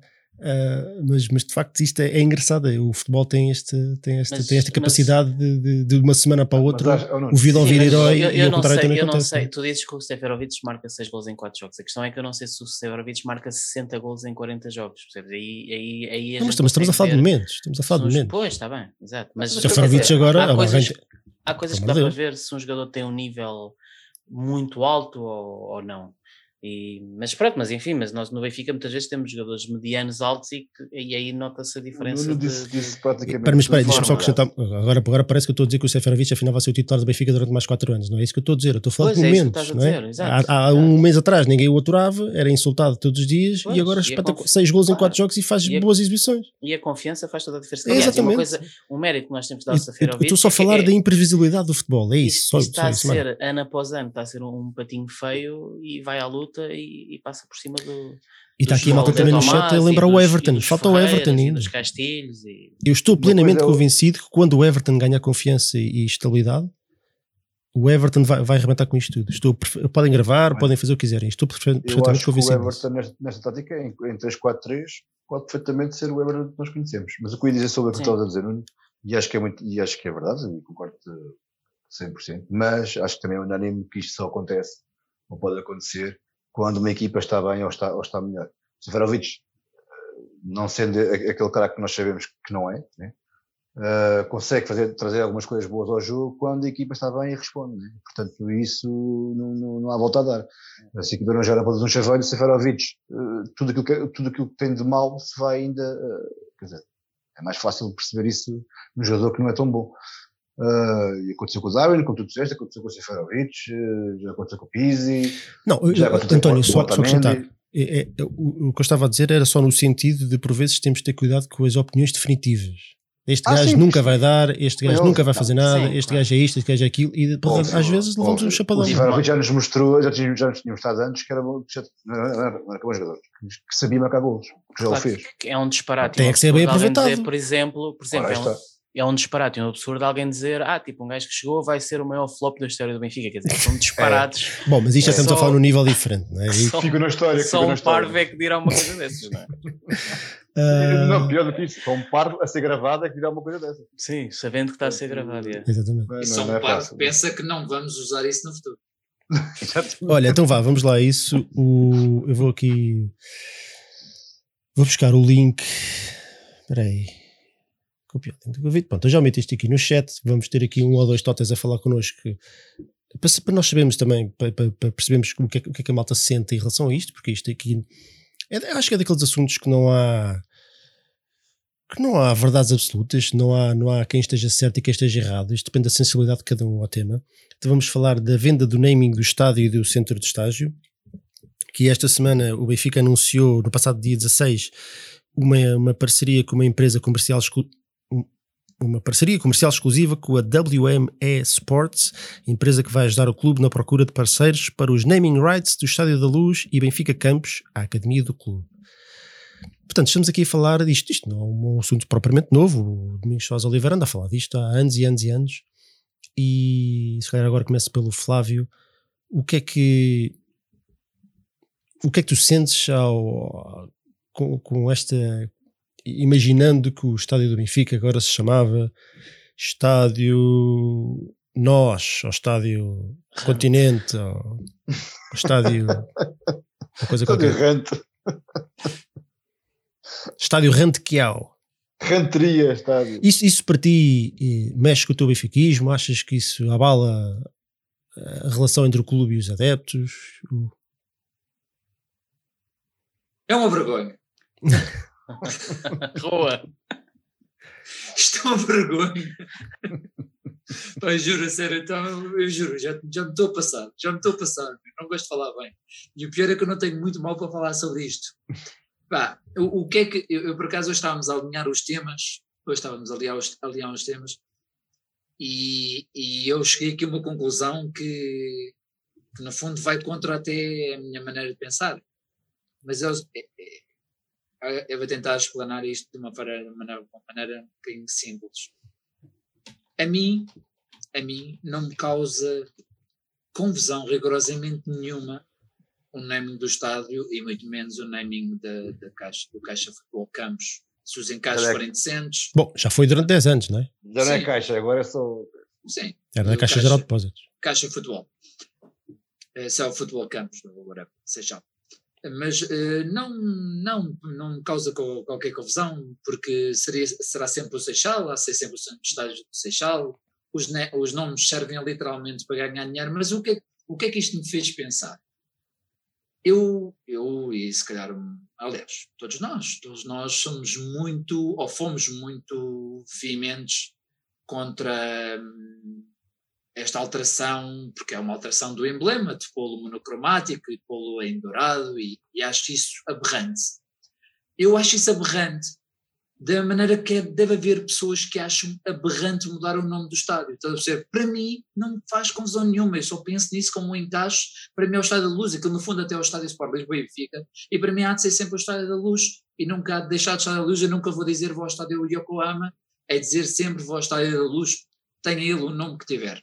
Uh, mas, mas de facto isto é, é engraçado. O futebol tem, este, tem, esta, mas, tem esta capacidade mas, de, de, de uma semana para a outra mas, não, o vida ouvir herói eu, eu, e ao não contrário sei, também eu acontece. Não sei, tu dizes que o Seferovic marca seis gols em quatro jogos, a questão é que eu não sei se o Seferovic marca sessenta gols em quarenta jogos, percebes? Aí, aí, aí a não, mas estamos, estamos a falar de momentos estamos a falar de momentos. Pois, está bem, exato, mas o Seferovic agora há coisas, gente, há coisas que dá para ver se um jogador tem um nível muito alto ou, ou não. E, mas pronto, mas enfim, mas nós no Benfica muitas vezes temos jogadores medianos altos e, que, e aí nota-se a diferença. Não disse, de, disse praticamente. Espera, mas espera aí, deixa-me só acrescentar. Agora, agora parece que eu estou a dizer que o Seferovic afinal vai ser o titular do Benfica durante mais quatro anos. Não é isso que eu estou a dizer. Eu estou a falar pois de momentos. É não é? Dizer, exato, há há exato. um mês atrás ninguém o aturava, era insultado todos os dias pois, e agora espeta confi- seis gols claro. em quatro jogos e faz e boas a, exibições. E a confiança faz toda a diferença. É, Aliás, exatamente. Uma coisa, um mérito que nós temos dado ao Seferovic. Estou só a falar é, da imprevisibilidade do futebol. É isso. Isso, só, isso está só a isso, ser, mano. ano após ano, está a ser um, um patinho feio e vai à luta e, e passa por cima do. E está aqui a malta também no chat a lembrar o Everton. Falta o Everton ainda. Dos Castilhos e... Eu estou plenamente é convencido que quando o Everton ganhar confiança e estabilidade, o Everton vai, vai arrebentar com isto tudo. Estou, podem gravar, Bem, podem fazer o que quiserem. Estou perfeitamente convencido. O Everton nesta, nesta tática, em, em três quatro três, pode perfeitamente ser o Everton que nós conhecemos. Mas o que eu ia dizer sobre o que estavas a dizer, Nuno, e acho que é muito, e acho que é verdade, e concordo cem por cento, mas acho que também é unânime que isto só acontece, ou pode acontecer, quando uma equipa está bem ou está, ou está melhor. Seferovic, não sendo aquele cara que nós sabemos que não é, né? uh, consegue fazer, trazer algumas coisas boas ao jogo quando a equipa está bem e responde. Né? Portanto, isso não, não, não há volta a dar. Se a equipa não joga para um chaveiro, Seferovic, uh, tudo, aquilo que, tudo aquilo que tem de mal se vai ainda... Uh, quer dizer, é mais fácil perceber isso num jogador que não é tão bom. Uh, aconteceu com o Darwin, como tu disseste, aconteceu com o Seferovic, uh, já aconteceu com o Pizzi. Não, já aconteceu António, com, só, só acrescentar. É, é, o, o que eu estava a dizer era só no sentido de, por vezes, temos de ter cuidado com as opiniões definitivas. Este ah, gajo sim, nunca sim. vai dar, este gajo nunca vai fazer nada, sim, este claro. gajo é isto, este gajo é aquilo, e depois, às vezes levamos um chapadão. O Seferovic já nos mostrou, já, já nos tinha mostrado antes que era bom, que já, não, não, era, não era bom jogador, que sabia marcar golos, que já claro, o fez. É um disparate. Tem que ser bem aproveitado. Dizer, por exemplo, por exemplo é um, é um disparate, é um absurdo alguém dizer, ah, tipo, um gajo que chegou vai ser o maior flop da história do Benfica, quer dizer, são disparates. É. Bom, mas isto já é estamos só, a falar num nível diferente, não é? Só, fico na história. Só um parvo é que dirá uma coisa dessas, não é? Uh... Não, pior do que isso, só um parvo a ser gravado é que dirá uma coisa dessas. Sim, sabendo que está a ser gravado. É. Exatamente. E só um parvo que pensa que não vamos usar isso no futuro. Olha, então vá, vamos lá a isso. O... Eu vou aqui... Vou buscar o link. Espera aí. Copiar. Pronto, eu já meti isto aqui no chat. Vamos ter aqui um ou dois totas a falar connosco para, para nós sabermos também, para, para, para percebermos o que, é, o que é que a malta sente em relação a isto, porque isto aqui, é, acho que é daqueles assuntos que não há, que não há verdades absolutas, não há, não há quem esteja certo e quem esteja errado, isto depende da sensibilidade de cada um ao tema. Então vamos falar da venda do naming do estádio e do centro de estágio, que esta semana o Benfica anunciou, no passado dia dezasseis, uma, uma parceria com uma empresa comercial uma parceria comercial exclusiva com a W M E Sports, empresa que vai ajudar o clube na procura de parceiros para os naming rights do Estádio da Luz e Benfica Campos, a academia do clube. Portanto, estamos aqui a falar disto. Isto não é um assunto propriamente novo. O Domingos Sousa Oliveira anda a falar disto há anos e anos e anos. E se calhar agora começo pelo Flávio. O que é que o que é que tu sentes ao, com, com esta... Imaginando que o estádio do Benfica agora se chamava Estádio Nós, ou Estádio Continente, ou Estádio... Uma coisa Estádio qualquer. Rante. Estádio Rantequiao. Ranteria, estádio. Isso, isso para ti mexe com o teu benfiquismo? Achas que isso abala a relação entre o clube e os adeptos? É uma vergonha. Rua. Isto é uma vergonha. Pai, juro, a sério, então, eu juro, já, já me estou a passar, já me estou a passar, não gosto de falar bem. E o pior é que eu não tenho muito mal para falar sobre isto. Pá, o, o que é que, eu, eu por acaso hoje estávamos a alinhar os temas, hoje estávamos a alinhar os, a alinhar os temas, e, e eu cheguei aqui a uma conclusão que, que no fundo vai contra até a minha maneira de pensar. Mas eu, eu vou tentar explanar isto de uma maneira, uma maneira um bocadinho simples. A mim, a mim não me causa confusão rigorosamente nenhuma o naming do estádio e muito menos o naming da, da caixa, do Caixa Futebol Campos. Se os encaixes forem decentes... Bom, já foi durante dez anos, não é? Já não é Caixa, agora é só... Sim. Era da Caixa Geral de Depósitos. Caixa Futebol. Esse é o Futebol Campos, agora, seja. Mas uh, não, não, não me causa co- qualquer confusão, porque seria, será sempre o Seixal, há ser sempre o estádio do Seixal, os, ne- os nomes servem literalmente para ganhar dinheiro, mas o que, é, o que é que isto me fez pensar? Eu, eu e se calhar, aliás, todos nós, todos nós somos muito, ou fomos muito veementes contra hum, esta alteração, porque é uma alteração do emblema, de pô-lo monocromático e de pô-lo em dourado, e, e acho isso aberrante. Eu acho isso aberrante, da maneira que é, deve haver pessoas que acham aberrante mudar o nome do estádio. Estás a perceber? Para mim, não me faz confusão nenhuma, eu só penso nisso como um encaixe. Para mim é o Estádio da Luz, aquilo no fundo até é o Estádio Sport Lisboa e Benfica, e para mim há de ser sempre o Estádio da Luz, e nunca há de deixar de Estádio da Luz. Eu nunca vou dizer vou ao Estádio Yokohama, é dizer sempre vou ao Estádio da Luz, tenha ele o nome que tiver.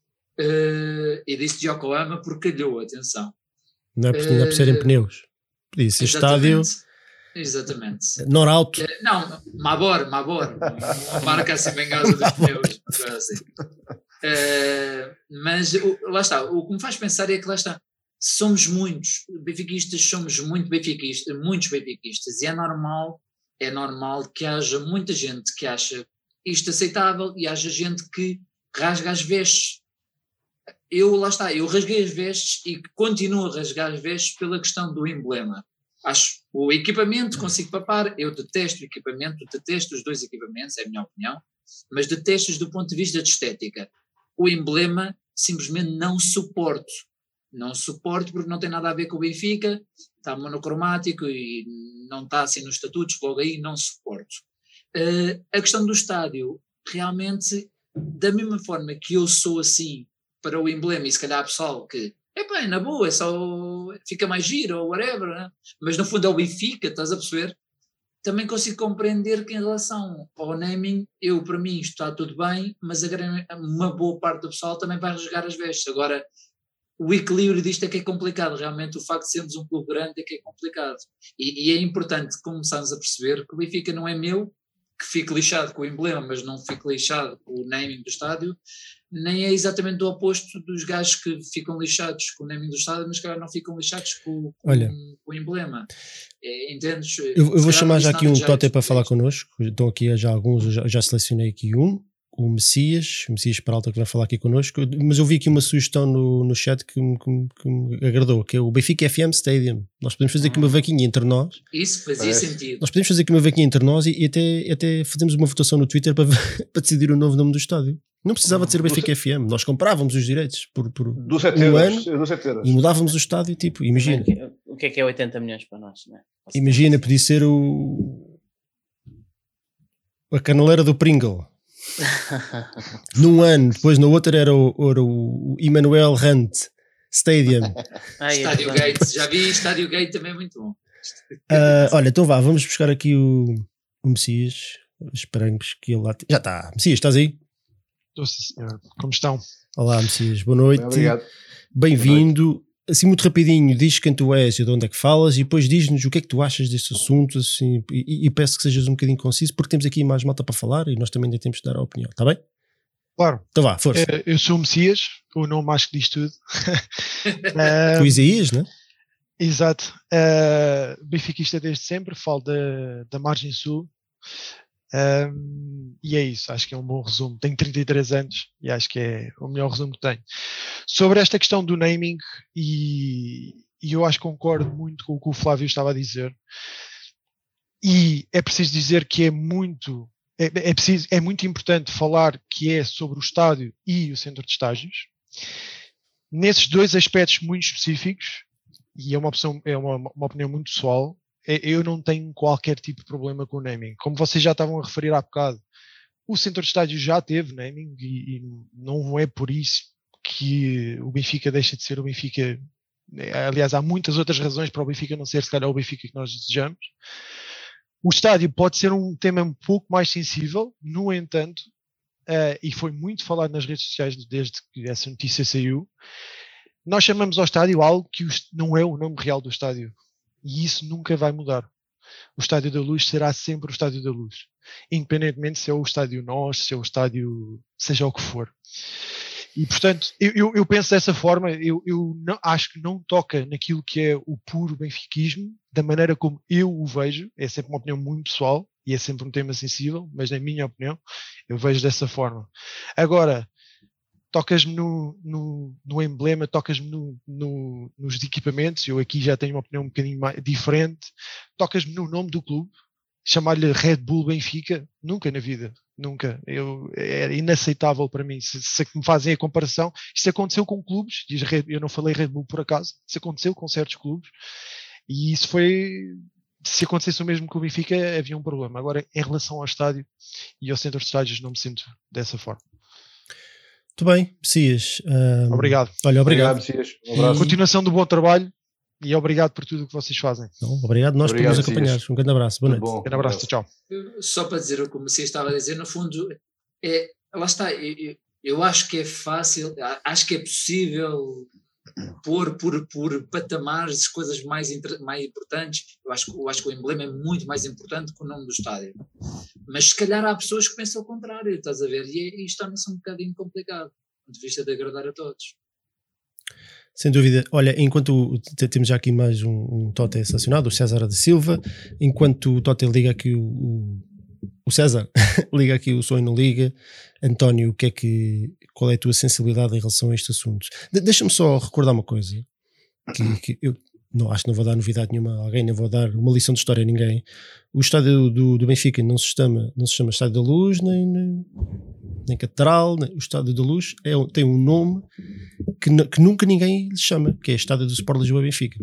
Uh, e disse de Yokohama porque calhou, atenção. Não é por, não é por serem pneus. Podia ser estádio... Exatamente. Norauto. Uh, não, Mabor, Mabor. Uma marca assim bem gasa dos pneus. Assim. Uh, mas o, lá está, o que me faz pensar é que lá está, somos muitos benfiquistas, somos muito benfiquistas, muitos benfiquistas, e é normal, é normal que haja muita gente que acha isto aceitável e haja gente que rasga as vestes. Eu, lá está, eu rasguei as vestes e continuo a rasgar as vestes pela questão do emblema. Acho o equipamento, consigo papar, eu detesto o equipamento, detesto os dois equipamentos, é a minha opinião, mas detesto-os do ponto de vista de estética. O emblema simplesmente não suporto. Não suporto porque não tem nada a ver com o Benfica, está monocromático e não está assim nos estatutos, logo aí não suporto. Uh, a questão do estádio, realmente, da mesma forma que eu sou assim para o emblema, e se calhar pessoal que epá, é na boa, é só fica mais giro ou whatever, né? Mas no fundo é o Benfica, estás a perceber? Também consigo compreender que em relação ao naming, eu para mim isto está tudo bem, mas a, uma boa parte do pessoal também vai rasgar as vestes. Agora, o equilíbrio disto é que é complicado, realmente o facto de sermos um clube grande é que é complicado. E, e é importante começarmos a perceber que o Benfica não é meu, que fique lixado com o emblema, mas não fique lixado com o naming do estádio, nem é exatamente o oposto dos gajos que ficam lixados com o naming do estádio, mas que não ficam lixados com, com, Olha, com o emblema. É, entendes? Eu, eu vou chamar já aqui um tótem para falar connosco. Estão aqui já alguns, eu já, já selecionei aqui um. o Messias, o Messias Peralta, que vai falar aqui connosco, mas eu vi aqui uma sugestão no, no chat que me, que, me, que me agradou, que é o Benfica F M Stadium. Nós podemos fazer aqui uma vaquinha entre nós. Isso fazia Parece. sentido. Nós podemos fazer aqui uma vaquinha entre nós e, e até, até fazemos uma votação no Twitter para, para decidir o novo nome do estádio. Não precisava de ser o Benfica F M, nós comprávamos os direitos por, por do sete um euros, ano do sete euros. E mudávamos o estádio, tipo, imagina. O que é que é oitenta milhões para nós, não é? Imagina, podia ser o a caneleira do Pringle. Num ano, depois no outro era o, era o Emmanuel Hunt Stadium. Ah, Estádio é Gate, já vi Estádio Gate também, muito bom. Uh, olha, então vá, vamos buscar aqui o, o Messias. Esperamos que ele lá. Te... Já está, Messias, estás aí? Estou, sim, senhor. Como estão? Olá, Messias, boa noite. Bem, obrigado. Bem-vindo. Assim, muito rapidinho, diz quem tu és e de onde é que falas e depois diz-nos o que é que tu achas deste assunto, assim, e, e peço que sejas um bocadinho conciso, porque temos aqui mais malta para falar e nós também ainda temos de dar a opinião, está bem? Claro. Então vá, força. É, eu sou o Messias, o nome acho que diz tudo. Tu Isaías, não é? Exato. Uh, benfiquista desde sempre, falo da, da Margem Sul. Um, e é isso, acho que é um bom resumo. Tenho trinta e três anos e acho que é o melhor resumo que tenho. Sobre esta questão do naming, e, e eu acho que concordo muito com o que o Flávio estava a dizer, e é preciso dizer que é muito é, é, preciso, é muito importante falar que é sobre o estádio e o centro de estágios. Nesses dois aspectos muito específicos, e é uma, opção, é uma, uma opinião muito pessoal, eu não tenho qualquer tipo de problema com o naming. Como vocês já estavam a referir há bocado, o centro de estádio já teve naming e, e não é por isso que o Benfica deixa de ser o Benfica. Aliás, há muitas outras razões para o Benfica não ser, se calhar, o Benfica que nós desejamos. O estádio pode ser um tema um pouco mais sensível, no entanto, uh, e foi muito falado nas redes sociais desde que essa notícia saiu, nós chamamos ao estádio algo que não é o nome real do estádio. E isso nunca vai mudar. O Estádio da Luz será sempre o Estádio da Luz. Independentemente se é o Estádio Nós, se é o estádio, seja o que for. E, portanto, eu, eu, eu penso dessa forma, eu, eu não, acho que não toca naquilo que é o puro benfiquismo, da maneira como eu o vejo. É sempre uma opinião muito pessoal e é sempre um tema sensível, mas na minha opinião, eu vejo dessa forma. Agora, tocas-me no, no, no emblema, tocas-me no, no, nos equipamentos, eu aqui já tenho uma opinião um bocadinho mais diferente, tocas-me no nome do clube, chamar-lhe Red Bull Benfica, nunca na vida, nunca, eu, é inaceitável para mim, se, se me fazem a comparação, isso aconteceu com clubes, diz Red, eu não falei Red Bull por acaso, isso aconteceu com certos clubes, e isso foi, se acontecesse o mesmo com o Benfica, havia um problema. Agora, em relação ao estádio e ao centro de estádios, não me sinto dessa forma. Muito bem, Messias. Um, obrigado. Olha, obrigado. obrigado Messias. Um abraço. Continuação do bom trabalho e obrigado por tudo o que vocês fazem. Não, obrigado, nós obrigado, por nos acompanhar. Um grande abraço. Boa noite. Bom. Um grande abraço. Tchau. Só para dizer o que o Messias estava a dizer, no fundo, é, lá está, eu, eu acho que é fácil, acho que é possível pôr por, por patamares de coisas mais, mais importantes. Eu acho, eu acho que o emblema é muito mais importante que o nome do estádio. Mas se calhar há pessoas que pensam ao contrário, estás a ver? E, e isto torna-se um bocadinho complicado, do ponto de vista de agradar a todos. Sem dúvida. Olha, enquanto temos já aqui mais um, um Tote estacionado, o César da Silva, enquanto o Tote liga aqui o, o, o César liga aqui o Sonho não liga, António, o que é que, qual é a tua sensibilidade em relação a este assunto? De, deixa-me só recordar uma coisa, que, que eu não acho que não vou dar novidade nenhuma a alguém, não vou dar uma lição de história a ninguém. O estádio do, do Benfica não se chama, não se chama Estádio da Luz, nem, nem, nem Catedral, nem, o Estádio da Luz é, tem um nome que, que nunca ninguém lhe chama, que é Estádio do Sport Lisboa Benfica.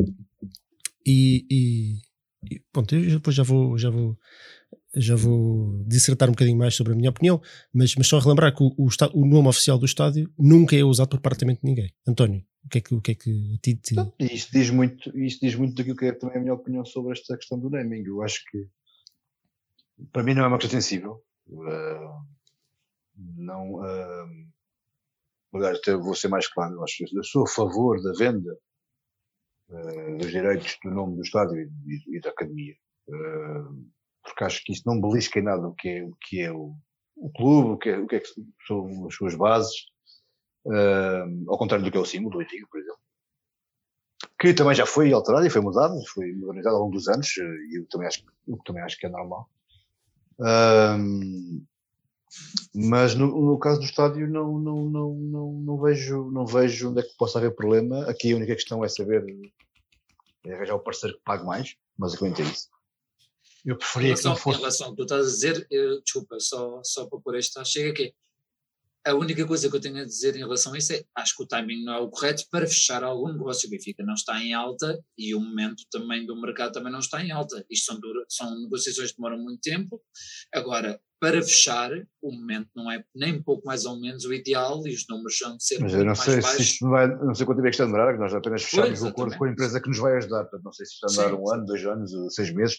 E, e, e pronto, eu depois já vou, já vou já vou dissertar um bocadinho mais sobre a minha opinião, mas, mas só relembrar que o, o, o nome oficial do estádio nunca é usado por praticamente ninguém. António, o que é que, o que, é que a ti te... Isto diz muito, isto diz muito daquilo que é também a minha opinião sobre esta questão do naming. Eu acho que para mim não é uma questão sensível. Uh, não, uh, aliás, até vou ser mais claro, eu, acho, eu sou a favor da venda uh, dos direitos do nome do estádio e, e da academia. Uh, porque acho que isso não belisca em nada o que é o, que é o, o clube, o que é, o que é que são as suas bases, uh, ao contrário do que é o símbolo do Benfica, por exemplo, que também já foi alterado e foi mudado, foi modernizado ao longo dos anos, e eu também acho, eu também acho que é normal. Uh, Mas no, no caso do estádio não, não, não, não, não, vejo, não vejo onde é que possa haver problema. Aqui a única questão é saber, é arranjar o parceiro que pague mais, basicamente é isso. Eu preferia relação, que não fosse... Em relação ao que tu estás a dizer, eu, desculpa, só, só para pôr esta chega aqui. A única coisa que eu tenho a dizer em relação a isso é, acho que o timing não é o correto para fechar algum negócio. O Benfica não está em alta e o momento também do mercado também não está em alta. Isto são, dura, são negociações que demoram muito tempo. Agora, para fechar, o momento não é nem pouco mais ou menos o ideal e os números são de ser Mas muito eu não mais sei baixos. se isto vai, não sei quanto tempo é que isto vai demorar, que nós apenas fechamos o acordo com a empresa que nos vai ajudar. Portanto, não sei se isto vai demorar um ano, dois anos, seis meses.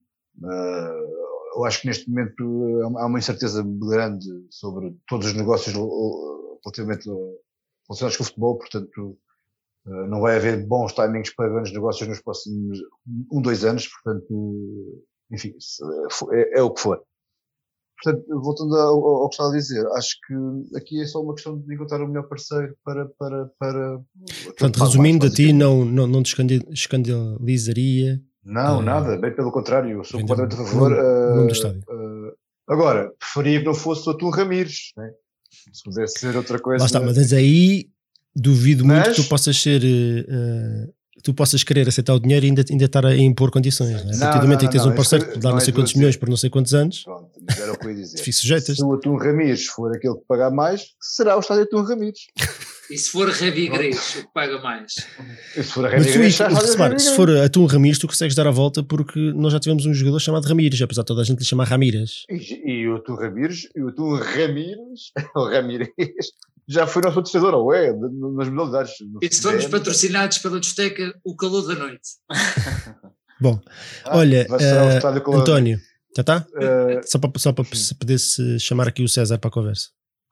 Uh, eu acho que neste momento há uma incerteza grande sobre todos os negócios relativamente relacionados com o futebol, portanto não vai haver bons timings para grandes negócios nos próximos um, dois anos, portanto, enfim, é, é o que for. Portanto, voltando ao, ao que estava a dizer, acho que aqui é só uma questão de encontrar o melhor parceiro para... para, para portanto, resumindo, mais, a ti não, não, não te escandalizaria... Não, uh, nada, bem pelo contrário, eu sou completamente a favor. O nome do estádio. Uh, agora, preferia que não fosse o Atum Ramires, né? Se pudesse ser outra coisa. Lá está, mas aí duvido mas... muito que tu possas ser, uh, tu possas querer aceitar o dinheiro e ainda, ainda estar a impor condições. Né? A partir do momento em que tens um parceiro que te dá não sei quantos milhões por não sei quantos anos, pronto, mas era o que eu ia dizer. Sujeitas. Se o Atum Ramires for aquele que pagar mais, será o estádio Atum Ramires. E se for Revi Gris, o que paga mais? E se for a Revi Gris, se for Atum Ramires, tu consegues dar a volta porque nós já tivemos um jogador chamado Ramires, apesar de toda a gente lhe chamar Ramírez. E, e o Atum Ramires, e o Atum Ramires, o Ramírez, já foi nosso patrocinador, ou é, nas modalidades. E se formos patrocinados pela discoteca, o calor da noite. Bom, ah, olha, uh, António, já está? Uh, só para, só para poder-se chamar aqui o César para a conversa.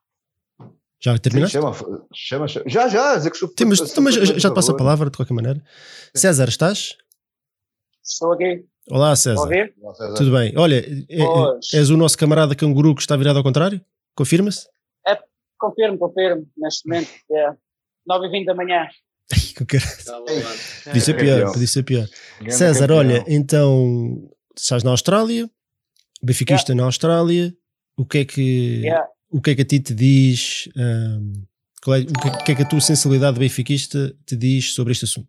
Já terminaste? Sim, chama, chama, chama. Já, já. Dizer que sou, Sim, mas, sou, mas já, já te passo a palavra de qualquer maneira. Sim. César, estás? Estou aqui. Olá, César. Olá, César. Tudo bem? Olha, é, és o nosso camarada canguru que está virado ao contrário? Confirma-se? É, confirmo, confirmo. Neste momento, é nove e vinte da manhã. Podia ser pior, podia ser pior. César, olha, então estás na Austrália, benfiquista yeah. na Austrália, o que é que... Yeah. O que é que a ti te diz, um, qual é, o, que, o que é que a tua sensibilidade benfiquista te diz sobre este assunto?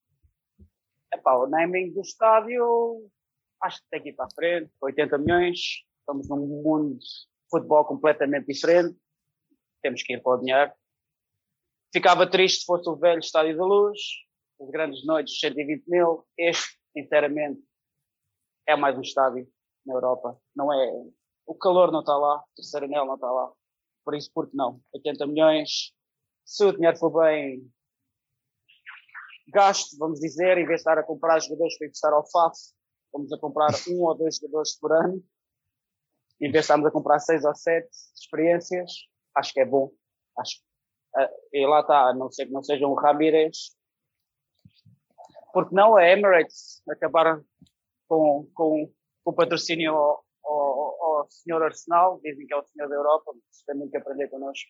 Epá, o naming do estádio acho que tem que ir para a frente, oitenta milhões, estamos num mundo de futebol completamente diferente, temos que ir para o dinheiro. Ficava triste se fosse o velho Estádio da Luz, as grandes noites, cento e vinte mil, este, sinceramente, é mais um estádio na Europa, não é... O calor não está lá, o terceiro anel não está lá. Por isso, por que não? oitenta milhões. Se o dinheiro for bem gasto, vamos dizer, em vez de estar a comprar jogadores para investir ao F A F, vamos a comprar um ou dois jogadores por ano. Em vez de estarmos a comprar seis ou sete experiências, acho que é bom. Acho, e lá está, a não ser que não seja um Ramírez. Porque não a Emirates acabar com, com, com o patrocínio ao, ao, ao senhor Arsenal, dizem que é o senhor da Europa, mas tem muito que aprender connosco.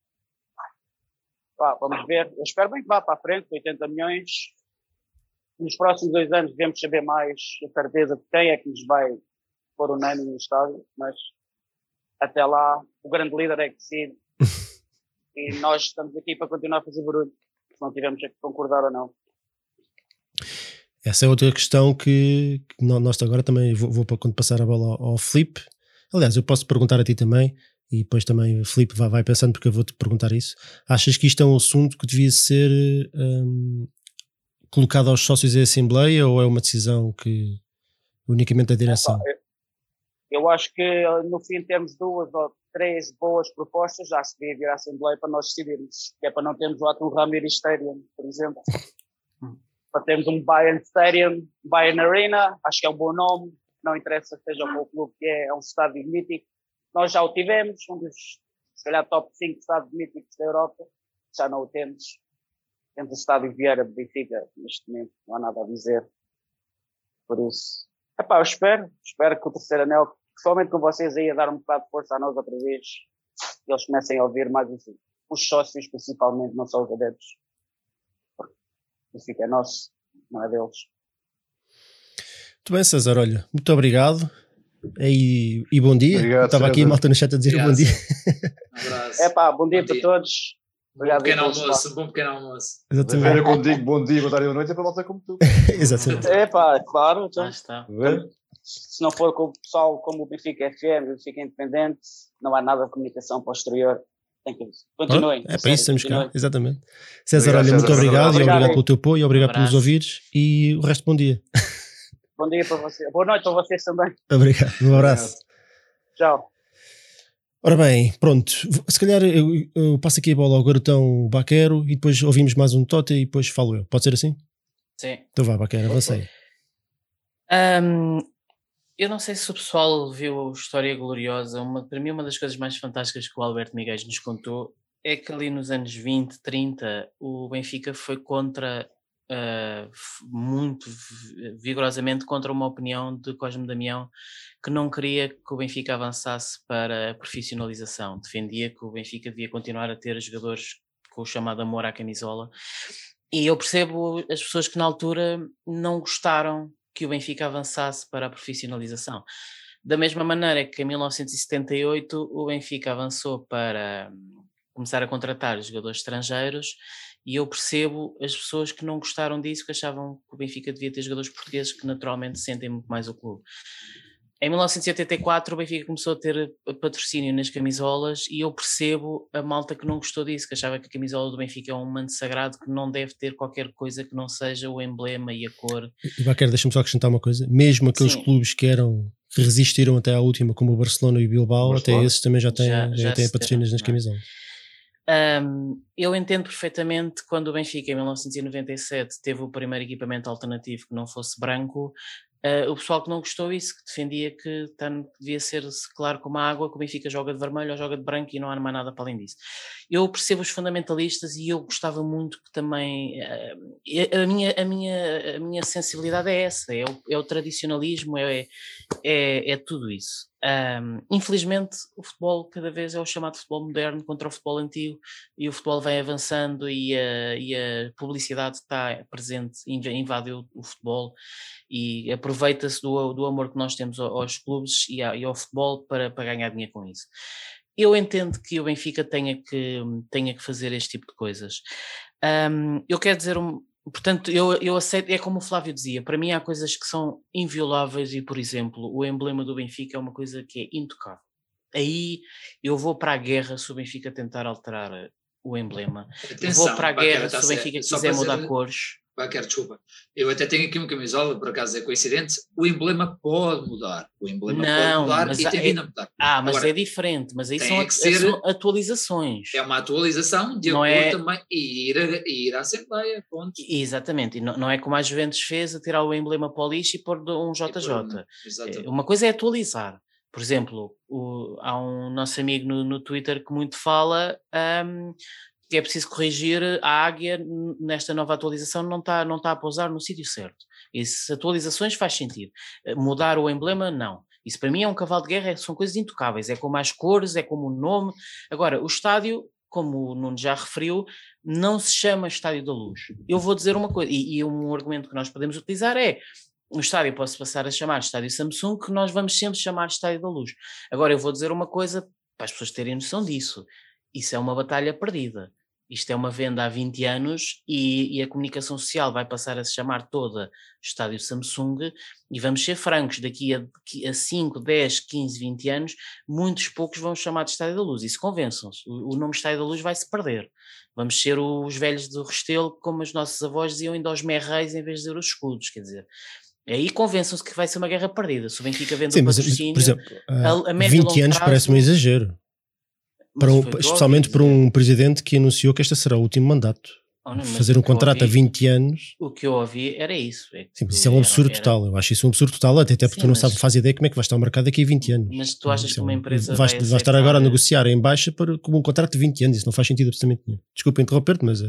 Pá, vamos ver, eu espero bem que vá para a frente, oitenta milhões. Nos próximos dois anos devemos saber mais a certeza de quem é que nos vai pôr o nome no estádio, mas até lá o grande líder é que decide. E nós estamos aqui para continuar a fazer barulho, se não tivermos que concordar ou não. Essa é outra questão que, que nós agora também vou, vou quando passar a bola ao, ao Filipe. Aliás, eu posso perguntar a ti também, e depois também o Filipe vai, vai pensando, porque eu vou-te perguntar isso. Achas que isto é um assunto que devia ser um, colocado aos sócios em assembleia, ou é uma decisão que unicamente da direção? Eu, eu acho que no fim temos duas ou três boas propostas, já se devia vir à assembleia para nós decidirmos, que é para não termos o Atum Ramírez Stadium, por exemplo. Para termos um Bayern Stadium, Bayern Arena, acho que é um bom nome, não interessa seja qual clube que é, é um estádio mítico. Nós já o tivemos, um dos, se calhar, top cinco estádios míticos da Europa, já não o temos. Temos o estádio Vieira de Benfica, neste momento, não há nada a dizer. Por isso, epá, eu espero, espero que o terceiro anel, principalmente com vocês aí a dar um bocado de força a nós outra vez, eles comecem a ouvir mais assim, os sócios, principalmente, não só os adeptos. Benfica é nosso, não é deles. Muito bem, César, olha, muito obrigado. E, e bom dia. Obrigado, Estava aqui a malta no chat a dizer Obrigado. bom dia. Um abraço. É pá, bom dia Bom para dia. todos. Um bom pequeno pelo almoço, um bom pequeno almoço. Exatamente. Vera, quando digo bom dia, boa tarde e boa noite, é para voltar como tu. Exatamente. É pá, claro. Então, Lá está. Ver? se não for com o pessoal como o Benfica F M, o Benfica Independente, não há nada de comunicação posterior. Tem que continuem. Pronto, é para sério, isso estamos continuem. cá, exatamente. César, Obrigado, olha, muito César. obrigado, Obrigado. e obrigado pelo teu apoio, obrigado Um pelos abraço. ouvidos e o resto bom dia. Bom dia para vocês. Boa noite para vocês também. Obrigado, um abraço. Tchau. Ora bem, pronto, se calhar eu, eu passo aqui a bola ao garotão Baquero e depois ouvimos mais um Tote e depois falo eu. Pode ser assim? Sim. Então vá, Baquero, avancei. Um, eu não sei se o pessoal viu a História Gloriosa. Uma, para mim, uma das coisas mais fantásticas que o Alberto Miguel nos contou é que ali nos anos vinte, trinta, o Benfica foi contra, uh, muito vigorosamente contra uma opinião de Cosme Damião, que não queria que o Benfica avançasse para a profissionalização. Defendia que o Benfica devia continuar a ter jogadores com o chamado amor à camisola. E eu percebo as pessoas que na altura não gostaram que o Benfica avançasse para a profissionalização. Da mesma maneira que em mil novecentos e setenta e oito o Benfica avançou para começar a contratar jogadores estrangeiros, e eu percebo as pessoas que não gostaram disso, que achavam que o Benfica devia ter jogadores portugueses que naturalmente sentem muito mais o clube. Em mil novecentos e oitenta e quatro o Benfica começou a ter patrocínio nas camisolas, e eu percebo a malta que não gostou disso, que achava que a camisola do Benfica é um manto sagrado que não deve ter qualquer coisa que não seja o emblema e a cor. E Baquero, deixa-me só acrescentar uma coisa. Mesmo aqueles Sim. clubes que eram que resistiram até à última, como o Barcelona e o Bilbao, Barcelona. até esses também já têm, Já- já já têm se patrocínios nas terão, não é? camisolas. Um, eu entendo perfeitamente quando o Benfica em mil novecentos e noventa e sete teve o primeiro equipamento alternativo que não fosse branco, uh, o pessoal que não gostou isso, que defendia que tá, devia ser claro como a água, que o Benfica joga de vermelho ou joga de branco e não há mais nada para além disso. Eu percebo os fundamentalistas e eu gostava muito que também uh, a, minha, a, minha, a minha sensibilidade é essa, é o, é o tradicionalismo, é, é, é tudo isso. Um, infelizmente o futebol cada vez é o chamado futebol moderno contra o futebol antigo, e o futebol vai avançando e a, e a publicidade está presente, invade o, o futebol e aproveita-se do, do amor que nós temos aos clubes e, a, e ao futebol para, para ganhar dinheiro com isso. Eu entendo que o Benfica tenha que, tenha que fazer este tipo de coisas. Um, eu quero dizer um Portanto, eu, eu aceito, é como o Flávio dizia, para mim há coisas que são invioláveis e, por exemplo, o emblema do Benfica é uma coisa que é intocável. Aí eu vou para a guerra se o Benfica tentar alterar o emblema. Atenção, vou para a Baquero, guerra tá se o Benfica certo. Só quiser para mudar dizer- cores. Baquero, desculpa. Eu até tenho aqui uma camisola, por acaso é coincidente. O emblema pode mudar. O emblema Não, pode mudar mas e há- tem é- vindo a mudar. Ah, mas Agora, é diferente, mas aí tem são, que atu- ser- são atualizações. É uma atualização de Não acordo é- também e ir, a, e ir à Assembleia. Ponto. Exatamente, e não, não é como a Juventus fez, a tirar o emblema para o lixo e pôr um J J. Exatamente. Uma coisa é atualizar. Por exemplo, o, há um nosso amigo no, no Twitter que muito fala um, que é preciso corrigir a águia nesta nova atualização, não está não tá a pousar no sítio certo. Essas atualizações faz sentido. Mudar o emblema, não. Isso para mim é um cavalo de guerra, são coisas intocáveis, é como as cores, é como o nome. Agora, o estádio, como o Nuno já referiu, não se chama Estádio da Luz. Eu vou dizer uma coisa, e, e um argumento que nós podemos utilizar é: o estádio pode passar a chamar Estádio Samsung, que nós vamos sempre chamar Estádio da Luz. Agora eu vou dizer uma coisa para as pessoas terem noção disso: isso é uma batalha perdida. Isto é uma venda há vinte anos e, e a comunicação social vai passar a se chamar toda Estádio Samsung, e vamos ser francos, daqui a, a cinco, dez, quinze, vinte anos, muitos poucos vão chamar de Estádio da Luz. Isso convençam-se, o, o nome Estádio da Luz vai se perder. Vamos ser os velhos do Restelo, como os nossos avós diziam, ainda aos merreis em vez de dizer os escudos, quer dizer. Aí convençam-se que vai ser uma guerra perdida. Se o Benfica vende Sim, o mas, patrocínio... por exemplo, a- uh, a médio e vinte longo anos prazo- parece um exagero. Mas Para um- foi o que eu especialmente ouvi para dizer. um presidente que anunciou que este será o último mandato. Oh, não, mas Fazer o um que eu contrato a ouvi- vinte anos. O que eu ouvi era isso. É que Sim, isso é um era- absurdo era- total. Eu acho isso um absurdo total, até, até porque Sim, tu não mas- sabes, faz ideia como é que vai estar o mercado daqui a vinte anos. Mas tu achas Isso que é uma um- empresa vais, vai vais estar agora a aceitar- negociar em baixa para, com um contrato de vinte anos, isso não faz sentido absolutamente nenhum. Desculpa interromper-te, mas uh,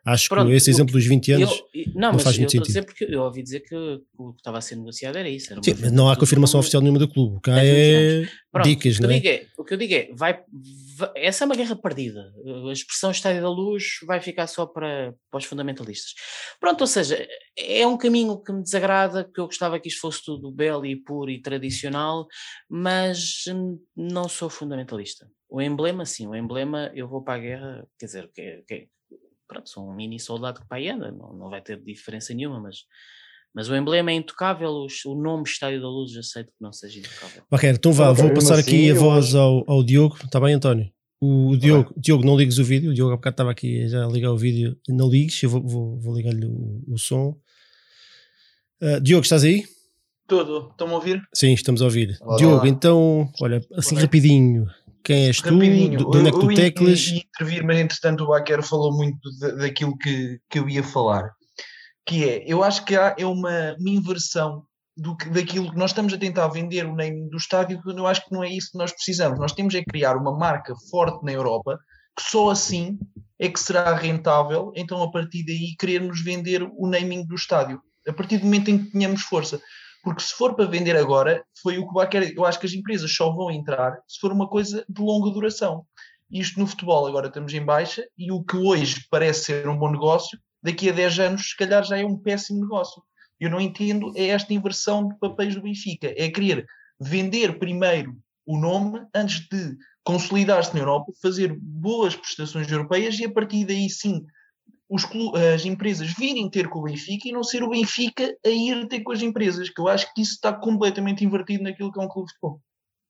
Acho Pronto, que esse eu- exemplo dos vinte anos Eu- não, não mas faz eu muito estou a sentido. dizer porque eu ouvi dizer que o que estava a ser negociado era isso. Era uma Sim, mas venda não há de confirmação tudo. oficial nenhuma do clube. Cá dez, vinte é Pronto, dicas, o que não eu é? digo é, o que eu digo é, vai, vai- essa é uma guerra perdida. A expressão Estádio da Luz vai ficar só para, para os fundamentalistas. Pronto, ou seja, é um caminho que me desagrada, que eu gostava que isto fosse tudo belo e puro e tradicional, mas hum, não sou fundamentalista. O emblema, sim, o emblema eu vou para a guerra, quer dizer, que, é- que, é- pronto, sou um mini soldado que para aí anda, não, não vai ter diferença nenhuma, mas, mas o emblema é intocável, o, o nome Estádio da Luz aceito que não seja intocável. Ok, então vá, Ok, vou mesmo passar assim, aqui a eu voz acho- ao, ao Diogo. Está bem, António? O Tá Diogo, Diogo, não ligues o vídeo. O Diogo há bocado estava aqui já a ligar o vídeo. Não ligues, eu vou, vou, vou ligar-lhe o, o som. Ah, Diogo, estás aí? Tudo, estão-me a ouvir? Sim, estamos a ouvir. Olá. Diogo, então, olha, assim Ok. rapidinho. Quem és tu? Rapidinho, De de onde é que eu, tu eu teclas? ia, ia intervir, mas entretanto o Baquer falou muito da- daquilo que, que eu ia falar, que é, eu acho que há é uma, uma inversão do que, daquilo que nós estamos a tentar vender o name do estádio, quando eu acho que não é isso que nós precisamos. Nós temos é criar uma marca forte na Europa, que só assim é que será rentável, então a partir daí querermos vender o naming do estádio, a partir do momento em que tenhamos força. Porque se for para vender agora, foi o que o Baquer, eu acho que as empresas só vão entrar se for uma coisa de longa duração. Isto no futebol agora estamos em baixa e o que hoje parece ser um bom negócio, daqui a dez anos se calhar já é um péssimo negócio. Eu não entendo é esta inversão de papéis do Benfica, é querer vender primeiro o nome antes de consolidar-se na Europa, fazer boas prestações europeias e a partir daí sim os clu- as empresas virem ter com o Benfica e não ser o Benfica a ir ter com as empresas, que eu acho que isso está completamente invertido naquilo que é um clube de futebol.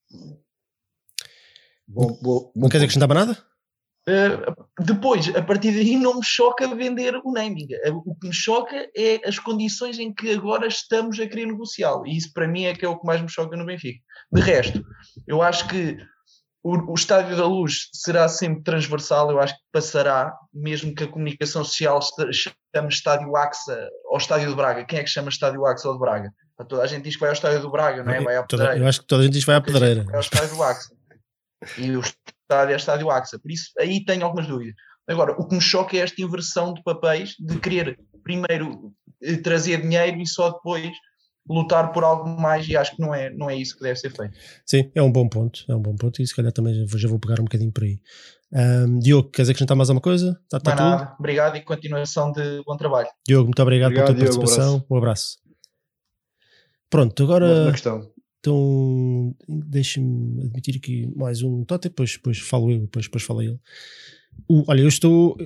Bom, bom, Não queres acrescentar para nada? Uh, depois, a partir daí não me choca vender o naming. Uh, O que me choca é as condições em que agora estamos a querer negociá-lo. E isso para mim é que é o que mais me choca no Benfica. De resto, eu acho que o, o Estádio da Luz será sempre transversal, eu acho que passará, mesmo que a comunicação social esta- chame Estádio AXA ou Estádio de Braga. Quem é que chama Estádio AXA ou de Braga? Toda a gente diz que vai ao Estádio do Braga, não é? Vai à Toda- Pedreira. eu acho que toda a gente diz que vai à Pouca gente pedreira. vai ao Estádio AXA. E o estádio é Estádio AXA. Por isso, aí tenho algumas dúvidas. Agora, o que me choca é esta inversão de papéis, de querer primeiro eh, trazer dinheiro e só depois lutar por algo mais, e acho que não é, não é isso que deve ser feito. Sim, é um bom ponto. É um bom ponto e se calhar também já vou, já vou pegar um bocadinho por aí. Ahm, Diogo, queres acrescentar mais alguma coisa? Está tá Mais tudo? nada. Obrigado e continuação de bom trabalho. Diogo, muito obrigado, Obrigado, pela tua Diogo, um participação. Um abraço. Pronto, Uma agora questão. então deixa-me admitir aqui mais um totem, depois, depois falo eu, depois, depois fala ele. O, olha, eu estou,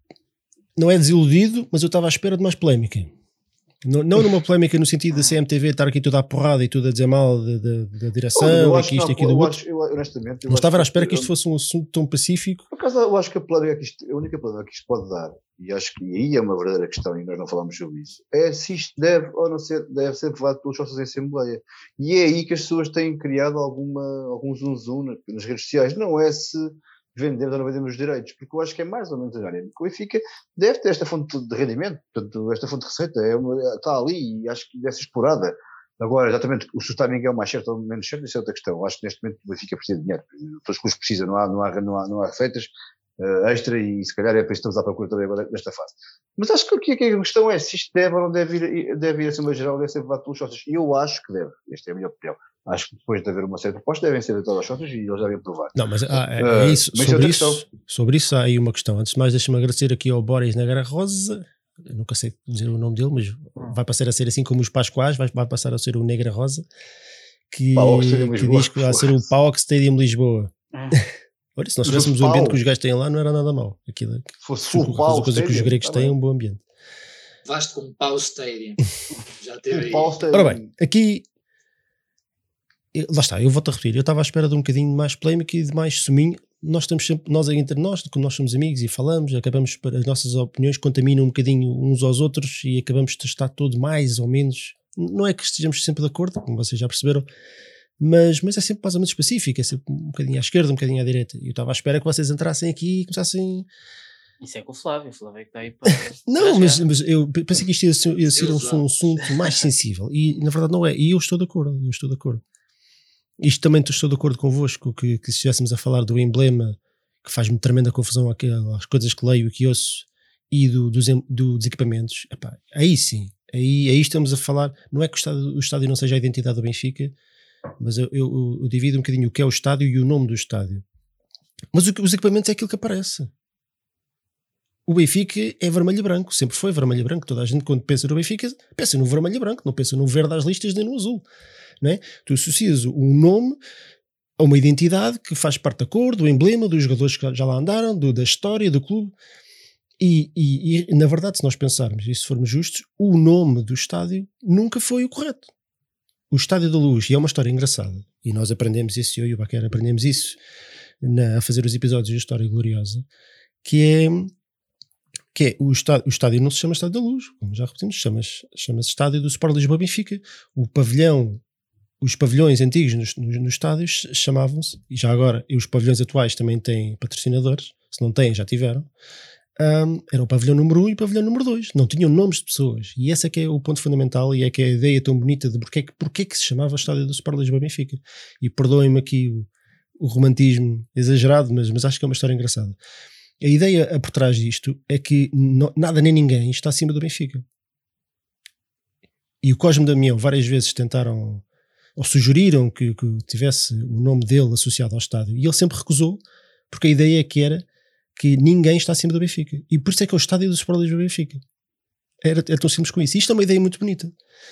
não é desiludido, mas eu estava à espera de mais polémica. Não, não numa polémica no sentido da C M T V estar aqui toda à porrada e tudo a dizer mal da, da, da direção, Olha, eu e acho que isto que e não, aquilo eu outro. acho- eu, honestamente, eu Não acho estava à que- espera que isto fosse um assunto tão pacífico. Por acaso, eu acho que a polémica que isto, a única polémica que isto pode dar, e acho que aí é uma verdadeira questão, e nós não falamos sobre isso, é se isto deve ou não ser, deve ser aprovado pelos sócios em Assembleia. E é aí que as pessoas têm criado alguma, algum zoom zoom nas, nas redes sociais. Não é se vendemos ou não vendemos os direitos, porque eu acho que é mais ou menos a área. O Benfica deve ter esta fonte de rendimento, portanto, esta fonte de receita é uma, está ali e acho que deve ser explorada. Agora, exatamente, o se o timing é o mais certo ou menos certo, isso é outra questão. Eu acho que neste momento o Benfica precisa de dinheiro. Todos os clubes precisam, não há, não há, não há, não há receitas uh, extra e se calhar é para isso que estamos à procura também agora nesta fase. Mas acho que aqui a questão é se isto deve ou não deve ir, deve ir a Assembleia Geral, deve ser aprovado pelos sócios. E eu acho que deve. Esta é a minha opinião. Acho que depois de haver uma série de propostas devem ser todos os sócios e eles devem aprovar. Não, mas ah, é, Ah, é isso. mas Sobre outra isso, questão. sobre isso há aí uma questão. Antes de mais, deixa-me agradecer aqui ao Boris Negra Rosa. Eu nunca sei dizer o nome dele, mas vai passar a ser assim como os Pascoais, vai, vai passar a ser o Negra Rosa, que, Paok Stadium que Lisboa. diz que vai ser o Paok Stadium Lisboa. Hum. Olha, se nós Mas tivéssemos o o ambiente pau- que os gajos têm lá, não era nada mau. Aquilo, Se fosse a full coisa, pau, coisa que os stadium, gregos tá têm é bem. um bom ambiente. Vasto como Pau Stadium. Já teve Full aí. pau, stadium. Ora bem, aqui eu- lá está, eu volto a repetir, eu estava à espera de um bocadinho de mais polémica e de mais suminho. Nós estamos sempre, nós aí entre nós, como nós somos amigos e falamos, acabamos, para as nossas opiniões contaminam um bocadinho uns aos outros e acabamos de estar todo mais ou menos, não é que estejamos sempre de acordo, como vocês já perceberam, mas, mas é sempre mais ou menos específico, é sempre um bocadinho à esquerda, um bocadinho à direita. E eu estava à espera que vocês entrassem aqui e começassem. Isso é com o Flávio, o Flávio é que está aí para. Não, para mas, chegar. mas eu pensei que isto ia ser, ia ser um, Exato. um assunto mais sensível e na verdade não é, e eu estou de acordo, eu estou de acordo. Isto também estou de acordo convosco, que, que se estivéssemos a falar do emblema, que faz-me tremenda confusão àquelas coisas que leio e que ouço, e do, dos, do, dos equipamentos, epá, aí sim, aí, aí estamos a falar, não é que o estádio, o estádio não seja a identidade do Benfica, mas eu, eu, eu divido um bocadinho o que é o estádio e o nome do estádio. Mas o, os equipamentos é aquilo que aparece. O Benfica é vermelho e branco, sempre foi vermelho e branco. Toda a gente, quando pensa no Benfica, pensa no vermelho e branco, não pensa no verde às listas nem no azul. Não é? Tu associas um nome a uma identidade que faz parte da cor, do emblema, dos jogadores que já lá andaram, do, da história do clube. E, e, e, na verdade, se nós pensarmos e se formos justos, o nome do estádio nunca foi o correto. O Estádio da Luz, e é uma história engraçada, e nós aprendemos isso, eu e o Baquer aprendemos isso na, a fazer os episódios de História Gloriosa, que é, que é o, estádio, o estádio não se chama Estádio da Luz, como já repetimos, chama-se, chama-se Estádio do Sport Lisboa Benfica. O pavilhão, os pavilhões antigos nos, nos, nos estádios chamavam-se, e já agora, e os pavilhões atuais também têm patrocinadores, se não têm, já tiveram. Um, era o pavilhão número um e o pavilhão número dois, não tinham nomes de pessoas, e esse é que é o ponto fundamental, e é que é a ideia tão bonita de porque é que, porque é que se chamava Estádio do Sport Lisboa Benfica. E perdoem-me aqui o, o romantismo exagerado, mas, mas acho que é uma história engraçada. A ideia por trás disto é que no, nada nem ninguém está acima do Benfica, e o Cosme Damião várias vezes tentaram ou sugeriram que, que tivesse o nome dele associado ao estádio, e ele sempre recusou, porque a ideia é que era que ninguém está acima do Benfica. E por isso é que é o estádio do Sport Lisboa Benfica. Era, é tão simples com isso. Isto é uma ideia muito bonita.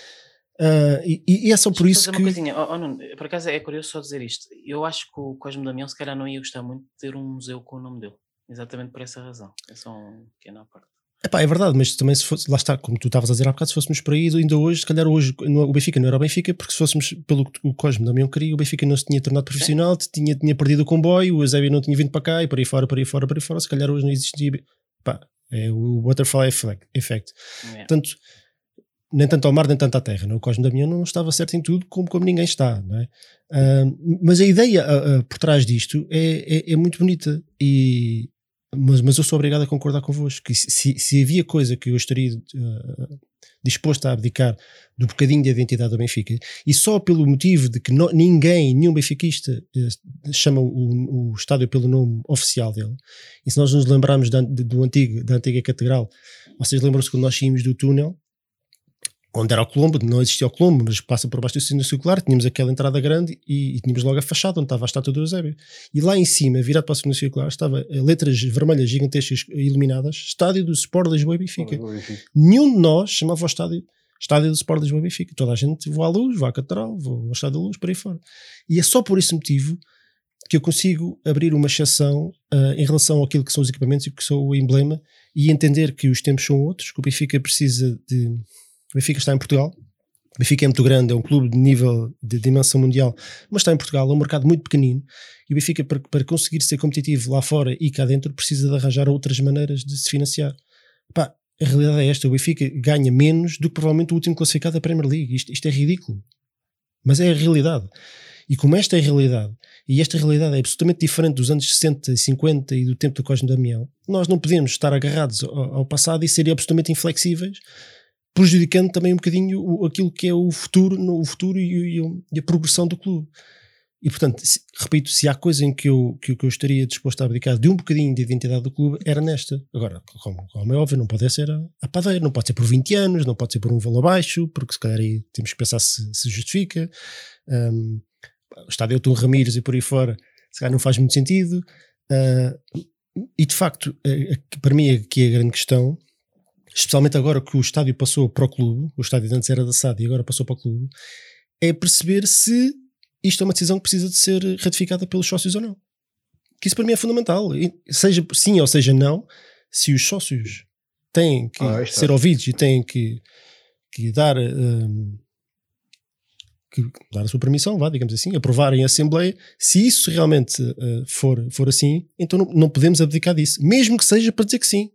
Uh, e, e é só por isso que... que... Uma coisinha. Oh, oh, não, por acaso é curioso só dizer isto. Eu acho que o Cosme Damião se calhar não ia gostar muito de ter um museu com o nome dele. Exatamente por essa razão. É só um pequeno à parte. Epá, é verdade, mas também se fosse, lá está, como tu estavas a dizer há bocado, se fôssemos por aí, ainda hoje, se calhar hoje o Benfica não era o Benfica, porque se fôssemos pelo que o Cosme Damião queria, o Benfica não se tinha tornado profissional, tinha, tinha perdido o comboio, o Eusébio não tinha vindo para cá, e por aí fora, por aí fora, por aí fora, se calhar hoje não existia. Pá, é o Butterfly Effect. Yeah. Portanto, nem tanto ao mar, nem tanto à terra. Não? O Cosme Damião não estava certo em tudo, como, como ninguém está. Não é? Uh, mas a ideia uh, uh, por trás disto é, é, é muito bonita, e... Mas, mas eu sou obrigado a concordar convosco que se, se havia coisa que eu estaria uh, disposto a abdicar do bocadinho de identidade do Benfica, e só pelo motivo de que no, ninguém, nenhum benfiquista uh, chama o, o estádio pelo nome oficial dele, e se nós nos lembrarmos da, do antigo, da antiga catedral, vocês lembram-se quando nós saímos do túnel onde era o Colombo, não existia o Colombo, mas passa por baixo do cilindro circular, tínhamos aquela entrada grande e, e tínhamos logo a fachada onde estava a estátua do Eusébio. E lá em cima, virado para o cilindro circular, estava letras vermelhas gigantescas iluminadas, Estádio do Sport Lisboa e Benfica. Oh, nenhum de nós chamava o estádio Estádio do Sport Lisboa e Benfica. Toda a gente voa à Luz, vai à Catedral, voa ao Estádio da Luz, por aí fora. E é só por esse motivo que eu consigo abrir uma exceção uh, em relação àquilo que são os equipamentos e que são o emblema, e entender que os tempos são outros, que o Benfica precisa de... O Benfica está em Portugal, o Benfica é muito grande, é um clube de nível de dimensão mundial, mas está em Portugal, é um mercado muito pequenino, e o Benfica, para, para conseguir ser competitivo lá fora e cá dentro, precisa de arranjar outras maneiras de se financiar. Pá, a realidade é esta, o Benfica ganha menos do que provavelmente o último classificado da Premier League. Isto, isto é ridículo, mas é a realidade. E como esta é a realidade, e esta realidade é absolutamente diferente dos anos sessenta e cinquenta e do tempo do Cosme Damião, nós não podemos estar agarrados ao, ao passado e serem absolutamente inflexíveis, prejudicando também um bocadinho o, aquilo que é o futuro, no, o futuro e, e, e a progressão do clube. E portanto, se, repito, se há coisa em que eu, que, que eu estaria disposto a abdicar de um bocadinho de identidade do clube, era nesta. Agora, como, como é óbvio, não pode ser a, a padeira, não pode ser por vinte anos, não pode ser por um valor baixo, porque se calhar aí temos que pensar se, se justifica. Um, o estádio Tom Ramires e por aí fora, se calhar não faz muito sentido. Uh, e de facto, uh, para mim aqui é a grande questão, especialmente agora que o estádio passou para o clube, o estádio de antes era da S A D e agora passou para o clube, é perceber se isto é uma decisão que precisa de ser ratificada pelos sócios ou não. Que isso para mim é fundamental. E seja sim ou seja não, se os sócios têm que ah, ser ouvidos e têm que, que dar um, que dar a sua permissão, vá, digamos assim, aprovarem a Assembleia, se isso realmente uh, for, for assim, então não, não podemos abdicar disso, mesmo que seja para dizer que sim.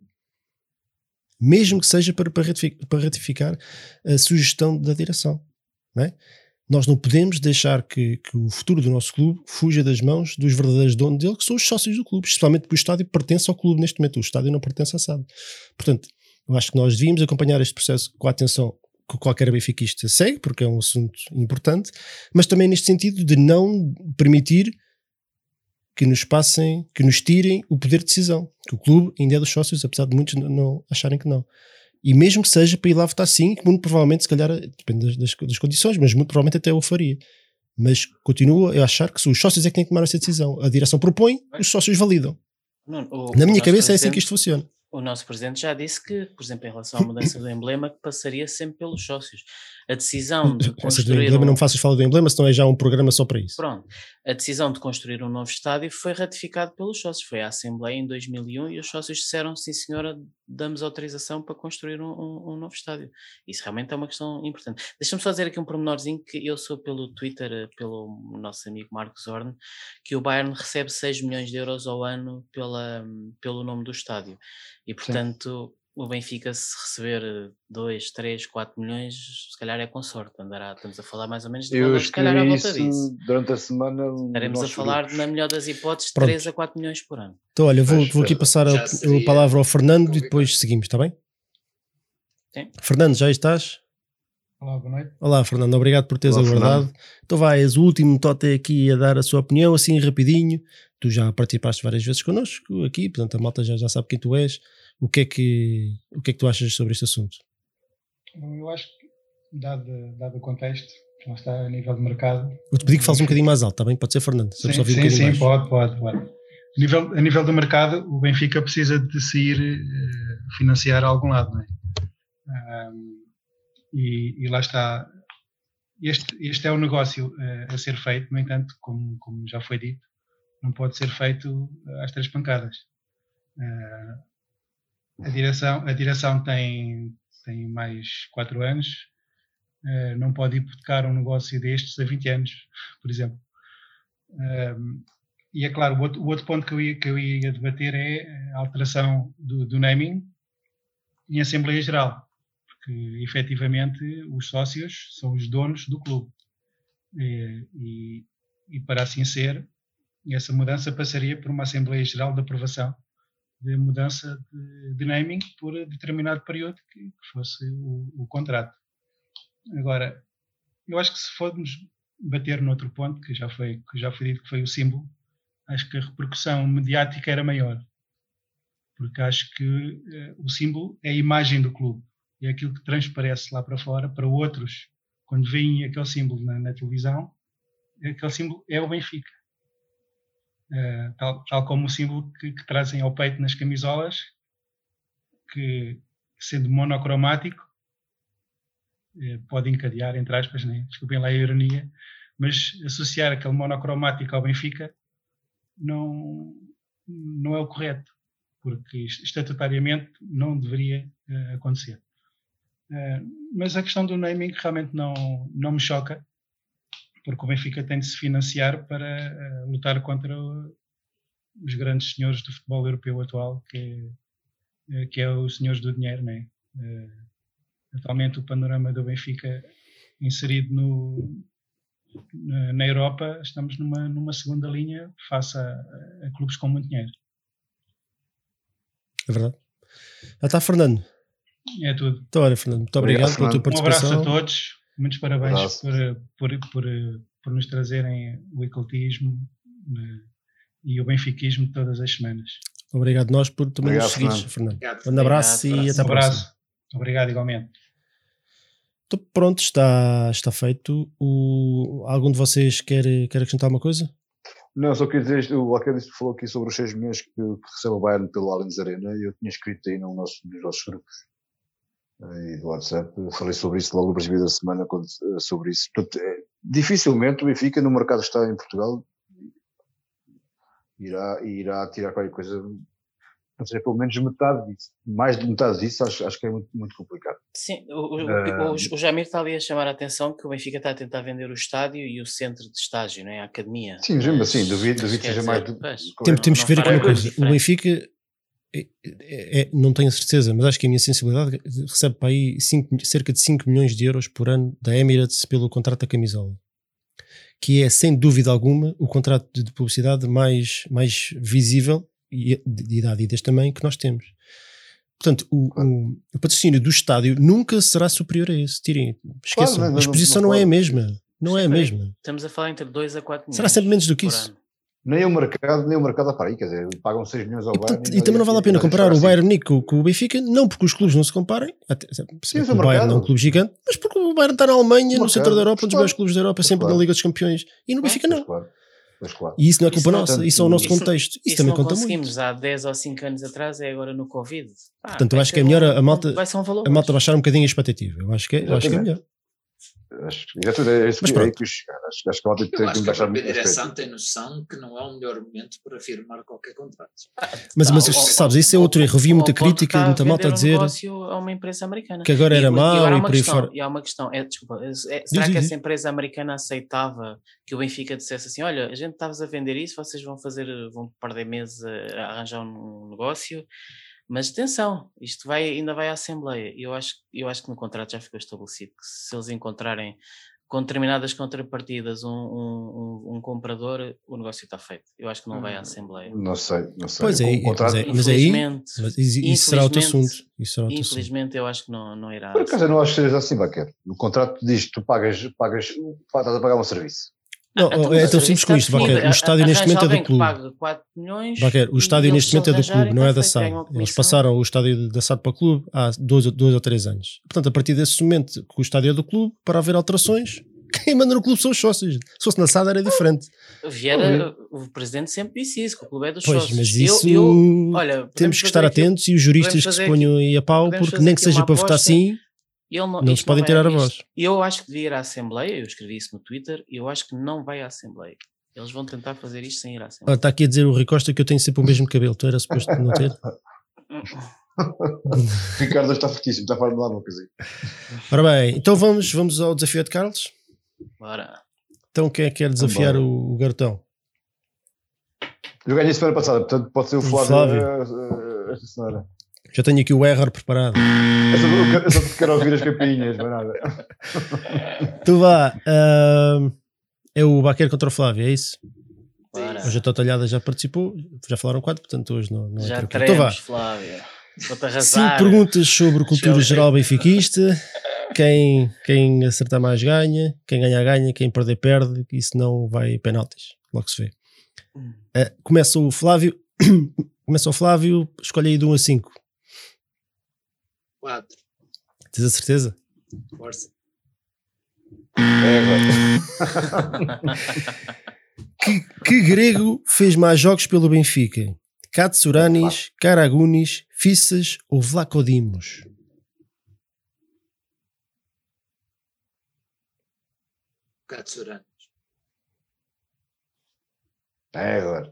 Mesmo que seja para, para, ratificar, para ratificar a sugestão da direção, não é? Nós não podemos deixar que, que o futuro do nosso clube fuja das mãos dos verdadeiros donos dele, que são os sócios do clube, especialmente porque o estádio pertence ao clube neste momento, o estádio não pertence à S A D. Portanto, eu acho que nós devíamos acompanhar este processo com a atenção que qualquer benfiquista segue, porque é um assunto importante, mas também neste sentido de não permitir que nos passem, que nos tirem o poder de decisão. Que o clube ainda é dos sócios, apesar de muitos não acharem que não. E mesmo que seja para ir lá votar sim, que muito provavelmente, se calhar, depende das, das, das condições, mas muito provavelmente até eu faria. Mas continuo a achar que os sócios é que têm que tomar essa decisão. A direção propõe, os sócios validam. Não, o, Na minha o cabeça é assim que isto funciona. O nosso presidente já disse que, por exemplo, em relação à mudança do emblema, que passaria sempre pelos sócios. A decisão de construir... Do emblema, um... não me faças falar do emblema, senão é já um programa só para isso. Pronto. A decisão de construir um novo estádio foi ratificada pelos sócios. Foi à Assembleia em dois mil e um e os sócios disseram, sim senhora, damos autorização para construir um, um, um novo estádio. Isso realmente é uma questão importante. Deixa-me só dizer aqui um pormenorzinho, que eu sou pelo Twitter, pelo nosso amigo Marcos Horn, que o Bayern recebe seis milhões de euros ao ano pela, pelo nome do estádio. E, portanto, sim, o Benfica, se receber dois, três, quatro milhões, se calhar é com sorte. Andará, estamos a falar mais ou menos de valor, se calhar à volta disso. Durante a semana. Estaremos a falar, grupos. Na melhor das hipóteses, de três a quatro milhões por ano. Então, olha, vou, vou aqui passar a, a palavra ao Fernando complicado. E depois seguimos, está bem? Sim. Fernando, já estás? Olá, boa noite. Olá, Fernando, obrigado por teres Olá, aguardado. Fernando. Então vais, o último tote aqui a dar a sua opinião, assim rapidinho. Tu já participaste várias vezes connosco aqui, portanto a malta já, já sabe quem tu és. O que é que, o que é que tu achas sobre este assunto? Eu acho que, dado, dado o contexto, que não está a nível de mercado... Vou-te pedir que fales um bocadinho mais alto, está bem? Pode ser, Fernando? Sim, sim, um sim pode, pode, pode. A nível, a nível do mercado, o Benfica precisa de se ir uh, financiar a algum lado, não é? Um, e, e lá está. Este, este é o negócio uh, a ser feito, no entanto, como, como já foi dito, não pode ser feito às três pancadas. Uh, a direção, a direção tem, tem mais quatro anos, uh, não pode hipotecar um negócio destes a vinte anos, por exemplo. Uh, e é claro, o outro, o outro ponto que eu, ia, que eu ia debater é a alteração do, do naming em Assembleia Geral, porque efetivamente os sócios são os donos do clube. E, e, e para assim ser, essa mudança passaria por uma Assembleia Geral de aprovação de mudança de, de naming por determinado período que, que fosse o, o contrato. Agora, eu acho que se formos bater no outro ponto, que já foi, que já foi dito que foi o símbolo, acho que a repercussão mediática era maior, porque acho que uh, o símbolo é a imagem do clube, é aquilo que transparece lá para fora, para outros, quando veem aquele símbolo na, na televisão, aquele símbolo é o Benfica. Uh, tal, tal como o símbolo que, que trazem ao peito nas camisolas, que sendo monocromático, uh, pode encadear, entre aspas, né? Desculpem lá a ironia, mas associar aquele monocromático ao Benfica não, não é o correto, porque estatutariamente não deveria uh, acontecer. Uh, mas a questão do naming realmente não, não me choca, porque o Benfica tem de se financiar para uh, lutar contra o, os grandes senhores do futebol europeu atual, que é, uh, que é os senhores do dinheiro, não é? Uh, atualmente o panorama do Benfica inserido no, na, na Europa, estamos numa, numa segunda linha face a, a clubes com muito dinheiro. É verdade. Já está, Fernando. É tudo. Então, olha, Fernando, muito obrigado, obrigado pela tua participação. Um abraço a todos. Muitos parabéns por, por, por, por nos trazerem o ecletismo e o benfiquismo todas as semanas. Obrigado nós por também obrigado, nos seguires, Fernando. Fernando. Um abraço obrigado, e até a próxima. Um abraço. Obrigado, igualmente. Então, pronto, está, está feito. O, algum de vocês quer, quer acrescentar uma coisa? Não, só queria dizer, o Alcântara falou aqui sobre os seis milhões que, que recebe o Bayern pelo Allianz Arena, e eu tinha escrito aí no nosso, nos nossos grupos e do WhatsApp, falei sobre isso logo no princípio da semana, quando, sobre isso. Portanto, é, dificilmente o Benfica, no mercado que está em Portugal, irá, irá tirar qualquer coisa, não sei, pelo menos metade disso. Mais de metade disso, acho, acho que é muito, muito complicado. Sim, o, uh, o, o Jamir está ali a chamar a atenção que o Benfica está a tentar vender o estádio e o centro de estágio, não é? A academia. Sim, mesmo assim, duvido, duvido que seja mais... De, Tem, não, temos não que ver aqui uma coisa. Diferente. O Benfica... É, é, é, não tenho certeza, mas acho que a minha sensibilidade recebe para aí cinco, cerca de cinco milhões de euros por ano da Emirates pelo contrato da camisola, que é sem dúvida alguma o contrato de publicidade mais, mais visível e de, de Adidas também que nós temos. Portanto, o, o, o patrocínio do estádio nunca será superior a esse. Tirem, esqueçam, claro, não, a exposição não, não, não é a mesma. Não Sim, é a mesma. Estamos a falar entre dois a quatro milhões. Será sempre menos do que isso. Ano. Nem o mercado, nem o mercado para aí, quer dizer, pagam seis milhões ao E, Bayern. portanto, e também não vale a pena comparar o Bayern Munique com, com o Benfica, não porque os clubes não se comparem, até, Sim, o Bayern não é um clube gigante, mas porque o Bayern está na Alemanha, no centro da Europa, um dos maiores clubes da Europa, sempre na Liga dos Campeões, e no Benfica não. Claro. Pois claro. E isso não é culpa Isso não, nossa, tanto, isso é o nosso isso, contexto. Isso, isso também não conta conseguimos muito. há dez ou cinco anos atrás, é agora no Covid. Ah, Portanto, eu vai acho que é ser melhor um- a malta, vai ser um valor a malta baixo. baixar um bocadinho a expectativa. Eu acho que é, eu acho que é melhor. Acho, exatamente, é isso Mas que, é pronto. que os- acho, acho que ela tem Eu tem acho que que a baixar própria muito a direção expectativa. tem noção que não é o melhor momento para firmar qualquer contrato. Mas, Não, mas ao- sabes, ao- isso é outro erro. Eu vi ao muita ponto que crítica, está a muita malta a vender um dizer negócio a uma empresa americana. que agora E- era e mau agora há e uma por aí questão, fora. e há uma questão, é, desculpa, é- é- será Diz, que diz, essa diz. empresa americana aceitava que o Benfica dissesse assim, olha, a gente estava a vender isso, vocês vão fazer, vão perder meses a, a arranjar um negócio, mas atenção, isto vai, ainda vai à Assembleia. Eu acho, eu acho que no contrato já ficou estabelecido que se eles encontrarem com determinadas contrapartidas um, um, um, um comprador, o negócio está feito. Eu acho que não vai à Assembleia. Não sei, não sei. Pois é, Com o mas contrato, é- mas aí Infelizmente, mas isso, isso será outro infelizmente- assunto. Isso será outro assunto. infelizmente eu acho que não, não irá. por acaso eu não acho que seja assim, Baquer. No contrato diz que tu pagas, pagas, estás a pagar um serviço. Não, então, é mas tão isso simples está com isto, definido. Baquer. O estádio Arranja neste momento é alguém do que clube. paga quatro milhões. Baquer, o e estádio eles neste se momento é do arranjarem, clube, não é está da feito, S A D. ganham a Eles comissão. passaram o estádio da S A D para o clube há dois, dois ou três anos. Portanto, a partir desse momento que o estádio é do clube, para haver alterações, quem manda no clube são os sócios. Se fosse na S A D era diferente. Vieira, o presidente sempre disse isso, que o clube é dos Pois, sócios. mas Eu- isso eu- olha, podemos temos que fazer estar aqui- atentos e os juristas podemos que se fazer ponham aí a pau, podemos porque fazer nem que aqui seja uma para votar aposta. sim, Ele não, não isto se podem vai- tirar a isto- voz. Eu acho que devia ir à Assembleia, eu escrevi isso no Twitter, e eu acho que não vai à Assembleia. Eles vão tentar fazer isto sem ir à Assembleia. Ah, está aqui a dizer o Rui Costa que eu tenho sempre o mesmo cabelo. Tu era suposto não ter? Ricardo está fortíssimo, está a falar de lá uma coisinha. Ora bem, então vamos, vamos ao desafio de Carlos. Bora. Então quem é que quer desafiar Vambora. o, o garotão? Eu ganhei semana passada, portanto pode ser o O Flávio, Flávio. eh, eh, esta semana. Já tenho aqui o error preparado. Eu só, eu quero- eu só quero ouvir as campainhas, mas nada. Tu vá. ahm, é o Baquer contra o Flávio, é isso? Bora. Hoje a Totalhada já participou, já falaram quatro, portanto hoje não, não é Já tranquilo. Então vá. teremos, Flávio. Vou-te Cinco arrasar. perguntas sobre cultura Show. geral benfiquista. Quem, quem acertar mais ganha, quem ganhar ganha, quem perder perde, e se não vai penaltis. Logo se vê. Ah, começa o Flávio. Começa o Flávio, escolhe aí de um a cinco. Quatro. Tens a certeza? Força. É, agora. Que, que grego fez mais jogos pelo Benfica? Katsuranis, Karagunis, Fissas ou Vlachodimos? Katsuranis. É, agora.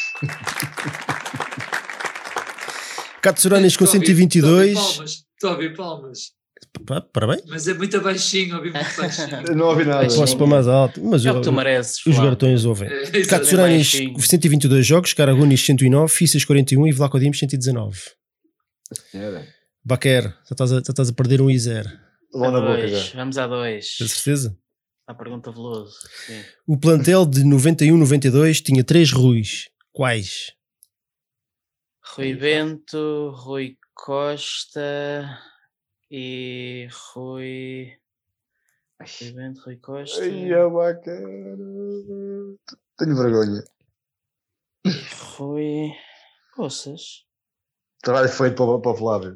Katsuranis com Estou a ouvir- cento e vinte e dois. Estou a ouvir palmas. Estou a ouvir palmas. Pá, parabéns. Mas é muito baixinho, ouvi muito baixinho. Não ouvi nada. Baixinho. Posso pôr mais alto, mas É o o- que tu mereces, os Flávio. garotões ouvem. É, exatamente. Katsuranis baixinho. cento e vinte e dois jogos, Karagunis cento e nove, Fissas quarenta e um e Vlachodimos cento e dezanove. Senhora. Baquer, já estás a, já estás a perder um e zero. Lá na boca Dois. já. Vamos a dois. Tens certeza? A pergunta veloso. Sim. O plantel de noventa e um noventa e dois tinha três Ruis. Quais? Rui Bento, Rui Costa e Rui. Rui Bento, Rui Costa. Ai, é bacana. Tenho vergonha. E Rui. Poças. Trabalho feito para, o- para o Flávio.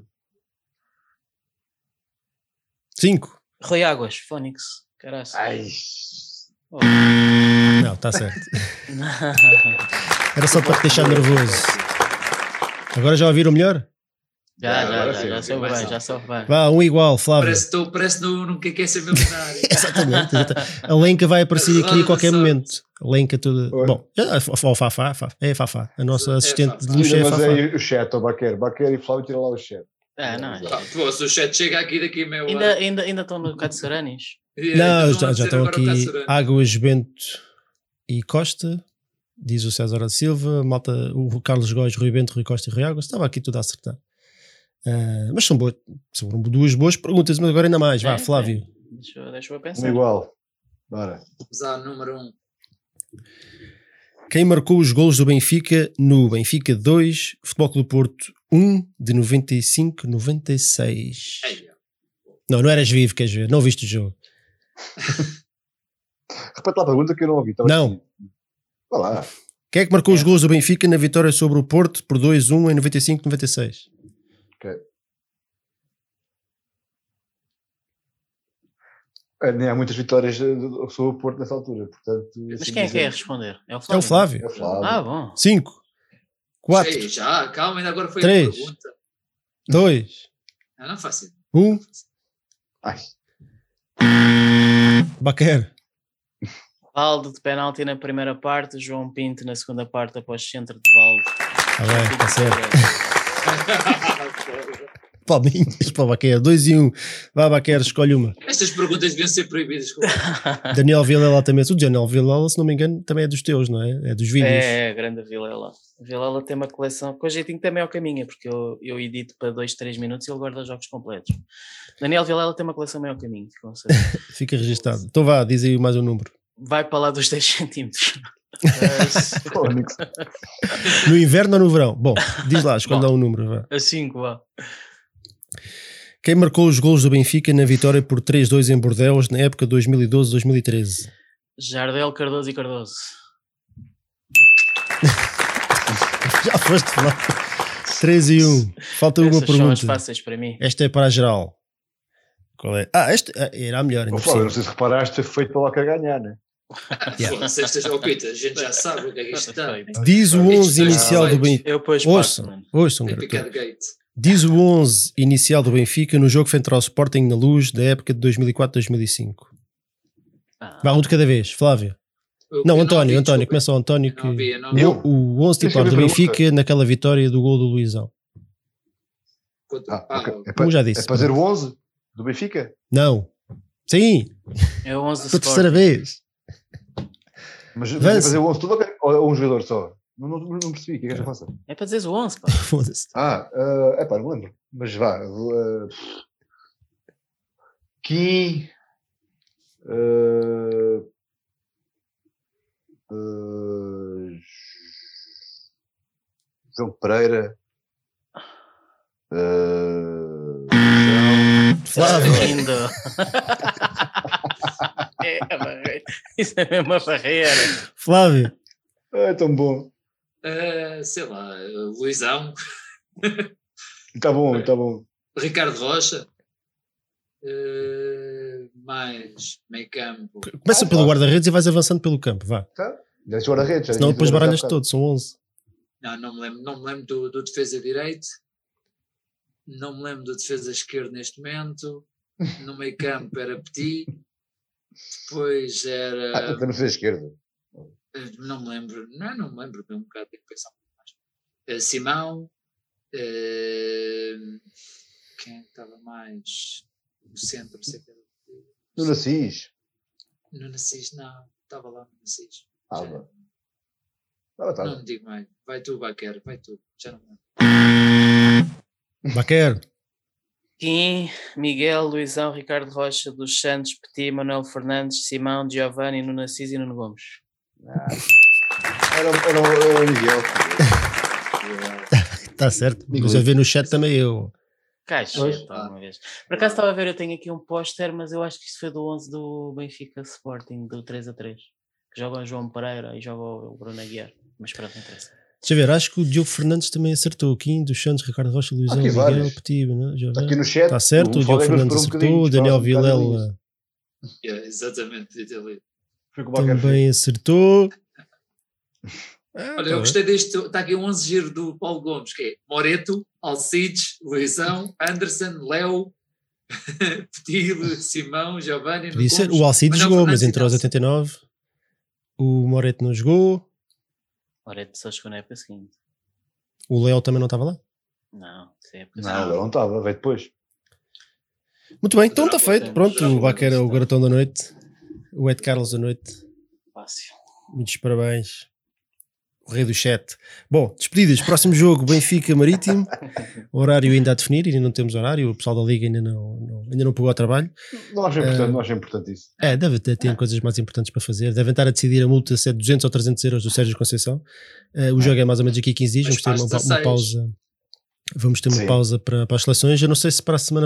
Cinco. Rui Águas, Fónix. Caraças. Ai. Oh. Não, está certo. Era só para te deixar nervoso. Agora já ouviram melhor? Já, já, Agora já, sim, já sim, soube vai bem, sim. já soube bem. Vá, um igual, Flávio. Parece que estou parece no, no que é que é ser milionário. Exatamente, exatamente. A Lenca vai aparecer aqui a qualquer Roda momento. A Lenca toda. Oi. Bom, já, o Fafá, Fafá, é a Fafá. A nossa É assistente Fafá. de luxo é a Mas Fafá. é o chat, o Baquer. Baquer e Flávio, tira lá o chat. Ah, não. Pá, pô, se o chat chega aqui daqui a meia hora. Ainda, ainda, ainda estão no Katsuranis. e- Não, então já, vão já dizer estão agora o aqui Katsuranis. Águas, Bento e Costa. Diz o César da Silva, malta, o Carlos Góis, Rui Bento, Rui Costa e Rui Águas. Estava aqui tudo a acertar. Ah, mas são, boas, são duas boas perguntas, mas agora ainda mais. Vá, É, Flávio. é. Deixa, eu- deixa eu Um pensar. igual. Bora. Vamos ao número um. Quem marcou os golos do Benfica no Benfica dois, Futebol Clube Porto um de noventa e cinco noventa e seis? Ei, Não, não eras vivo, queres ver? Não viste o jogo. Repete lá a pergunta que eu não ouvi. Estava Não. esquecido. Vá lá. Quem é que marcou É. os gols do Benfica na vitória sobre o Porto por dois a um em noventa e cinco noventa e seis? Ok. É, nem há muitas vitórias eh, do- sobre o Porto nessa altura, portanto... Mas assim quem é que é a dizer- responder? É o É Flávio? o Flávio. É o Flávio. Ah, bom. cinco, quatro, Ei, já, calma, ainda agora foi Três. a pergunta. dois, Ah, não faço ideia. um. Ai, Baquer. Valde de penalti na primeira parte, João Pinto na segunda parte após centro de Valde. Está bem, está certo. Palminhas para o Baquer. dois e um. Vá, Baquer, escolhe uma. Estas perguntas deviam ser proibidas. Daniel Vilela também. O Daniel Vilela, se não me engano, também é dos teus, não é? É dos vídeos. É, é, grande Vilela. A Vilela tem uma coleção, com o jeitinho também é o caminho, porque eu, eu edito para dois, três minutos e ele guarda jogos completos. Daniel Vilela tem uma coleção meio ao caminho, com certeza. Fica registado. Então vá, diz aí mais um número. Vai para lá dos dez centímetros. Fónix. No inverno ou no verão? Bom, diz lá, escolhe lá um número. Vá. A cinco, vá. Quem marcou os golos do Benfica na vitória por três a dois em Bordeaux na época dois mil e doze dois mil e treze? Jardel, Cardoso e Cardoso. Já foste lá. três e um. Falta uma Essas são as pergunta. fáceis para mim. Esta é para a geral. Qual é? Ah, esta ah, era a melhor. Ainda Oh, por Flávio, cima. não sei se reparaste, foi feito para lá que a ganhar, né? Yeah. Foda-se, estas oh, Pita, a gente já sabe o que é que isto está. Diz o Estes onze dois inicial do são Benfica. Eu depois Ouçam, passo, mano. ouçam, Tem garoto. picado gate. Diz o onze inicial do Benfica no jogo frente ao Sporting na Luz da época de dois mil e quatro dois mil e cinco. Ah, Vá, um de cada vez. Flávio. Eu- Não, eu António, ouvi, António. desculpa. Começa o António. Eu não Que... ouvi, eu não ouvi. Eu? O onze Deixa eu titular do ver a pergunta. Benfica naquela vitória do gol do Luizão. Quanto- Ah, ah, ok. É Como para, já disse. é para dizer o onze do Benfica? Não. Sim, é o onze do pela terceira Sporting. vez. Mas mas Avança. é fazer o onze todo ou é um jogador só? Não, não, não percebi, o que é que eu faço? É para dizeres o onze, pá. Foda-se. Ah, é uh, pá, não lembro. Mas vá. Uh, Kim. Uh, uh, João Pereira. Uh, João. Flávio. Lindo. É, a barreira. Isso é mesmo uma barreira. Flávio. É tão bom. ah, sei lá, Luizão, Está bom, está bom. Ricardo Rocha, ah, mais meio campo. Começa Ah, pelo vá. guarda-redes e vais avançando pelo campo. Vá. Tá? Já disse guarda-redes. já Senão disse depois guarda-redes baralhas há bocado. todos. São onze. Não, não me lembro, não me lembro do, do defesa direito, não me lembro do defesa esquerdo neste momento, no meio campo era Petit, depois Ah, era, também fez esquerda. não me lembro, não, não me lembro, um bocado, tenho que pensar um pouco mais. Eh, Simão, eh, quem estava mais no centro, sei que era No Nassis. no Nassis, não, estava lá no Nassis. Ah, Já- vá. Ah, tá. não me digo mais, vai tu, Baquer, vai tu, já não me lembro. Baquer. Kim, Miguel, Luizão, Ricardo Rocha, dos Santos, Petit, Manuel Fernandes, Simão, Giovanni, Nuno Assis e Nuno Gomes. Era, era, o- era o Miguel. Está certo. Digo Mas a isso. ver no chat também eu. Caixa, Pois. uma vez. Por acaso estava a ver, eu tenho aqui um póster, mas eu acho que isto foi do onze do Benfica Sporting, do três a três. Que joga o João Pereira e joga o Bruno Aguiar. Mas pronto, não interessa. Deixa eu ver, acho que o Diogo Fernandes também acertou. O Kim, dos Santos, Ricardo Rocha, Luizão, aqui Miguel, vários. Petit, né? Já Está vê. aqui no chat. Está certo, o Diogo Flávio Fernandes esperou um bocadinho, acertou, o Daniel esperava um bocadinho Vilela Yeah, exatamente, podia ter lido. Foi com o Baquer fez. também acertou. Ah, Olha, tá eu bem. gostei deste, está aqui um onze giro do Paulo Gomes, que é Moreto, Alcides, Luizão, Anderson, Léo, Petit, Simão, Giovanni, Podia ser. Gomes, O Alcides Manuel jogou, mas Fernandes e entrou aos Nelson. oitenta e nove. O Moreto não jogou. Ora, é só chegou na época seguinte. O Léo também não estava lá. Não, isso é época Não, ele não estava, veio depois. Muito bem, então está Adorava feito. o Pronto, tempo, o Baquer é o adorava o garotão da noite. O Ed Carlos da noite. fácil. Muitos parabéns. O rei do chat. Bom, despedidas. Próximo jogo, Benfica Marítimo. Horário ainda a definir, ainda não temos horário. O pessoal da Liga ainda não, não- ainda não pegou ao trabalho. Não acho importante, não acho importante isso. É, deve ter, ter coisas mais importantes para fazer. Devem estar a decidir a multa se é duzentos ou trezentos euros do Sérgio Conceição. Eh, o jogo é mais ou menos aqui a quinze dias. Mas Vamos ter faz uma, pa- uma dezasseis. pausa. Vamos ter uma Sim. pausa para, para as seleções. Eu não sei se para a semana.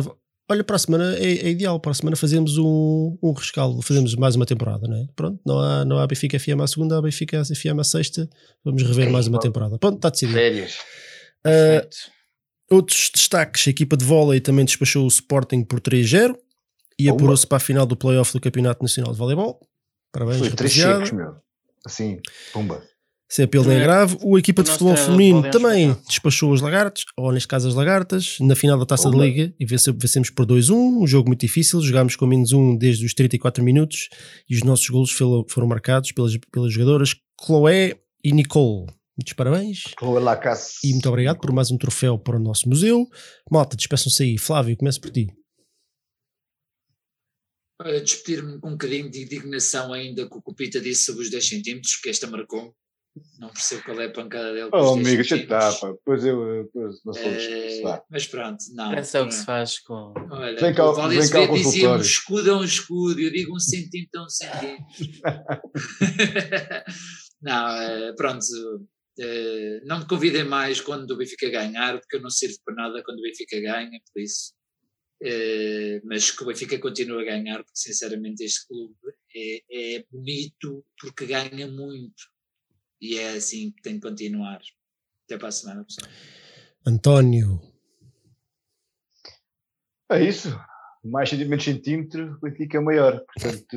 olha, para a semana é, é ideal, para a semana fazemos um, um rescaldo, fazemos mais uma temporada, não é? Pronto, não há, não há Benfica F M à segunda, há Benfica F M à sexta, vamos rever mais uma temporada. Pronto, está decidido. Férias. Uh, outros destaques, a equipa de vôlei também despachou o Sporting por três a zero e apurou-se para a final do play-off do Campeonato Nacional de Voleibol. Parabéns, foi três secos, meu. Assim, pumba. Sem apelo nem agravo. O equipa de futebol feminino também despachou os lagartos, ou neste caso as lagartas, na final da Taça da Liga e vencemos por dois a um, um jogo muito difícil, jogámos com menos um desde os trinta e quatro minutos e os nossos golos foram marcados pelas, pelas jogadoras Chloé e Nicole. Muitos parabéns. Chloé Lacasse. E muito obrigado por mais um troféu para o nosso museu. Malta, despeçam-se aí. Flávio, começo por ti. Despedir-me com um bocadinho de indignação ainda que o Cupita disse sobre os dez centímetros, que esta marcou. Não percebo qual é a pancada dele. Oh, amigo, deixa estar, pá. Depois eu depois não sou é, Mas pronto, não. Essa é o que se faz com. Olha, vem cá, o Vale dizia um escudo é um escudo, eu digo um centímetro é um centímetro. Não, pronto. Não me convidem mais quando o Benfica ganhar, porque eu não sirvo para nada quando o Benfica ganha, por isso. Mas que o Benfica continue a ganhar, porque sinceramente este clube é, é bonito porque ganha muito. E é assim que tem que continuar. Até para a semana, pessoal. António. É isso. Mais centímetro, centímetro, o Benfica é maior. Portanto,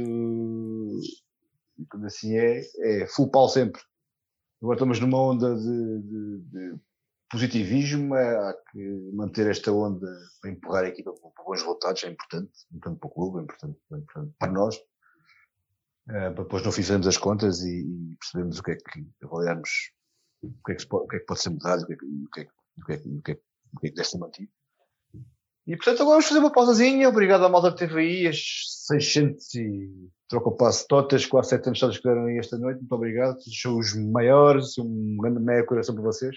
quando assim é, é full pau sempre. Agora estamos numa onda de, de, de positivismo. Há que manter esta onda para empurrar a equipa para bons resultados. É importante. Importante para o clube, é importante, é importante para nós. Uh, para depois não fizermos as contas e, e percebermos o que é que avaliarmos o que é que, pode, o que, é que pode ser mudado, o que é que, o que, é que, o que, é que, o que, é que, o que, é que deve ser mantido. E portanto agora vamos fazer uma pausazinha. Obrigado à malta que teve aí, as seiscentos e troca o passo totas, quase setecentos todas que deram aí esta noite. Muito obrigado, são os maiores, um grande meio coração para vocês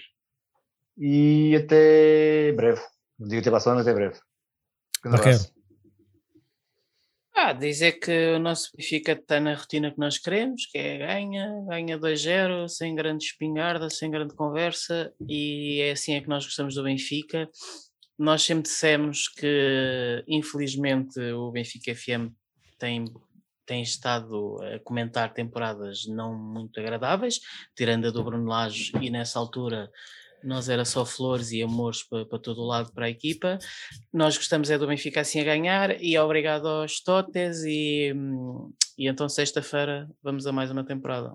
e até breve. Não digo até para a semana, até breve. Um abraço. Ah, dizer que o nosso Benfica está na rotina que nós queremos, que é ganha, ganha dois a zero, sem grande espingarda, sem grande conversa, e é assim é que nós gostamos do Benfica. Nós sempre dissemos que, infelizmente, o Benfica F M tem, tem estado a comentar temporadas não muito agradáveis, tirando a do Bruno Lage, e nessa altura nós era só flores e amores para, para todo o lado para a equipa. Nós gostamos é do Benfica assim a ganhar e obrigado aos Totes e, e então sexta-feira vamos a mais uma temporada.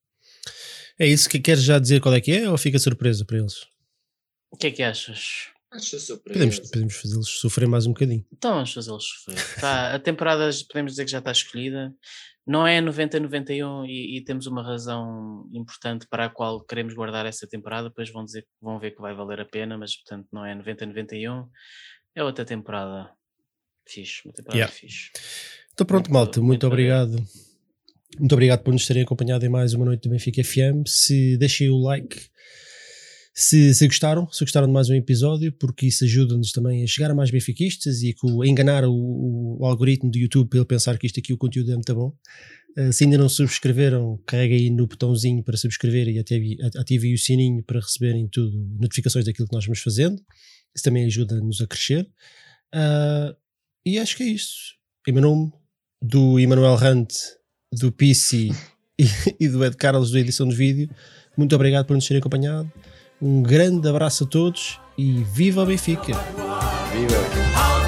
É isso que queres já dizer qual é que é ou fica surpresa para eles? O que é que achas? Acho surpresa. Podemos, podemos fazê-los sofrer mais um bocadinho. Então vamos fazê-los sofrer. Tá, a temporada podemos dizer que já está escolhida. Não é noventa a noventa e um e, e temos uma razão importante para a qual queremos guardar essa temporada, depois vão, dizer, vão ver que vai valer a pena, mas portanto não é noventa a noventa e um, é outra temporada fixe, uma temporada yeah. fixe. Então pronto, muito, malta, muito, muito obrigado. Bem. Muito obrigado por nos terem acompanhado em mais uma noite do Benfica F M. Se deixem o like se, se gostaram, se gostaram de mais um episódio, porque isso ajuda-nos também a chegar a mais benfiquistas e a enganar o, o algoritmo do YouTube para ele pensar que isto aqui, o conteúdo é muito bom. Uh, se ainda não subscreveram, carreguem aí no botãozinho para subscrever e ativem ative o sininho para receberem tudo, notificações daquilo que nós vamos fazendo. Isso também ajuda-nos a crescer. Uh, e acho que é isso. Em meu nome, do Emanuel Hunt, do P C e, e do Ed Carlos da edição de vídeo, muito obrigado por nos terem acompanhado. Um grande abraço a todos e viva o Benfica! Viva!